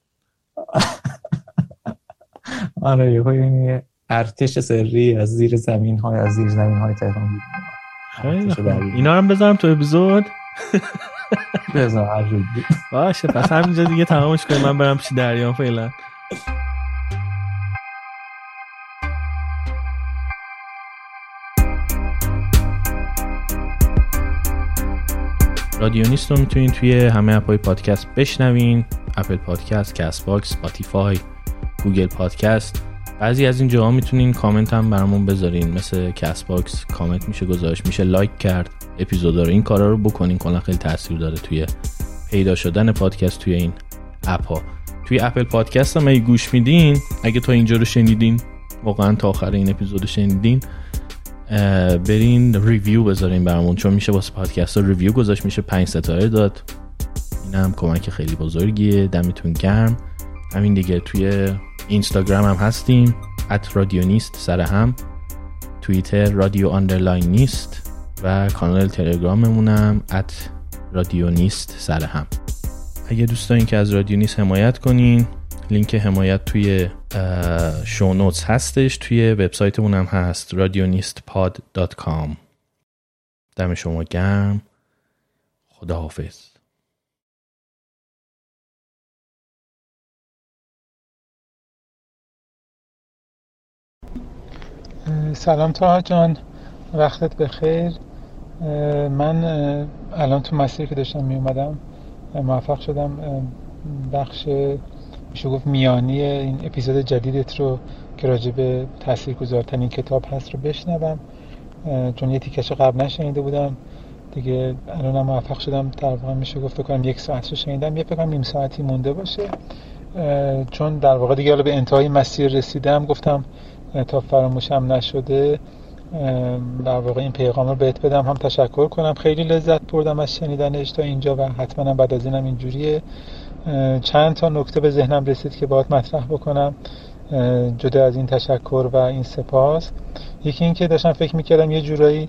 آره یه ارتش سری از زیر زمین های تهران بود. خیلی اینا رو بذارم تو اپیزود. بذار باشه پس همینجا دیگه تمامش کنیم، من برم پیش دریان فعلا. رادیونیست رو میتونین توی همه اپهای پادکست بشنوین، اپل پادکست، کست باکس، اسپاتیفای، گوگل پادکست. بعضی از این جاها میتونین کامنت هم برامون بذارین، مثل کست باکس کامنت میشه گذاشت، میشه لایک کرد اپیزودا رو. این کارا رو بکنین، کلا خیلی تاثیر داره توی پیدا شدن پادکست توی این اپ ها. توی اپل پادکست هم اگه گوش میدین، اگه تا اینجا رو شنیدین، واقعا تا آخر این اپیزود شنیدین، برین ریویو بذارین برامون، چون میشه واسه پادکست ها ریویو گذاشت، میشه 5 ستاره داد. این هم کمک خیلی بزرگیه، دمتون گرم. همین دیگه. توی اینستاگرام هم هستیم @رادیونیست سر هم، توییتر رادیو_نیست و کانال تلگراممونم @رادیونیست سر هم. اگه دوست دارین که از رادیونیست حمایت کنین، لینک حمایت توی شو نوتس هستش، توی وبسایتمون هم هست radionistpod.com. دم شما گرم. خداحافظ. سلام طاها جان، وقتت بخیر. من الان تو مسیری که داشتم می اومدم موفق شدم بخش میشه گفت میانی این اپیزود جدیدت رو که راجع به تاثیرگذارترین کتاب هست رو بشنوم، چون یه تیکش قبل نشنیده بودم دیگه. الانم موفق شدم تقریبا میشه گفت کنم 1 ساعت رو شنیدم، یه فکرم نیم ساعتی مونده باشه، چون در واقع دیگه حالا به انتهای مسیر رسیدم. گفتم تا فراموشم نشده در واقع این پیغام رو بهت بدم، هم تشکر کنم. خیلی لذت بردم از شنیدنش تا اینجا و حتما بعد از اینم اینجوریه. چند تا نکته به ذهنم رسید که باید مطرح بکنم جدا از این تشکر و این سپاس. یکی این که داشتم فکر میکردم یه جورایی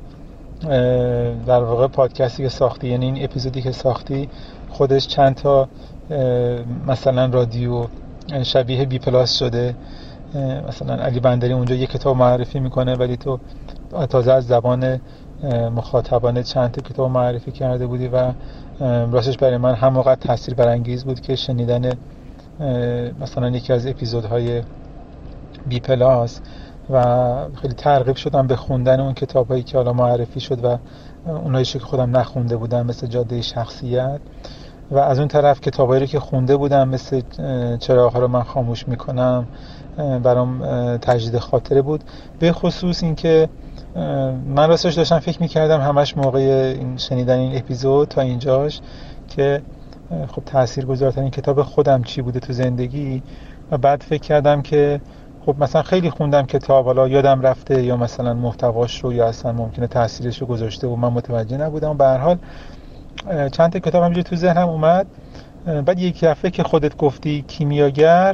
در واقع پادکستی که ساختی، یعنی این اپیزودی که ساختی خودش چند تا مثلا رادیو شبیه بی پلاس شده. مثلا علی بندری اونجا یک کتاب معرفی میکنه ولی تو تازه از زبان مخاطبانه چند تا کتاب معرفی کرده بودی و راستش برای من همونقدر تاثیر برانگیز بود که شنیدن مثلا یکی از اپیزودهای بی پلاس و خیلی ترغیب شدم به خوندن اون کتابایی که حالا معرفی شد و اونایی که خودم نخونده بودم مثل جاده شخصیت، و از اون طرف کتابایی رو که خونده بودم مثل چراغ‌ها رو من خاموش میکنم برام تجدید خاطره بود. به خصوص این که من راستش داشتم فکر میکردم همش موقع این شنیدن این اپیزود تا اینجاش که خب تاثیرگذارترین کتاب خودم چی بوده تو زندگی، و بعد فکر کردم که خب مثلا خیلی خوندم کتاب، حالا یادم رفته یا مثلا محتواش رو یا اصلا ممکنه تاثیرش رو گذاشته و من متوجه نبودم. به هر حال چند تا کتاب همینجوری تو ذهنم اومد. بعد یک دفعه که خودت گفتی کیمیاگر،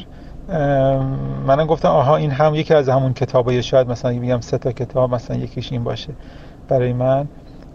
منم گفتم آها این هم یکی از همون کتابایه، شاید مثلا بگم 3 تا کتاب مثلا یکیش این باشه برای من.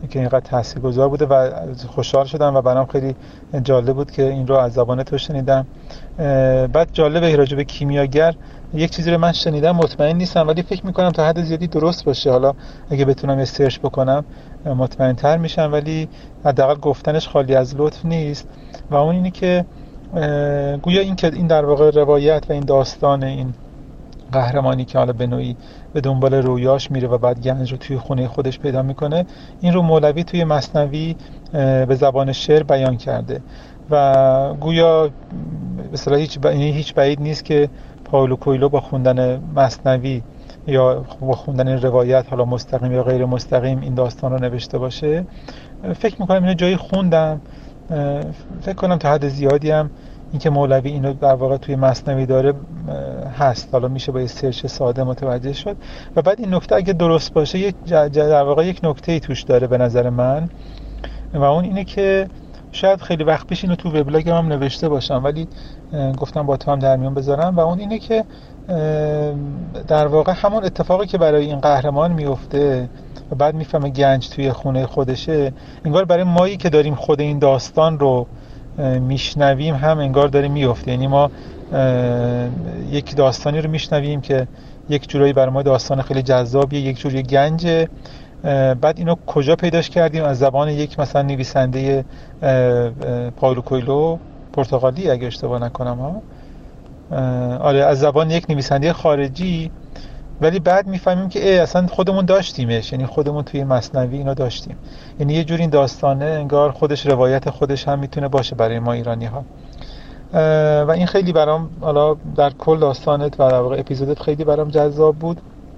که اینقدر تاثیرگذار بوده و خوشحال شدم و برام خیلی جالب بود که این رو از زبان تو شنیدم. بعد جالبه راجع به کیمیاگر یک چیزی رو من شنیدم، مطمئن نیستم ولی فکر میکنم تا حد زیادی درست باشه. حالا اگه بتونم یه سرچ بکنم مطمئن تر میشم، ولی حداقل گفتنش خالی از لطف نیست. و اون اینی که گویا این که این در واقع روایت و این داستان این قهرمانی که حالا به نوعی به دنبال رویاش میره و بعد گنج رو توی خونه خودش پیدا میکنه، این رو مولوی توی مثنوی به زبان شعر بیان کرده و گویا به اصطلاح هیچ بعید نیست که پائولو کوئلو با خوندن مثنوی یا با خوندن این روایت، حالا مستقیم یا غیر مستقیم، این داستان رو نوشته باشه. فکر میکنم اینو جایی خوندم، فکر کنم تا حد زیادی هم این که مولوی اینو در واقع توی مثنوی داره هست. حالا میشه با یه سرچ ساده متوجه شد. و بعد این نکته اگه درست باشه در واقع یک نکته‌ای توش داره به نظر من، و اون اینه که شاید خیلی وقت پیش اینو تو وبلاگم هم نوشته باشم ولی گفتم با تو هم در میون بذارم، و اون اینه که در واقع همون اتفاقی که برای این قهرمان میفته و بعد میفهمه گنج توی خونه خودشه، انگار برای مایی که داریم خود این داستان رو میشنویم هم انگار داره میفته. یعنی ما یک داستانی رو میشنویم که یک جورایی برای ما داستان خیلی جذابیه، یک جوری گنجه، بعد اینو کجا پیداش کردیم؟ از زبان یک مثلا نویسنده پائولو کوئلو پرتغالی اگه اشتباه نکنم ها، آره از زبان یک نویسنده خارجی، ولی بعد میفهمیم که اصلا خودمون داشتیمش، یعنی خودمون توی مثنوی اینا داشتیم. یعنی یه جور این داستانه انگار خودش روایت خودش هم میتونه باشه برای ما ایرانی ها. و این خیلی برام حالا در کل داستانت و در واقع اپیزودت خیلی برام جذاب بود.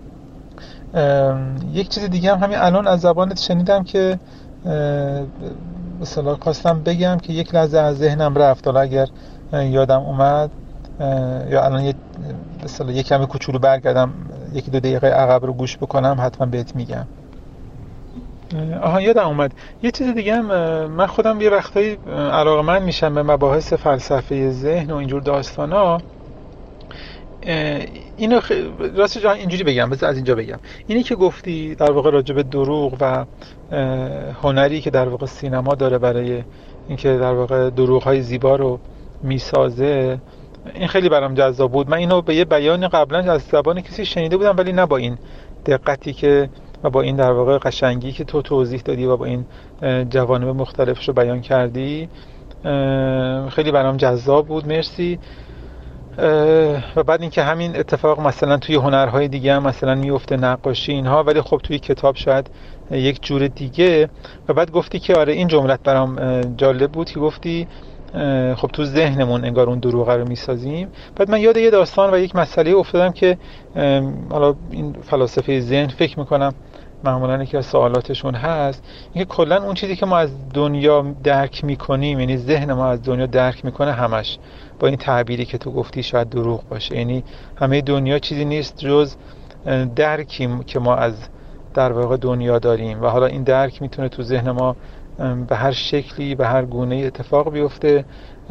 یک چیز دیگه هم همین الان از زبانت شنیدم که مثلا خواستم بگم که یک لحظه از ذهنم رفت، حالا اگر یادم اومد یا الان مثلا یک کمی کوچولو برگردم 1-2 دقیقه عقب رو گوش بکنم حتما بهت میگم. یادم اومد یه چیز دیگه هم، من خودم یه وقتایی علاقه‌مند میشم به مباحث فلسفه ذهن و اینجور داستانا. اینو راستش اینجوری بگم، بذار از اینجا بگم، اینی که گفتی در واقع راجع به دروغ و هنری که در واقع سینما داره برای اینکه در واقع دروغ‌های زیبا رو میسازه، این خیلی برام جذاب بود. من اینو به یه بیان قبلا از زبان کسی شنیده بودم ولی نه با این دقتی که و با این در واقع قشنگی که تو توضیح دادی و با این جوانب مختلفش رو بیان کردی. خیلی برام جذاب بود، مرسی. و بعد اینکه همین اتفاق مثلا توی هنرهای دیگه هم مثلا میفته، نقاشی اینها، ولی خب توی کتاب شاید یک جور دیگه. و بعد گفتی که آره این جملت برام جالب بود که گفتی خب تو ذهنمون انگار اون دروغ رو میسازیم. بعد من یاد یه داستان و یک مسئله افتادم که حالا این فلاسفه ذهن فکر میکنم معمولا یکی از سوالاتشون هست، اینکه کلا اون چیزی که ما از دنیا درک میکنیم، یعنی ذهن ما از دنیا درک میکنه، همش با این تعبیری که تو گفتی شاید دروغ باشه. یعنی همه دنیا چیزی نیست جز درکی که ما از در واقع دنیا داریم و حالا این درک میتونه تو ذهن ما به هر شکلی به هر گونه اتفاق بیفته.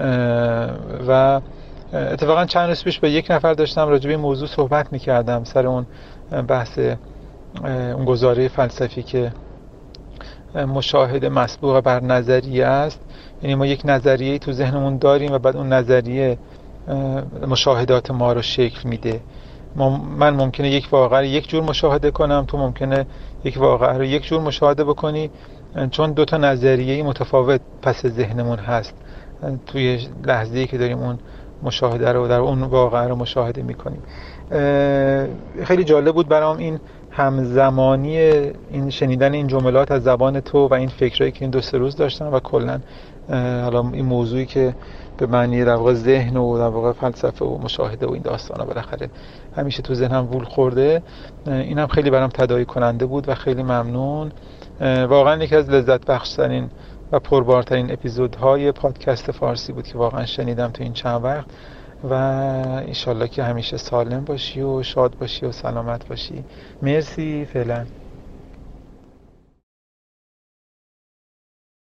و اتفاقا چند روز پیش با یک نفر داشتم راجع به این موضوع صحبت میکردم سر اون بحث اون گزاره فلسفی که مشاهده مسبوق بر نظریه است. یعنی ما یک نظریه تو ذهنمون داریم و بعد اون نظریه مشاهدات ما رو شکل میده. من ممکنه یک واقعه رو یک جور مشاهده کنم، تو ممکنه یک واقعه رو یک جور مشاهده بکنی، چون دو تا نظریه متفاوت پس ذهنمون هست توی لحظه‌ای که داریم اون مشاهده رو در اون واقعه رو مشاهده میکنیم. خیلی جالب بود برام این همزمانی این شنیدن این جملات از زبان تو و این فکرایی که این 2-3 روز داشتم و کلا حالا این موضوعی که به معنی در واقع ذهن و در واقع فلسفه و مشاهده و این داستانا بالاخره همیشه تو ذهنم وول خورده. اینم خیلی برام تداعی کننده بود و خیلی ممنون. واقعا یکی از لذت بخشترین و پربارترین اپیزودهای پادکست فارسی بود که واقعا شنیدم تو این چند وقت و انشالله که همیشه سالم باشی و شاد باشی و سلامت باشی. مرسی، فعلا.